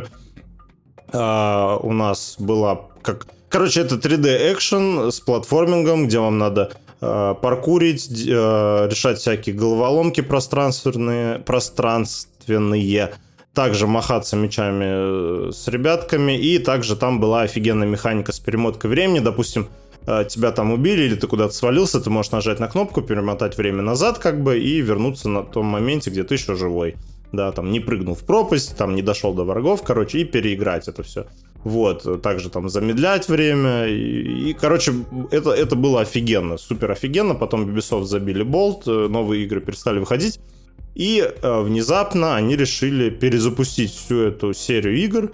у нас была как... Короче, это три дэ экшен с платформингом, где вам надо паркурить, решать всякие головоломки пространственные, пространственные, также махаться мечами с ребятками, и также там была офигенная механика с перемоткой времени. Допустим, тебя там убили или ты куда-то свалился, ты можешь нажать на кнопку, перемотать время назад как бы и вернуться на том моменте, где ты еще живой. Да, там не прыгнул в пропасть, там не дошел до врагов, короче, и переиграть это все. Вот, также там замедлять время, и, и короче, это, это было офигенно, супер офигенно. Потом Ubisoft забили болт, новые игры перестали выходить. И э, внезапно они решили перезапустить всю эту серию игр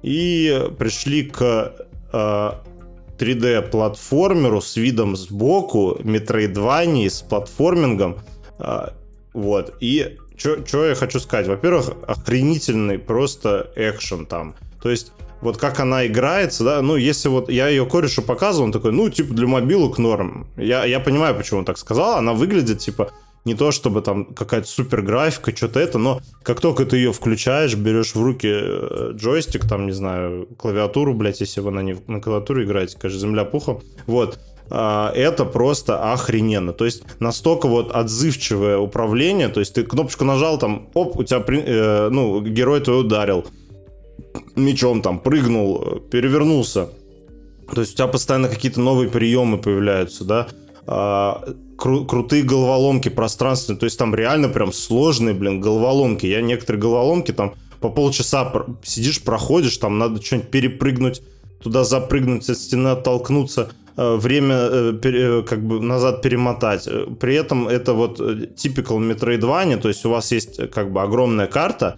и пришли к э, три дэ-платформеру с видом сбоку, метроидвании, с платформингом. Э, вот. И что я хочу сказать? Во-первых, охренительный просто экшен там. То есть, вот как она играется, да, ну, если вот я ее корешу показывал, он такой, ну, типа, для мобилок норм. Я, я понимаю, почему он так сказал. Она выглядит, типа... Не то, чтобы там какая-то супер графика, что-то это, но как только ты ее включаешь, берешь в руки джойстик, там, не знаю, клавиатуру, блядь, если вы на, не, на клавиатуре играете, конечно, земля пухом, вот, это просто охрененно. То есть настолько вот отзывчивое управление, то есть ты кнопочку нажал, там, оп, у тебя, э, ну, герой твой ударил мечом, там, прыгнул, перевернулся. То есть у тебя постоянно какие-то новые приемы появляются, да, Кру- крутые головоломки пространственные, то есть там реально прям сложные, блин, головоломки. Я некоторые головоломки там по полчаса пр- сидишь, проходишь, там надо что-нибудь перепрыгнуть, туда запрыгнуть, от стены оттолкнуться, э, время э, пере, как бы назад перемотать. При этом это вот typical Metroidvania, то есть у вас есть как бы огромная карта,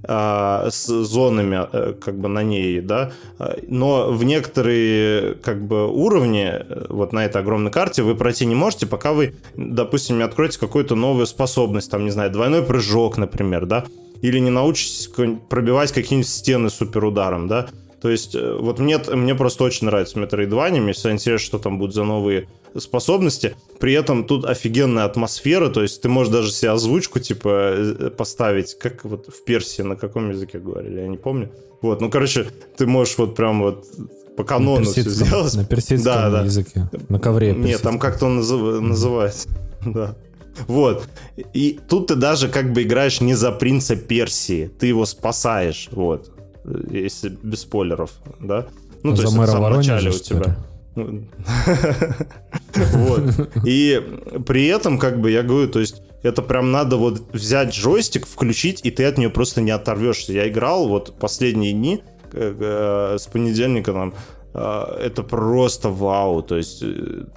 с зонами как бы на ней, да, но в некоторые как бы уровни вот на этой огромной карте вы пройти не можете, пока вы, допустим, не откроете какую-то новую способность, там, не знаю, двойной прыжок, например, да, или не научитесь пробивать какие-нибудь стены суперударом, да. То есть вот мне, мне просто очень нравится Metroidvania, мне всегда интересно, что там будут за новые способности. При этом тут офигенная атмосфера, то есть ты можешь даже себе озвучку типа поставить, как вот в Персии, на каком языке говорили, я не помню. Вот, ну короче, ты можешь вот прям вот по канону все сделать. На персидском да, да. языке, на ковре. Нет, там как-то он назыв... называется, да. Вот. И тут ты даже как бы играешь не за принца Персии, ты его спасаешь, вот. Если без спойлеров, да? Ну, а то есть в самом начале у тебя. Вот. И при этом, как бы, я говорю, то есть это прям надо вот взять джойстик, включить, и ты от нее просто не оторвешься. Я играл вот последние дни, э, э, с понедельника там, это просто вау, то есть,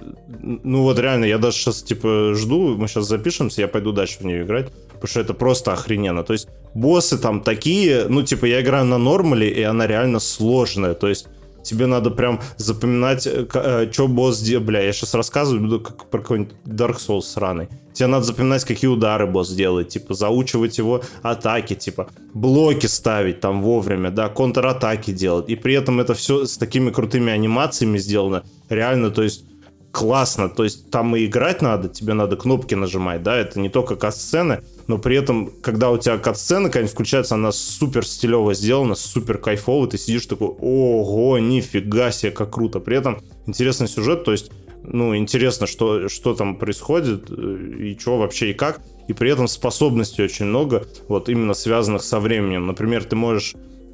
ну вот реально, я даже сейчас, типа, жду, мы сейчас запишемся, я пойду дальше в нее играть, потому что это просто охрененно, то есть, боссы там такие, ну, типа, я играю на нормале, и она реально сложная, то есть, тебе надо прям запоминать, что босс делает, бля, я сейчас рассказываю, буду как про какой-нибудь Dark Souls сраный. Тебе надо запоминать, какие удары босс делает, типа, заучивать его атаки, типа, блоки ставить там вовремя, да, контратаки делать. И при этом это все с такими крутыми анимациями сделано. Реально, то есть, классно. То есть, там и играть надо, тебе надо кнопки нажимать, да, это не только кат-сцены, но при этом, когда у тебя кат-сцена какая-нибудь включается, она супер стилево сделана, супер кайфово, ты сидишь такой, ого, нифига себе, как круто. При этом интересный сюжет, то есть, ну, интересно, что, что там происходит, и что вообще, и как. И при этом способностей очень много, вот именно связанных со временем. Например, ты можешь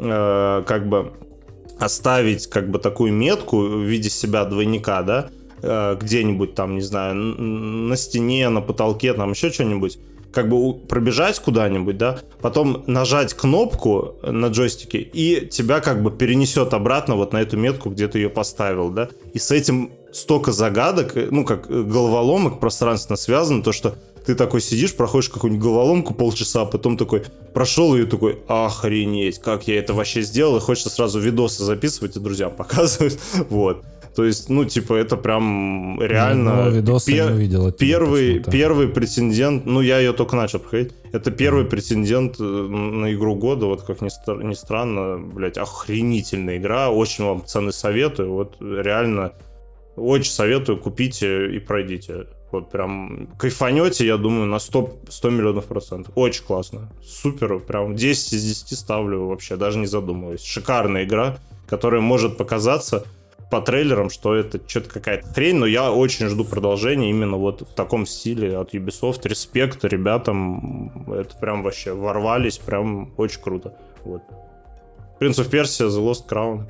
э, как бы оставить как бы такую метку в виде себя двойника, да, э, где-нибудь там, не знаю, на стене, на потолке, там еще что-нибудь, как бы пробежать куда-нибудь, да, потом нажать кнопку на джойстике, и тебя как бы перенесет обратно вот на эту метку, где ты ее поставил, да, и с этим столько загадок, ну, как головоломок пространственно связано, то, что ты такой сидишь, проходишь какую-нибудь головоломку полчаса, а потом такой прошел и такой, охренеть, как я это вообще сделал, и хочется сразу видосы записывать и друзьям показывать, вот. То есть, ну, типа, это прям реально пер- видел, первый, первый претендент, ну, я ее только начал проходить, это первый претендент на игру года, вот как ни, стар- ни странно, блядь, охренительная игра, очень вам, пацаны, советую, вот реально очень советую, купите и пройдите. Вот прям кайфанете, я думаю, на сто, сто миллионов процентов. Очень классно. Супер, прям десять из десяти ставлю вообще, даже не задумываясь. Шикарная игра, которая может показаться по трейлерам, что это что-то какая-то хрень, но я очень жду продолжения именно вот в таком стиле от Ubisoft. Респект ребятам, это прям вообще ворвались, прям очень круто. Вот. Prince of Persia, The Lost Crown.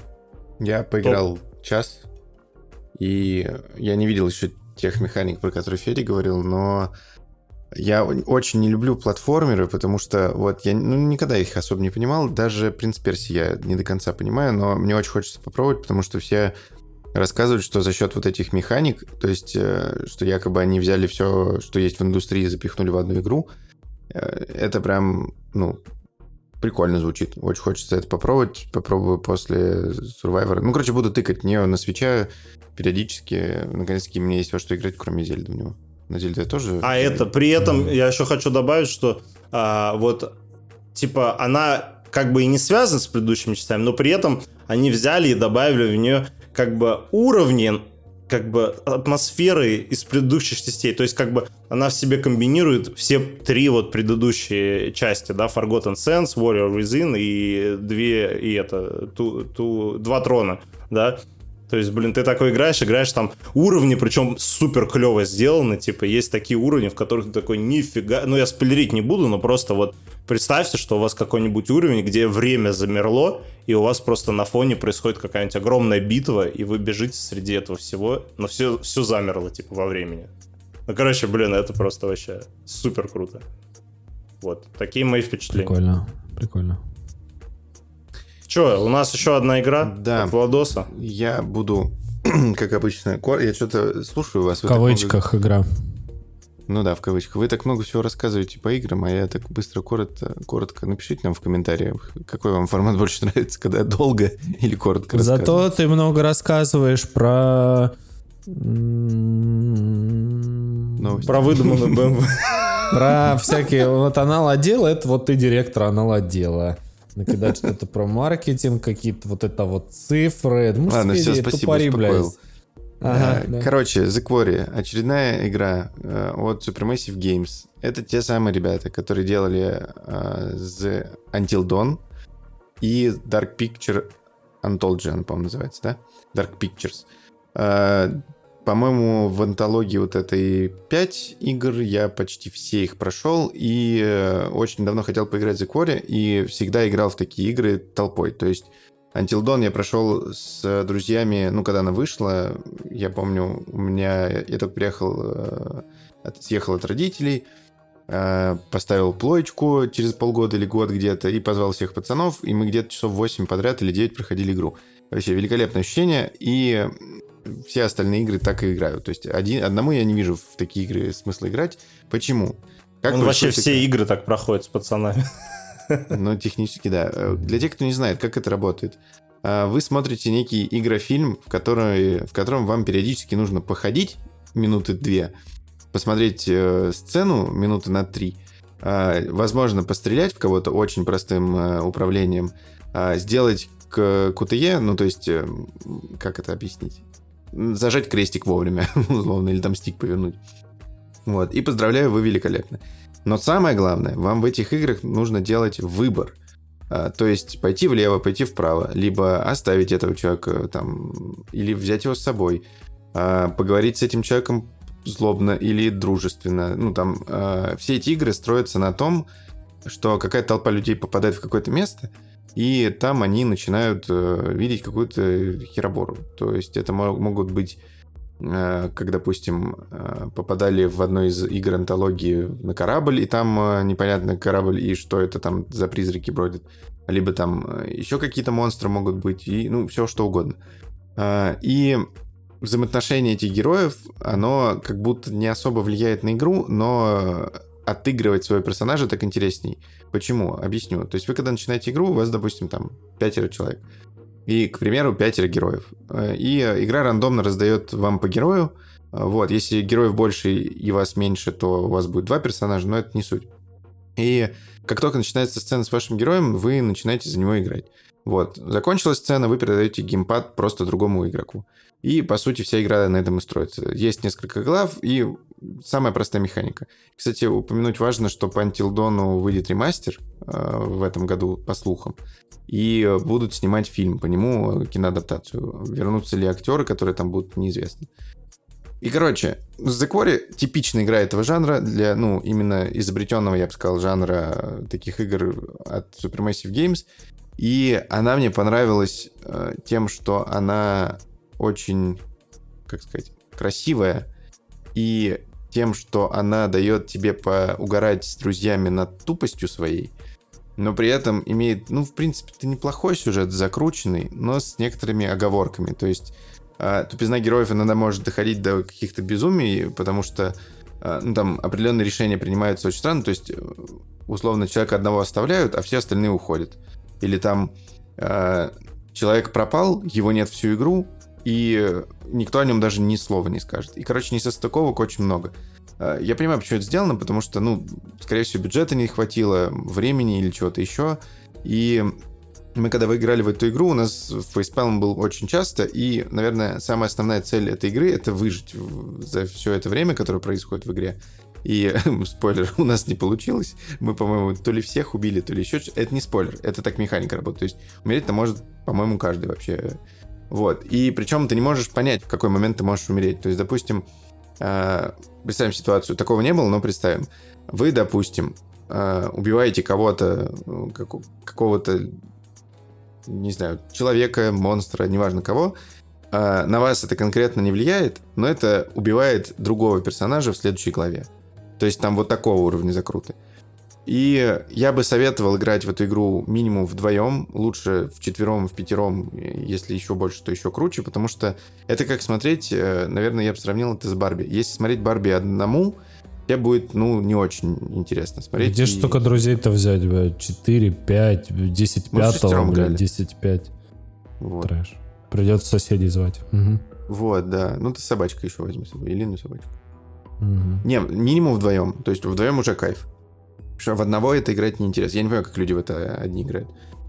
Я поиграл Топ. час, и я не видел еще тех механик, про которые Федя говорил, но я очень не люблю платформеры, потому что вот я ну, никогда их особо не понимал, даже Принц Перси я не до конца понимаю, но мне очень хочется попробовать, потому что все рассказывают, что за счет вот этих механик, то есть, что якобы они взяли все, что есть в индустрии, запихнули в одну игру, это прям, ну, прикольно звучит. Очень хочется это попробовать. Попробую после Survivor. Ну, короче, буду тыкать в нее на свитча периодически. Наконец-таки мне есть во что играть, кроме Зельды в него. На Зельде тоже... А это, при этом я еще хочу добавить, что а, вот, типа, она как бы и не связана с предыдущими частями, но при этом они взяли и добавили в нее как бы уровни, как бы атмосферы из предыдущих частей. То есть как бы она в себе комбинирует все три вот предыдущие части, да, Forgotten Sands, Warrior Within и две, и это, ту, ту, два трона, да. То есть, блин, ты такой играешь, играешь там уровни, причем супер клево сделаны, типа, есть такие уровни, в которых ты такой, нифига, ну, я спойлерить не буду, но просто вот представьте, что у вас какой-нибудь уровень, где время замерло, и у вас просто на фоне происходит какая-нибудь огромная битва, и вы бежите среди этого всего, но все, все замерло, типа, во времени. Ну, короче, блин, это просто вообще супер круто. Вот, такие мои впечатления. Прикольно, прикольно. Че, у нас еще одна игра да. от Владоса. Я буду, как обычно, я что-то слушаю вас. В кавычках много... игра. Ну да, в кавычках. Вы так много всего рассказываете по играм, а я так быстро, коротко, коротко. Напишите нам в комментариях, какой вам формат больше нравится, когда долго или коротко рассказываете. Зато ты много рассказываешь про... Новости. Про выдуманную бэ эм вэ. Про всякие... Вот анал-отдел, это вот ты директор анал-отдела. Накидать что-то про маркетинг, какие-то вот это вот цифры. Ну, ладно, все, спасибо, успокоил. Ага, да. Короче, The Quarry, очередная игра э, от Supermassive Games. Это те самые ребята, которые делали э, The Until Dawn и Dark Picture Anthology, она, по-моему, называется, да? Dark Pictures. Э, по-моему, в антологии вот этой пять игр я почти все их прошел и э, очень давно хотел поиграть в The Quarry и всегда играл в такие игры толпой. То есть Until Dawn я прошел с друзьями, ну, когда она вышла, я помню, у меня, я только приехал, съехал от родителей, э, поставил плойку через полгода или год где-то и позвал всех пацанов, и мы где-то часов восемь подряд или девять проходили игру. Вообще великолепное ощущение, и все остальные игры так и играют. То есть один, одному я не вижу в такие игры смысла играть. Почему? Как ну, вообще все игры? игры так проходят с пацанами. Ну, технически, да. Для тех, кто не знает, как это работает. Вы смотрите некий игрофильм, в, который, в котором вам периодически нужно походить минуты две, посмотреть сцену минуты на три, возможно, пострелять в кого-то очень простым управлением, сделать КТЕ, ну, то есть, как это объяснить? Зажать крестик вовремя, условно, или там стик повернуть. Вот, и поздравляю, вы великолепны. Но самое главное, вам в этих играх нужно делать выбор. А, то есть пойти влево, пойти вправо, либо оставить этого человека там, или взять его с собой, а, поговорить с этим человеком злобно или дружественно. Ну, там, а, все эти игры строятся на том, что какая-то толпа людей попадает в какое-то место, и там они начинают а, видеть какую-то херобору. То есть это могут быть... как, допустим, попадали в одной из игр антологии на корабль, и там непонятно корабль, и что это там за призраки бродят. Либо там еще какие-то монстры могут быть, и ну, все что угодно. И взаимоотношение этих героев, оно как будто не особо влияет на игру, но отыгрывать своего персонажа так интересней. Почему? Объясню. То есть вы когда начинаете игру, у вас, допустим, там пятеро человек. И, к примеру, пятеро героев. И игра рандомно раздает вам по герою. Вот, если героев больше и вас меньше, то у вас будет два персонажа, но это не суть. И как только начинается сцена с вашим героем, вы начинаете за него играть. Вот, закончилась сцена, вы передаете геймпад просто другому игроку. И, по сути, вся игра на этом и строится. Есть несколько глав и самая простая механика. Кстати, упомянуть важно, что по Until Dawn выйдет ремастер э, в этом году, по слухам. И будут снимать фильм по нему, киноадаптацию. Вернутся ли актеры, которые там будут, неизвестно. И, короче, The Quarry типичная игра этого жанра, для, ну, именно изобретенного, я бы сказал, жанра таких игр от Supermassive Games. И она мне понравилась э, тем, что она очень, как сказать, красивая, и тем, что она дает тебе поугарать с друзьями над тупостью своей, но при этом имеет, ну, в принципе-то неплохой сюжет, закрученный, но с некоторыми оговорками. То есть э, тупизна героев иногда может доходить до каких-то безумий, потому что э, ну, там определенные решения принимаются очень странно. То есть, условно, человека одного оставляют, а все остальные уходят. Или там э, человек пропал, его нет всю игру, и никто о нем даже ни слова не скажет. И, короче, несостыковок очень много. Я понимаю, почему это сделано, потому что, ну, скорее всего, бюджета не хватило, времени или чего-то еще. И мы, когда выиграли в эту игру, у нас фейспалм был очень часто, и, наверное, самая основная цель этой игры — это выжить за все это время, которое происходит в игре. И, спойлер, у нас не получилось. Мы, по-моему, то ли всех убили, то ли еще что-то. Это не спойлер, это так механика работает. То есть умереть-то может, по-моему, каждый вообще. Вот. И причем ты не можешь понять, в какой момент ты можешь умереть. То есть, допустим, э, представим ситуацию. Такого не было, но представим. Вы, допустим, э, убиваете кого-то, как, какого-то, не знаю, человека, монстра, неважно кого. Э, на вас это конкретно не влияет, но это убивает другого персонажа в следующей главе. То есть там вот такого уровня закруты. И я бы советовал играть в эту игру минимум вдвоем, лучше вчетвером, в пятером, если еще больше, то еще круче, потому что это как смотреть, наверное, я бы сравнил это с Барби. Если смотреть Барби одному, тебе будет, ну, не очень интересно смотреть. Где и... же столько друзей-то взять, блядь? четыре, пять, десять пятого, блядь, десять пять. Вот. Трэш. Придется соседей звать. Угу. Вот, да. Ну, ты собачка еще возьми с собой, Илину собачку. Угу. Не, минимум вдвоем. То есть вдвоем уже кайф. Потому что в одного это играть неинтересно. Я не понимаю, как люди в это одни играют.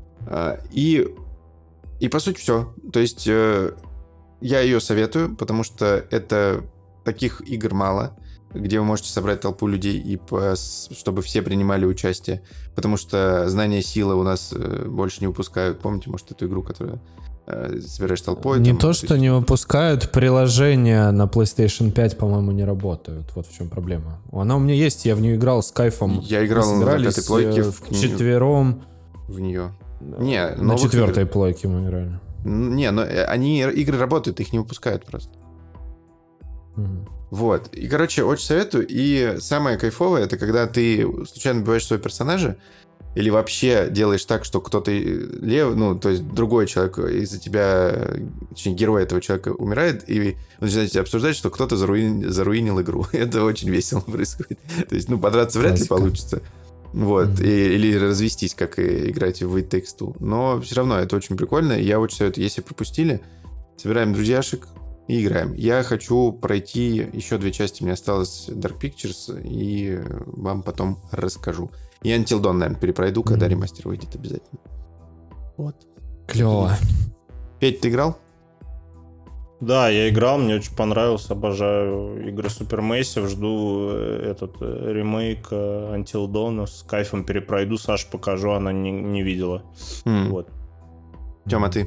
И, и по сути все. То есть я ее советую, потому что это таких игр мало, где вы можете собрать толпу людей, и по, чтобы все принимали участие. Потому что знания силы у нас больше не выпускают. Помните, может, эту игру, которая... собираешь толпой. Не там, то, что не выпускают, приложения на PlayStation пять, по-моему, не работают. Вот в чем проблема. Она у меня есть, я в нее играл с кайфом. Я играл на пятой плойке в четвером. В нее. Не, на четвертой игр... плойке мы играли. Не, но они игры работают, их не выпускают просто. Мгм. Вот. И, короче, очень советую. И самое кайфовое, это когда ты случайно убиваешь своего персонажа, или вообще делаешь так, что кто-то лев, ну, то есть другой человек из-за тебя, точнее, герой этого человека умирает, и вы начинаете обсуждать, что кто-то заруин... заруинил игру. Это очень весело происходит. То есть, ну, подраться вряд ли получится. Вот. Mm-hmm. И, или развестись, как и играть в It Takes Two. Но все равно это очень прикольно. Я очень советую, если пропустили, собираем друзьяшек и играем. Я хочу пройти еще две части, мне осталось Dark Pictures, и вам потом расскажу. И Until Dawn, наверное, перепройду, mm-hmm. когда ремастер выйдет обязательно. Вот. Клево. Петь, ты играл? Да, я играл, мне очень понравился, обожаю игры Supermassive, жду этот ремейк Until Dawn, с кайфом перепройду, Саш покажу, она не, не видела. Mm. Вот. Тёма, ты?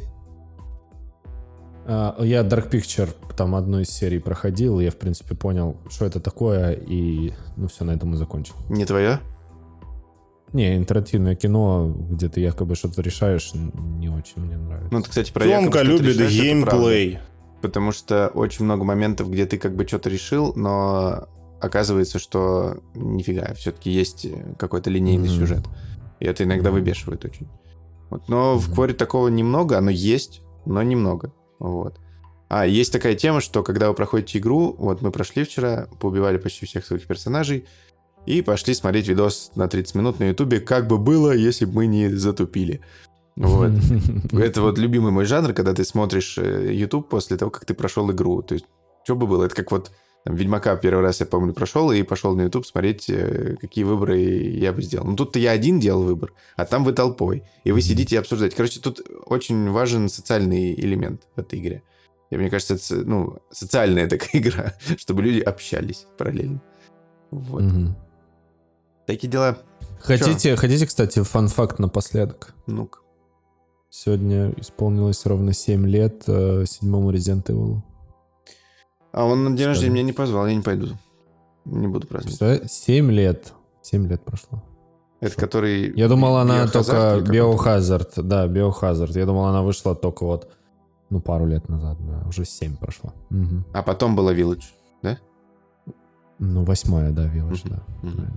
Uh, я Dark Picture, там одну из серий проходил, и я, в принципе, понял, что это такое, и, ну, все, на этом и закончил. Не твое? Не, интерактивное кино, где ты якобы что-то решаешь, не очень мне нравится. Ну, ты, кстати, про Тёмка любит геймплей. Потому что очень много моментов, где ты как бы что-то решил, но оказывается, что нифига, все-таки есть какой-то линейный mm-hmm. сюжет. И это иногда mm-hmm. выбешивает очень. Вот. Но mm-hmm. в Кворе такого немного, оно есть, но немного. Вот. А, есть такая тема, что когда вы проходите игру, вот мы прошли вчера, поубивали почти всех своих персонажей, и пошли смотреть видос на тридцать минут на Ютубе, как бы было, если бы мы не затупили. Вот. Это вот любимый мой жанр, когда ты смотришь YouTube после того, как ты прошел игру. То есть, что бы было? Это как вот там, Ведьмака первый раз, я помню, прошел и пошел на YouTube смотреть, какие выборы я бы сделал. Ну, тут-то я один делал выбор, а там вы толпой. И вы сидите и обсуждаете. Короче, тут очень важен социальный элемент в этой игре. И мне кажется, это ну, социальная такая игра, чтобы люди общались параллельно. Вот. Mm-hmm. Такие дела. Хотите, хотите, кстати, фан-факт напоследок? Ну-ка. Сегодня исполнилось ровно семь лет э, седьмому Resident Evil. А он на день рождения меня не позвал, я не пойду. Не буду праздновать. семь лет. семь лет прошло. Это Шо? Который... Я думал, она только... Biohazard. Да, Biohazard. Я думал, она вышла только вот, ну, пару лет назад. Да. Уже семь прошло. Угу. А потом была Village, да? Ну, восьмая, да, Village, uh-huh. да. Uh-huh.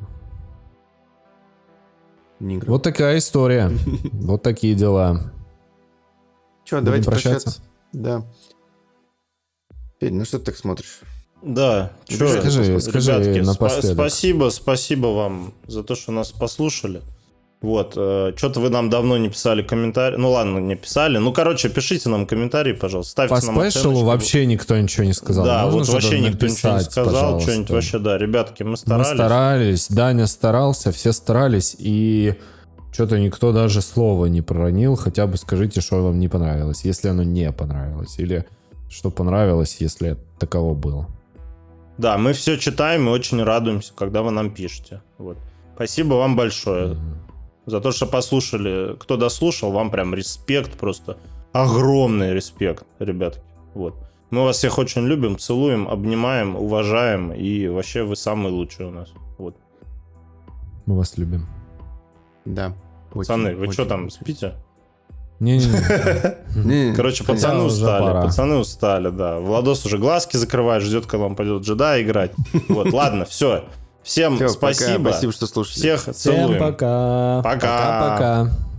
Вот такая история. Вот такие дела. Че, давайте прощаться. Да. Петь, ну что ты так смотришь? Да, что, скажи, скажи ребятки, напоследок. Спасибо, спасибо вам за то, что нас послушали. Вот, э, что-то вы нам давно не писали комментарии. Ну ладно, не писали. Ну, короче, пишите нам комментарии, пожалуйста. Ставьте По нам оценочку. вообще никто ничего не сказал. Да, Можно вот вообще никто ничего не сказал. Пожалуйста. Что-нибудь вообще, да. Ребятки, мы старались. Мы старались, Даня старался, все старались. И что-то никто даже слова не проронил. Хотя бы скажите, что вам не понравилось, если оно не понравилось. Или что понравилось, если таково было. Да, мы все читаем и очень радуемся, когда вы нам пишете. Вот. Спасибо вам большое. Mm-hmm. За то, что послушали. Кто дослушал, вам прям респект просто. Огромный респект, ребятки. Вот. Мы вас всех очень любим, целуем, обнимаем, уважаем. И вообще вы самые лучшие у нас. Вот. Мы вас любим. Да. Пацаны, вы что там, спите? Не-не-не. Короче, пацаны устали. Пацаны устали, да. Владос уже глазки закрывает, ждет, когда он пойдет джедай играть. Вот, ладно, все. Всем Все, спасибо. Пока. Спасибо, что слушали. Всех целуем. Всем пока. Пока. Пока-пока.